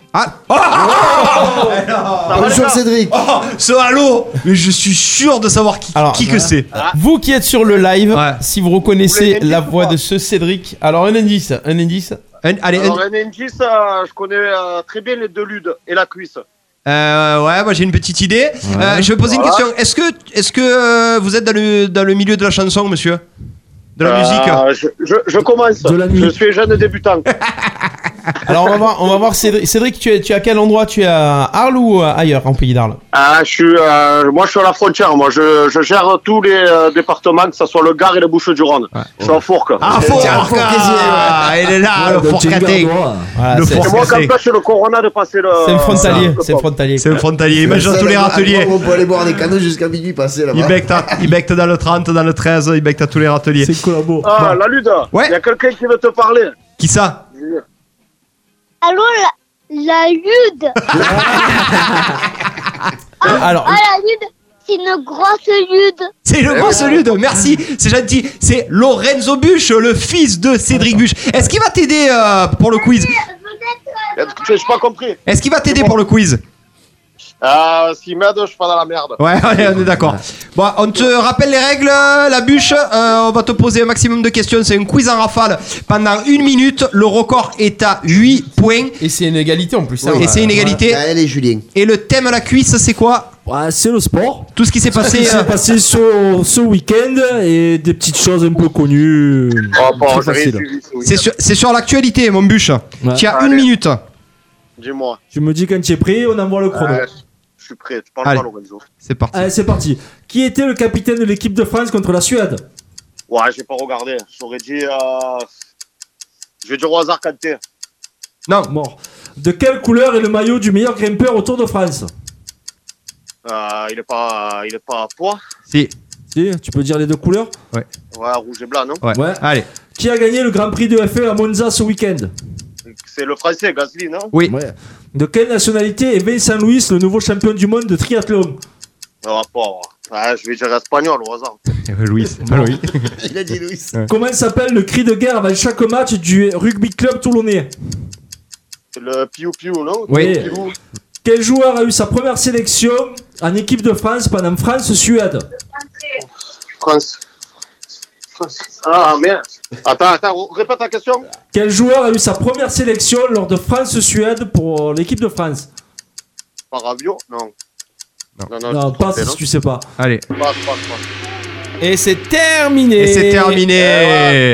Bonjour Cédric. Ce allô. Mais je suis sûr de savoir qui que c'est. Vous qui êtes sur le live, si vous reconnaissez la voix de ce Cédric, alors un indice. Un indice, je connais très bien les deux ludes et la cuisse. Moi j'ai une petite idée. Je vais poser une question. Est-ce que vous êtes dans le milieu de la chanson, monsieur? De la musique? Je commence. Je suis jeune débutant. Alors on va voir Cédric, tu es à quel endroit? Tu es à Arles ou ailleurs en pays d'Arles? Moi je suis à la frontière. Moi je gère tous les départements, que ce soit le Gard et le Bouches-du-Rhône. Je suis à Fourques. Il est là, le Fourcaté. C'est moi qui empêche le Corona de passer le. C'est le frontalier. C'est le frontalier. Imagine tous les râteliers. On peut aller boire des canaux jusqu'à minuit passer là-bas. Il becte dans le 30, dans le 13, il becte à tous les râteliers. C'est collabo. La Lude. Il y a quelqu'un qui veut te parler. Qui ça? Allô, la Lude. Alors, la Lude, c'est une grosse Lude. C'est une grosse Lude, merci, c'est gentil. C'est Lorenzo Buche, le fils de Cédric Buche. Est-ce qu'il va t'aider pour le quiz? Je n'ai pas compris. Est-ce qu'il va t'aider pour le quiz? S'il m'aide, je suis pas dans la merde. Ouais, on est d'accord. Bon, on te rappelle les règles, la Bûche. On va te poser un maximum de questions. C'est un quiz en rafale pendant 1 minute. Le record est à 8 points. Et c'est une égalité en plus. Et c'est une égalité. Allez, Julien. Et le thème à la cuisse, c'est quoi? C'est le sport. Tout ce qui s'est passé. Ce week-end et des petites choses un peu connues. C'est sur l'actualité, mon Bûche. Tu as 1 minute. Dis-moi. Tu me dis quand tu es prêt, on envoie le chrono. Je suis prêt, tu parles pas, Lorenzo. C'est parti. Allez, c'est parti. Qui était le capitaine de l'équipe de France contre la Suède? Ouais, j'ai pas regardé. J'aurais dit. Je vais dire au hasard Kanté. Non. Mort. De quelle couleur est le maillot du meilleur grimpeur au Tour de France? Il est pas à poids. Si, tu peux dire les deux couleurs? Ouais, rouge et blanc, non? Ouais. Allez. Qui a gagné le Grand Prix de F1 à Monza ce week-end? C'est le français, Gasly, non? Oui. Ouais. De quelle nationalité est Vincent Luis, le nouveau champion du monde de triathlon? Je vais dire espagnol au hasard. Louis. Il a dit Louis. Comment s'appelle le cri de guerre avant chaque match du rugby club toulonnais? Le piou-piou, non? Oui. Piou. Quel joueur a eu sa première sélection en équipe de France pendant France-Suède? France. Ah merde. Attends, répète ta question. Quel joueur a eu sa première sélection lors de France-Suède pour l'équipe de France? Paravio? Non. Non, passe si tu sais pas. Allez. Passe. Et c'est terminé.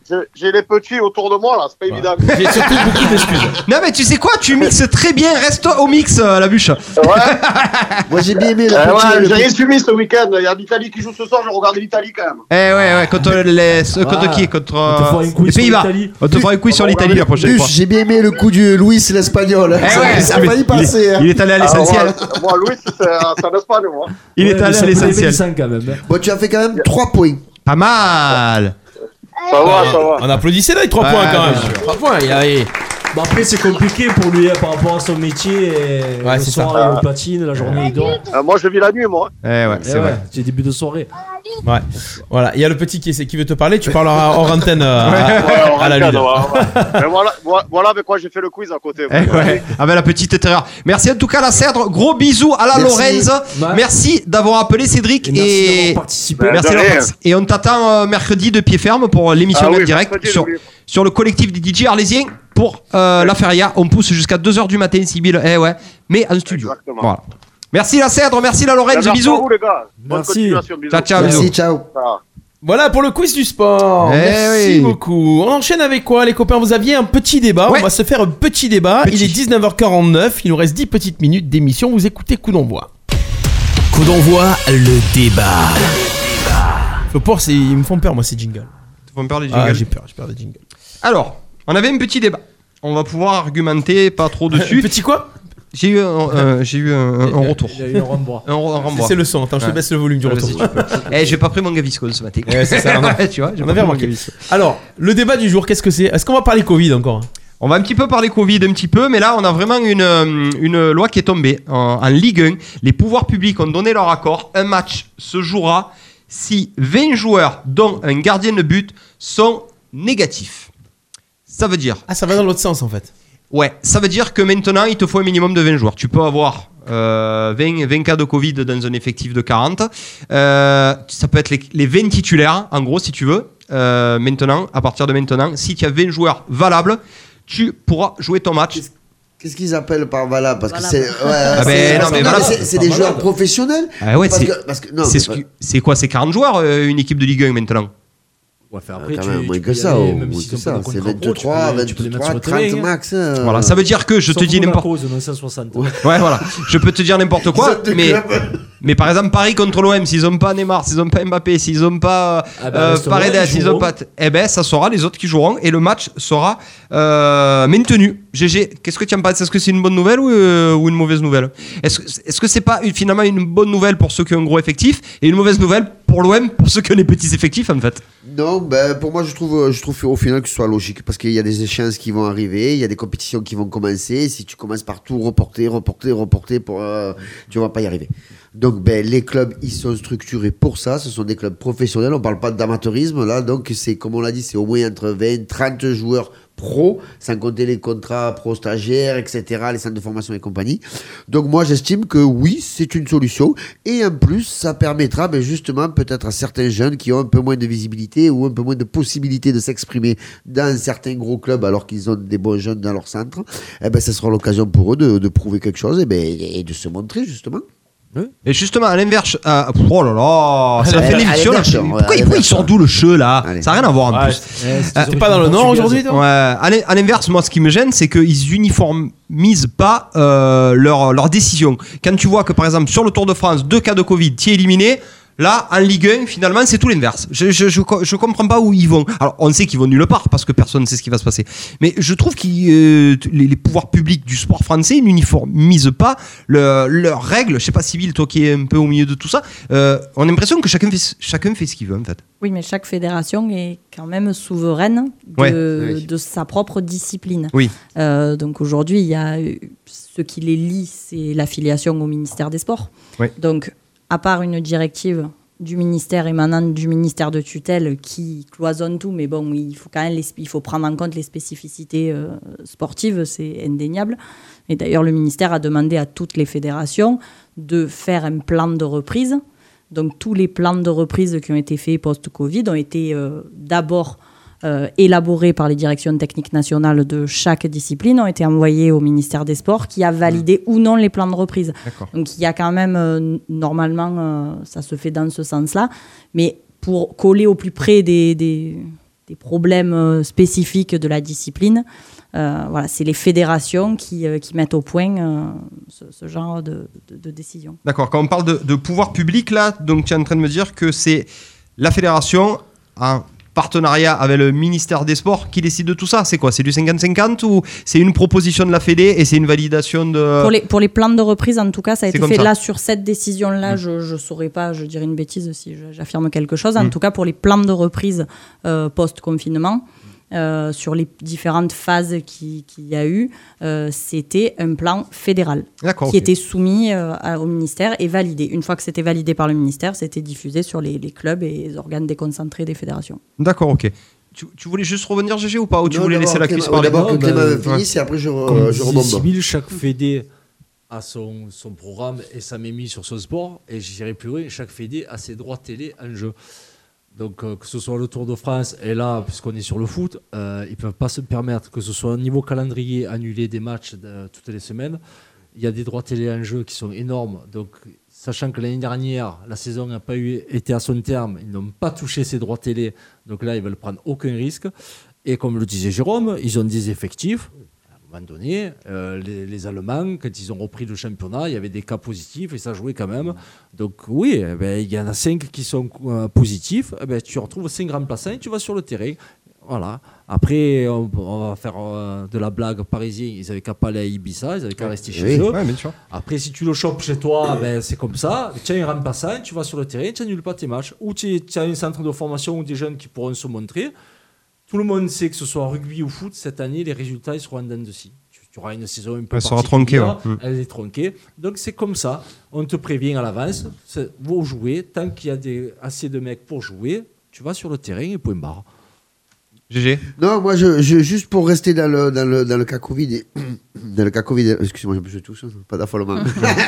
j'ai les petits autour de moi, là, c'est pas évident. J'ai surtout beaucoup d'excuses. Non, mais tu sais quoi, tu mixes très bien, reste au mix, la bûche. Ouais. Moi, j'ai bien aimé j'ai rien suivi ce week-end. Il y a l'Italie qui joue ce soir, je regarde l'Italie quand même. Ouais, contre qui? Contre les Pays-Bas. On te fera un quiz sur l'Italie la prochaine fois. J'ai bien aimé le coup du Luis l'Espagnol. Ça a failli passer. Il est allé à l'essentiel. Moi, Luis, c'est un Espagnol, moi. Il est allé à l'essentiel. Bon, tu as fait quand même 3 points. Pas mal. Ça va. On applaudissait là les 3 points quand même. 3 points, Bon, après, c'est compliqué pour lui par rapport à son métier. Ouais, le c'est soir, ça. il patine, la journée, il dort. Moi, je vis la nuit, moi. C'est vrai. C'est début de soirée. Ouais. Voilà, il y a le petit qui veut te parler, tu parleras hors antenne à la lutte. Voilà avec quoi j'ai fait le quiz à côté. Avec la petite terreur. Merci en tout cas la Cèdre, gros bisous à la Lorenz. Merci d'avoir appelé Cédric et merci d'avoir participé. Merci et on t'attend mercredi de pied ferme pour l'émission en direct sur le collectif des DJ arlésiens pour la feria. On pousse jusqu'à 2h du matin, Sybille. Mais en studio. Exactement. Voilà. Merci la Cèdre, merci la Lorenz, bisous. Vous, les gars. Merci. Ciao, Merci, bisous. ciao. Voilà pour le quiz du sport. Merci beaucoup. On enchaîne avec quoi les copains? Vous aviez un petit débat. On va se faire un petit débat. Il est 19h49. Il nous reste 10 petites minutes d'émission. Vous écoutez Coup d'envoi. Coup d'envoi, le débat. Faut peur, ils me font peur moi ces jingles. Tu font peur les jingles? J'ai peur des jingles. Alors, on avait un petit débat. On va pouvoir argumenter pas trop dessus. Petit quoi? J'ai eu un retour. Il a eu un renvoi. C'est le son. Attends, je te baisse le volume du retour. J'ai pas pris mon Gaviscon ce matin. C'est ça. Tu vois, on avait remarqué. Alors, le débat du jour, qu'est-ce que c'est? Est-ce qu'on va parler Covid encore? On va un petit peu parler Covid, mais là on a vraiment une loi qui est tombée en Ligue 1. Les pouvoirs publics ont donné leur accord. Un match se jouera si 20 joueurs, dont un gardien de but, sont négatifs. Ça veut dire... Ah, ça va dans l'autre sens en fait. Ouais, ça veut dire que maintenant il te faut un minimum de 20 joueurs. Tu peux avoir 20 cas de Covid dans un effectif de 40. Ça peut être les 20 titulaires, en gros, si tu veux. Maintenant, à partir de maintenant, si tu as 20 joueurs valables, tu pourras jouer ton match. Qu'est-ce qu'ils appellent par valable? Parce que c'est des joueurs professionnels. Ah ouais, c'est quoi? C'est 40 joueurs une équipe de Ligue 1 maintenant? Ouais, après, moins que ça, c'est 23, 30 max. Voilà, ça veut dire que je te dis n'importe quoi. Ouais, voilà. Je peux te dire n'importe quoi, mais par exemple, Paris contre l'OM, s'ils n'ont pas Neymar, s'ils n'ont pas Mbappé, s'ils n'ont pas Paredes, s'ils n'ont pas. Eh ben, ça sera les autres qui joueront et le match sera maintenu. GG, qu'est-ce que tu en penses? Est-ce que c'est une bonne nouvelle ou une mauvaise nouvelle? Est-ce que c'est pas finalement une bonne nouvelle pour ceux qui ont un gros effectif et une mauvaise nouvelle pour l'OM, pour ceux qui ont des petits effectifs en fait? Non, pour moi je trouve au final que ce soit logique parce qu'il y a des échéances qui vont arriver, il y a des compétitions qui vont commencer. Si tu commences par tout reporter, tu vas pas y arriver. Donc les clubs ils sont structurés pour ça, ce sont des clubs professionnels, on parle pas d'amateurisme là, donc c'est comme on l'a dit, c'est au moins entre 20 30 joueurs pro, sans compter les contrats pro stagiaires, etc., les centres de formation et compagnie. Donc moi j'estime que oui, c'est une solution et en plus ça permettra justement peut-être à certains jeunes qui ont un peu moins de visibilité ou un peu moins de possibilité de s'exprimer dans certains gros clubs alors qu'ils ont des bons jeunes dans leur centre, ça sera l'occasion pour eux de prouver quelque chose et de se montrer justement. Et justement, à l'inverse, oh là là, ça fait l'émission là. Pourquoi il sort d'où le che là? Ça n'a rien à voir en plus. T'es pas dans le Nord aujourd'hui toi? Ouais. À l'inverse, moi ce qui me gêne, c'est qu'ils uniformisent pas leurs décisions. Quand tu vois que par exemple sur le Tour de France, 2 cas de Covid, tu es éliminé. Là, en Ligue 1, finalement, c'est tout l'inverse. Je comprends pas où ils vont. Alors, on sait qu'ils vont nulle part parce que personne ne sait ce qui va se passer. Mais je trouve que les pouvoirs publics du sport français n'uniformisent pas leurs règles. Je sais pas, Sybille, toi qui es un peu au milieu de tout ça, on a l'impression que chacun fait ce qu'il veut, en fait. Oui, mais chaque fédération est quand même souveraine de sa propre discipline. Oui. Donc aujourd'hui, il y a ce qui les lie, c'est l'affiliation au ministère des Sports. Oui. Donc, à part une directive du ministère émanant du ministère de tutelle qui cloisonne tout, mais bon, il faut prendre en compte les spécificités sportives, c'est indéniable. Et d'ailleurs, le ministère a demandé à toutes les fédérations de faire un plan de reprise. Donc, tous les plans de reprise qui ont été faits post-Covid ont été d'abord élaborés par les directions techniques nationales de chaque discipline, ont été envoyés au ministère des Sports qui a validé ou non les plans de reprise. D'accord. Donc il y a quand même, normalement, ça se fait dans ce sens-là, mais pour coller au plus près des problèmes spécifiques de la discipline. Voilà, c'est les fédérations qui mettent au point ce genre de décision. D'accord, quand on parle de pouvoir public, là, donc tu es en train de me dire que c'est la fédération, en partenariat avec le ministère des Sports, qui décide de tout ça. C'est quoi? C'est du 50-50 ou c'est une proposition de la Fédé et c'est une validation de... Pour les plans de reprise, en tout cas, ça a été fait. Là, sur cette décision-là, je ne saurais pas, je dirais une bêtise si j'affirme quelque chose. En tout cas, pour les plans de reprise post-confinement, sur les différentes phases qu'il y a eu, c'était un plan fédéral qui était soumis au ministère et validé. Une fois que c'était validé par le ministère, c'était diffusé sur les clubs et les organes déconcentrés des fédérations. D'accord, ok. Tu voulais juste revenir, GG, ou pas? Ou tu voulais laisser la cuisse parler? D'abord que Clément finisse et après je rebondis. Chaque fédé a son programme et ça m'est mis sur son sport, et j'irai plus loin, chaque fédé a ses droits télé en jeu. Donc que ce soit le Tour de France, et là, puisqu'on est sur le foot, ils ne peuvent pas se permettre que ce soit au niveau calendrier, annuler des matchs toutes les semaines. Il y a des droits télé en jeu qui sont énormes. Donc, sachant que l'année dernière, la saison n'a pas été à son terme, ils n'ont pas touché ces droits télé. Donc là, ils ne veulent prendre aucun risque. Et comme le disait Jérôme, ils ont des effectifs. À un moment donné, les Allemands, quand ils ont repris le championnat, il y avait des cas positifs et ça jouait quand même. Donc oui, il y en a 5 qui sont positifs. Tu retrouves 5 remplaçants et tu vas sur le terrain. Voilà. Après, on va faire de la blague parisienne. Ils n'avaient qu'à pas aller à Ibiza, ils n'avaient qu'à rester chez eux. Ouais, bien sûr. Après, si tu le chopes chez toi, c'est comme ça. Tu as un remplaçant, tu vas sur le terrain, tu n'annules pas tes matchs. Ou tu as un centre de formation où des jeunes qui pourront se montrer. Tout le monde sait que ce soit rugby ou foot, cette année, les résultats ils seront en dents de scie. Tu auras une saison un peu sera tronquée. Elle est tronquée. Donc c'est comme ça. On te prévient à l'avance. Vous jouez. Tant qu'il y a assez de mecs pour jouer, tu vas sur le terrain et point barre. GG. Non, moi, juste pour rester dans le cas Covid, dans le cas Covid, excusez-moi, je tousse, pas d'affolement.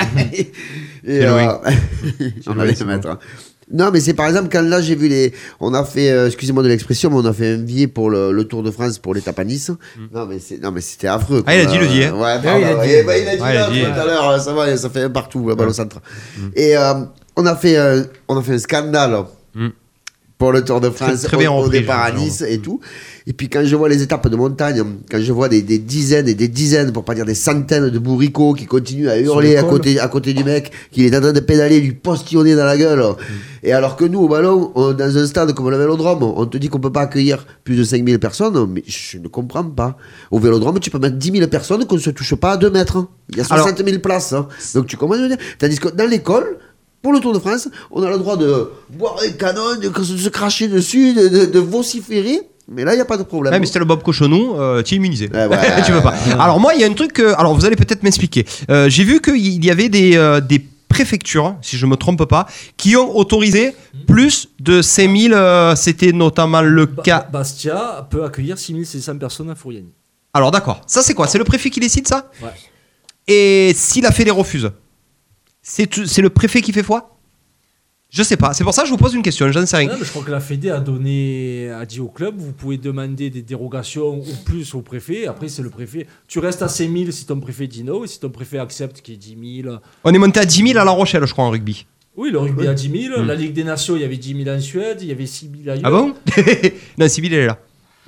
Et on allait se mettre. Non, mais c'est par exemple quand là j'ai vu on a fait, excusez-moi de l'expression, mais on a fait un billet pour le Tour de France pour l'étape à Nice. Non, mais c'était affreux. Ah, il a dit le billet. Ouais, il a dit tout à l'heure, ça va, ça fait un partout, la balle au centre. Et on a fait un scandale. Pour le Tour de France, au départ à Nice et tout. Et puis quand je vois les étapes de montagne, quand je vois des dizaines et des dizaines, pour pas dire des centaines de bourricots qui continuent à hurler à côté du mec, qui est en train de pédaler, lui postillonner dans la gueule. Et alors que nous, au ballon, dans un stade comme le Vélodrome, on te dit qu'on peut pas accueillir plus de 5000 personnes, mais je ne comprends pas. Au Vélodrome, tu peux mettre 10 000 personnes qu'on ne se touche pas à 2 mètres. Il y a 60 000 places. Donc tu comprends ce que je veux dire? Tandis que dans l'école, pour le Tour de France, on a le droit de boire des canons, de se cracher dessus, de vociférer. Mais là, il n'y a pas de problème. Ouais, mais c'était le Bob Cochonou, tu es immunisé. Tu peux pas. Alors moi, il y a un truc, alors vous allez peut-être m'expliquer. J'ai vu qu'il y avait des préfectures, si je ne me trompe pas, qui ont autorisé plus de 5000, c'était notamment le cas... Bastia peut accueillir 6600 personnes à Fouriani. Alors d'accord, ça c'est quoi? C'est le préfet qui décide ça? Ouais. Et si la Fédé refuse, c'est le préfet qui fait foi? Je sais pas, c'est pour ça que je vous pose une question, j'en sais rien. Non, mais je crois que la Fédé a dit au club, vous pouvez demander des dérogations ou plus au préfet, après c'est le préfet. Tu restes à 5000 si ton préfet dit non, et si ton préfet accepte qu'il y ait 10 000... On est monté à 10 000 à La Rochelle, je crois, en rugby. Oui, le rugby à 10 000, la Ligue des Nations, il y avait 10 000 en Suède, il y avait 6 000 ailleurs. Ah bon? Non, 6 000 elle est là.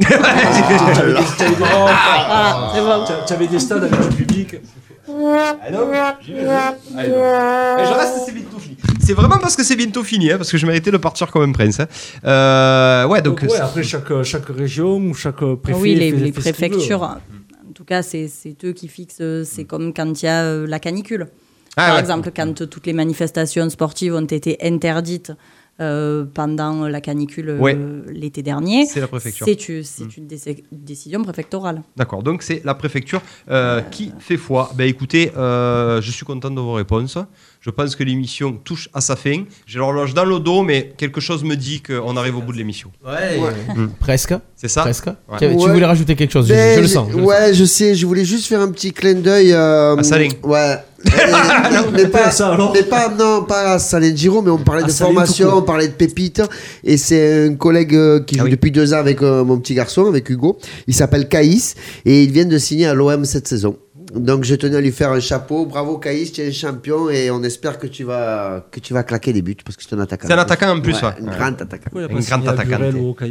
Tu avais des stades avec du public. Ah non, j'y vais. Je reste, c'est bientôt fini. C'est vraiment parce que c'est bientôt fini, parce que je méritais de partir comme un prince. Donc après, chaque région ou chaque préfet. Oui, les préfectures, en tout cas, c'est eux qui fixent. C'est comme quand il y a la canicule. Par exemple, quand toutes les manifestations sportives ont été interdites pendant la canicule l'été dernier. C'est la préfecture. C'est une décision préfectorale. D'accord, donc c'est la préfecture qui fait foi. Ben écoutez, je suis content de vos réponses. Je pense que l'émission touche à sa fin. J'ai l'horloge dans le dos, mais quelque chose me dit qu'on arrive au bout de l'émission. Presque. C'est ça? Presque. Ouais. Tu voulais rajouter quelque chose, je le sens. Je sais, je voulais juste faire un petit clin d'œil. À Salin. Ouais. mais pas à Salin Giro, mais on parlait de formation, on parlait de pépites. Et c'est un collègue qui joue depuis 2 ans avec mon petit garçon, avec Hugo. Il s'appelle Caïs et il vient de signer à l'OM cette saison. Donc je tenais à lui faire un chapeau. Bravo Caïs, tu es un champion et on espère que tu vas claquer des buts parce que c'est un attaquant. C'est un attaquant en plus, un grand attaquant. Un grand attaquant. Ou au Caillol.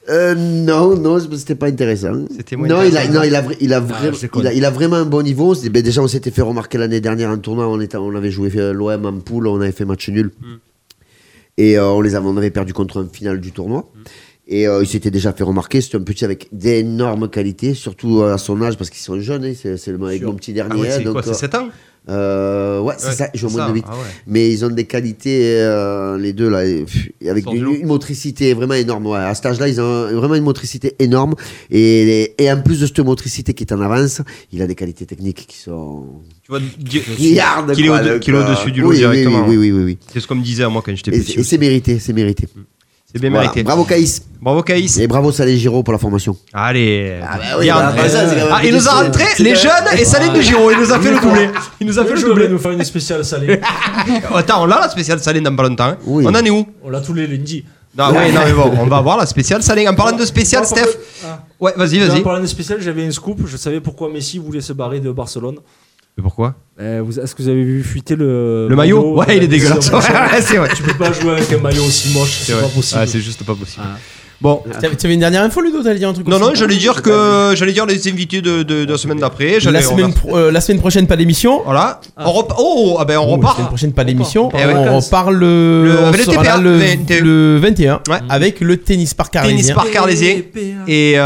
Non, c'était pas intéressant. C'était moins il a vraiment un bon niveau. Déjà, on s'était fait remarquer l'année dernière en tournoi. On avait joué l'OM en poule, on avait fait match nul. Et on avait perdu contre un final du tournoi. Et il s'était déjà fait remarquer. C'est un petit avec d'énormes qualités, surtout à son âge, parce qu'ils sont jeunes. C'est mon petit dernier. C'est quoi, c'est 7 ans? C'est ça, ils jouent au moins de 8. Mais ils ont des qualités, les deux là, avec une motricité vraiment énorme. À cet âge-là, ils ont vraiment une motricité énorme. Et en plus de cette motricité qui est en avance, il a des qualités techniques qui sont. Tu vois, qu'il est au-dessus du lot directement. Oui. C'est ce qu'on me disait à moi quand j'étais petit. Et c'est mérité. C'est bien mérité. Bravo Caïs. Et bravo Salé Giraud pour la formation. Allez. Il nous a rentré les jeunes et Salé de Giraud. Il nous a fait le doublé. Il nous a fait le doublé. Nous faire une spéciale Salé. Attends, on l'a la spéciale Salé dans pas longtemps. On en est où? On l'a tous les lundis. Non mais bon, on va voir la spéciale Salé. En parlant de spéciale, Steph. Ouais, vas-y. En parlant de spéciale, j'avais un scoop. Je savais pourquoi Messi voulait se barrer de Barcelone. Mais pourquoi? Est-ce que vous avez vu fuiter le maillot? Ouais, il est dégueulasse. C'est vrai. Tu peux pas jouer avec un maillot aussi moche, c'est pas possible. C'est juste pas possible. Bon. Tu avais une dernière info, Ludo? T'allais dire un truc? Non, j'allais dire les invités de la semaine d'après. La semaine prochaine, pas d'émission. Voilà. On repart. La semaine prochaine, pas d'émission. On parle le 21 avec le Tennis Park Arlésien. Et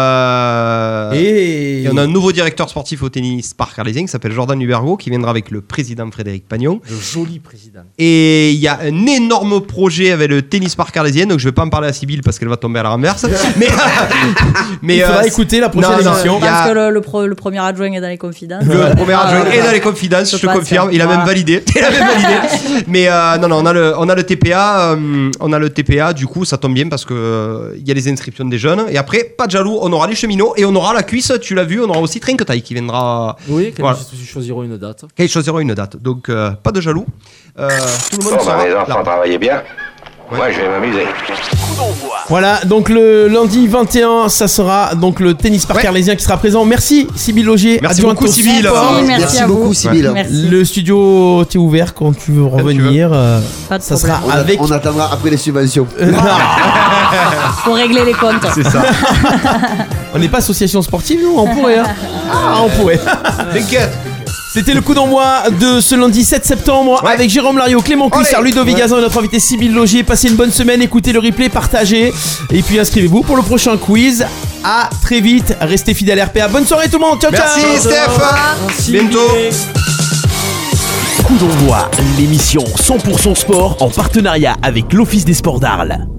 on a un nouveau directeur sportif au Tennis Park Arlésien qui s'appelle Jordan Hubergo, qui viendra avec le président Frédéric Pagnon. Le joli président. Et il y a un énorme projet avec le Tennis Park Arlésien, donc je vais pas en parler à Sybille parce qu'elle va tomber à la renverse. Mais il faudra écouter la prochaine émission. Parce que le premier adjoint est dans les confidences. Le premier adjoint est dans les confidences, je te confirme. Il a même validé. Mais on a le TPA. Du coup, ça tombe bien parce que il y a les inscriptions des jeunes. Et après, pas de jaloux, on aura les cheminots et on aura la cuisse. Tu l'as vu, on aura aussi Trinquetaille qui viendra. Oui, quand ils choisiront une date. Donc, pas de jaloux. Tout le monde sera les enfants travaillez bien. Moi, je vais m'amuser. Voilà, donc le lundi 21, ça sera donc le Tennis Park Arlésien qui sera présent. Merci Sybille Logier. Merci beaucoup Sybille. Merci beaucoup Sybille. Le studio t'es ouvert quand tu veux revenir. Ça sera avec. On attendra après les subventions. Pour régler les comptes. C'est ça. On n'est pas association sportive, nous? On pourrait. On pourrait. T'inquiète. C'était le coup d'envoi de ce lundi 7 septembre avec Jérôme Lario, Clément Cuissard, Ludovic Gazan et notre invité Sybille Logier. Passez une bonne semaine, écoutez le replay, partagez et puis inscrivez-vous pour le prochain quiz. À très vite, restez fidèles à RPA. Bonne soirée tout le monde, ciao. Merci Steph. Bientôt. Coup d'envoi, l'émission 100% sport en partenariat avec l'Office des sports d'Arles.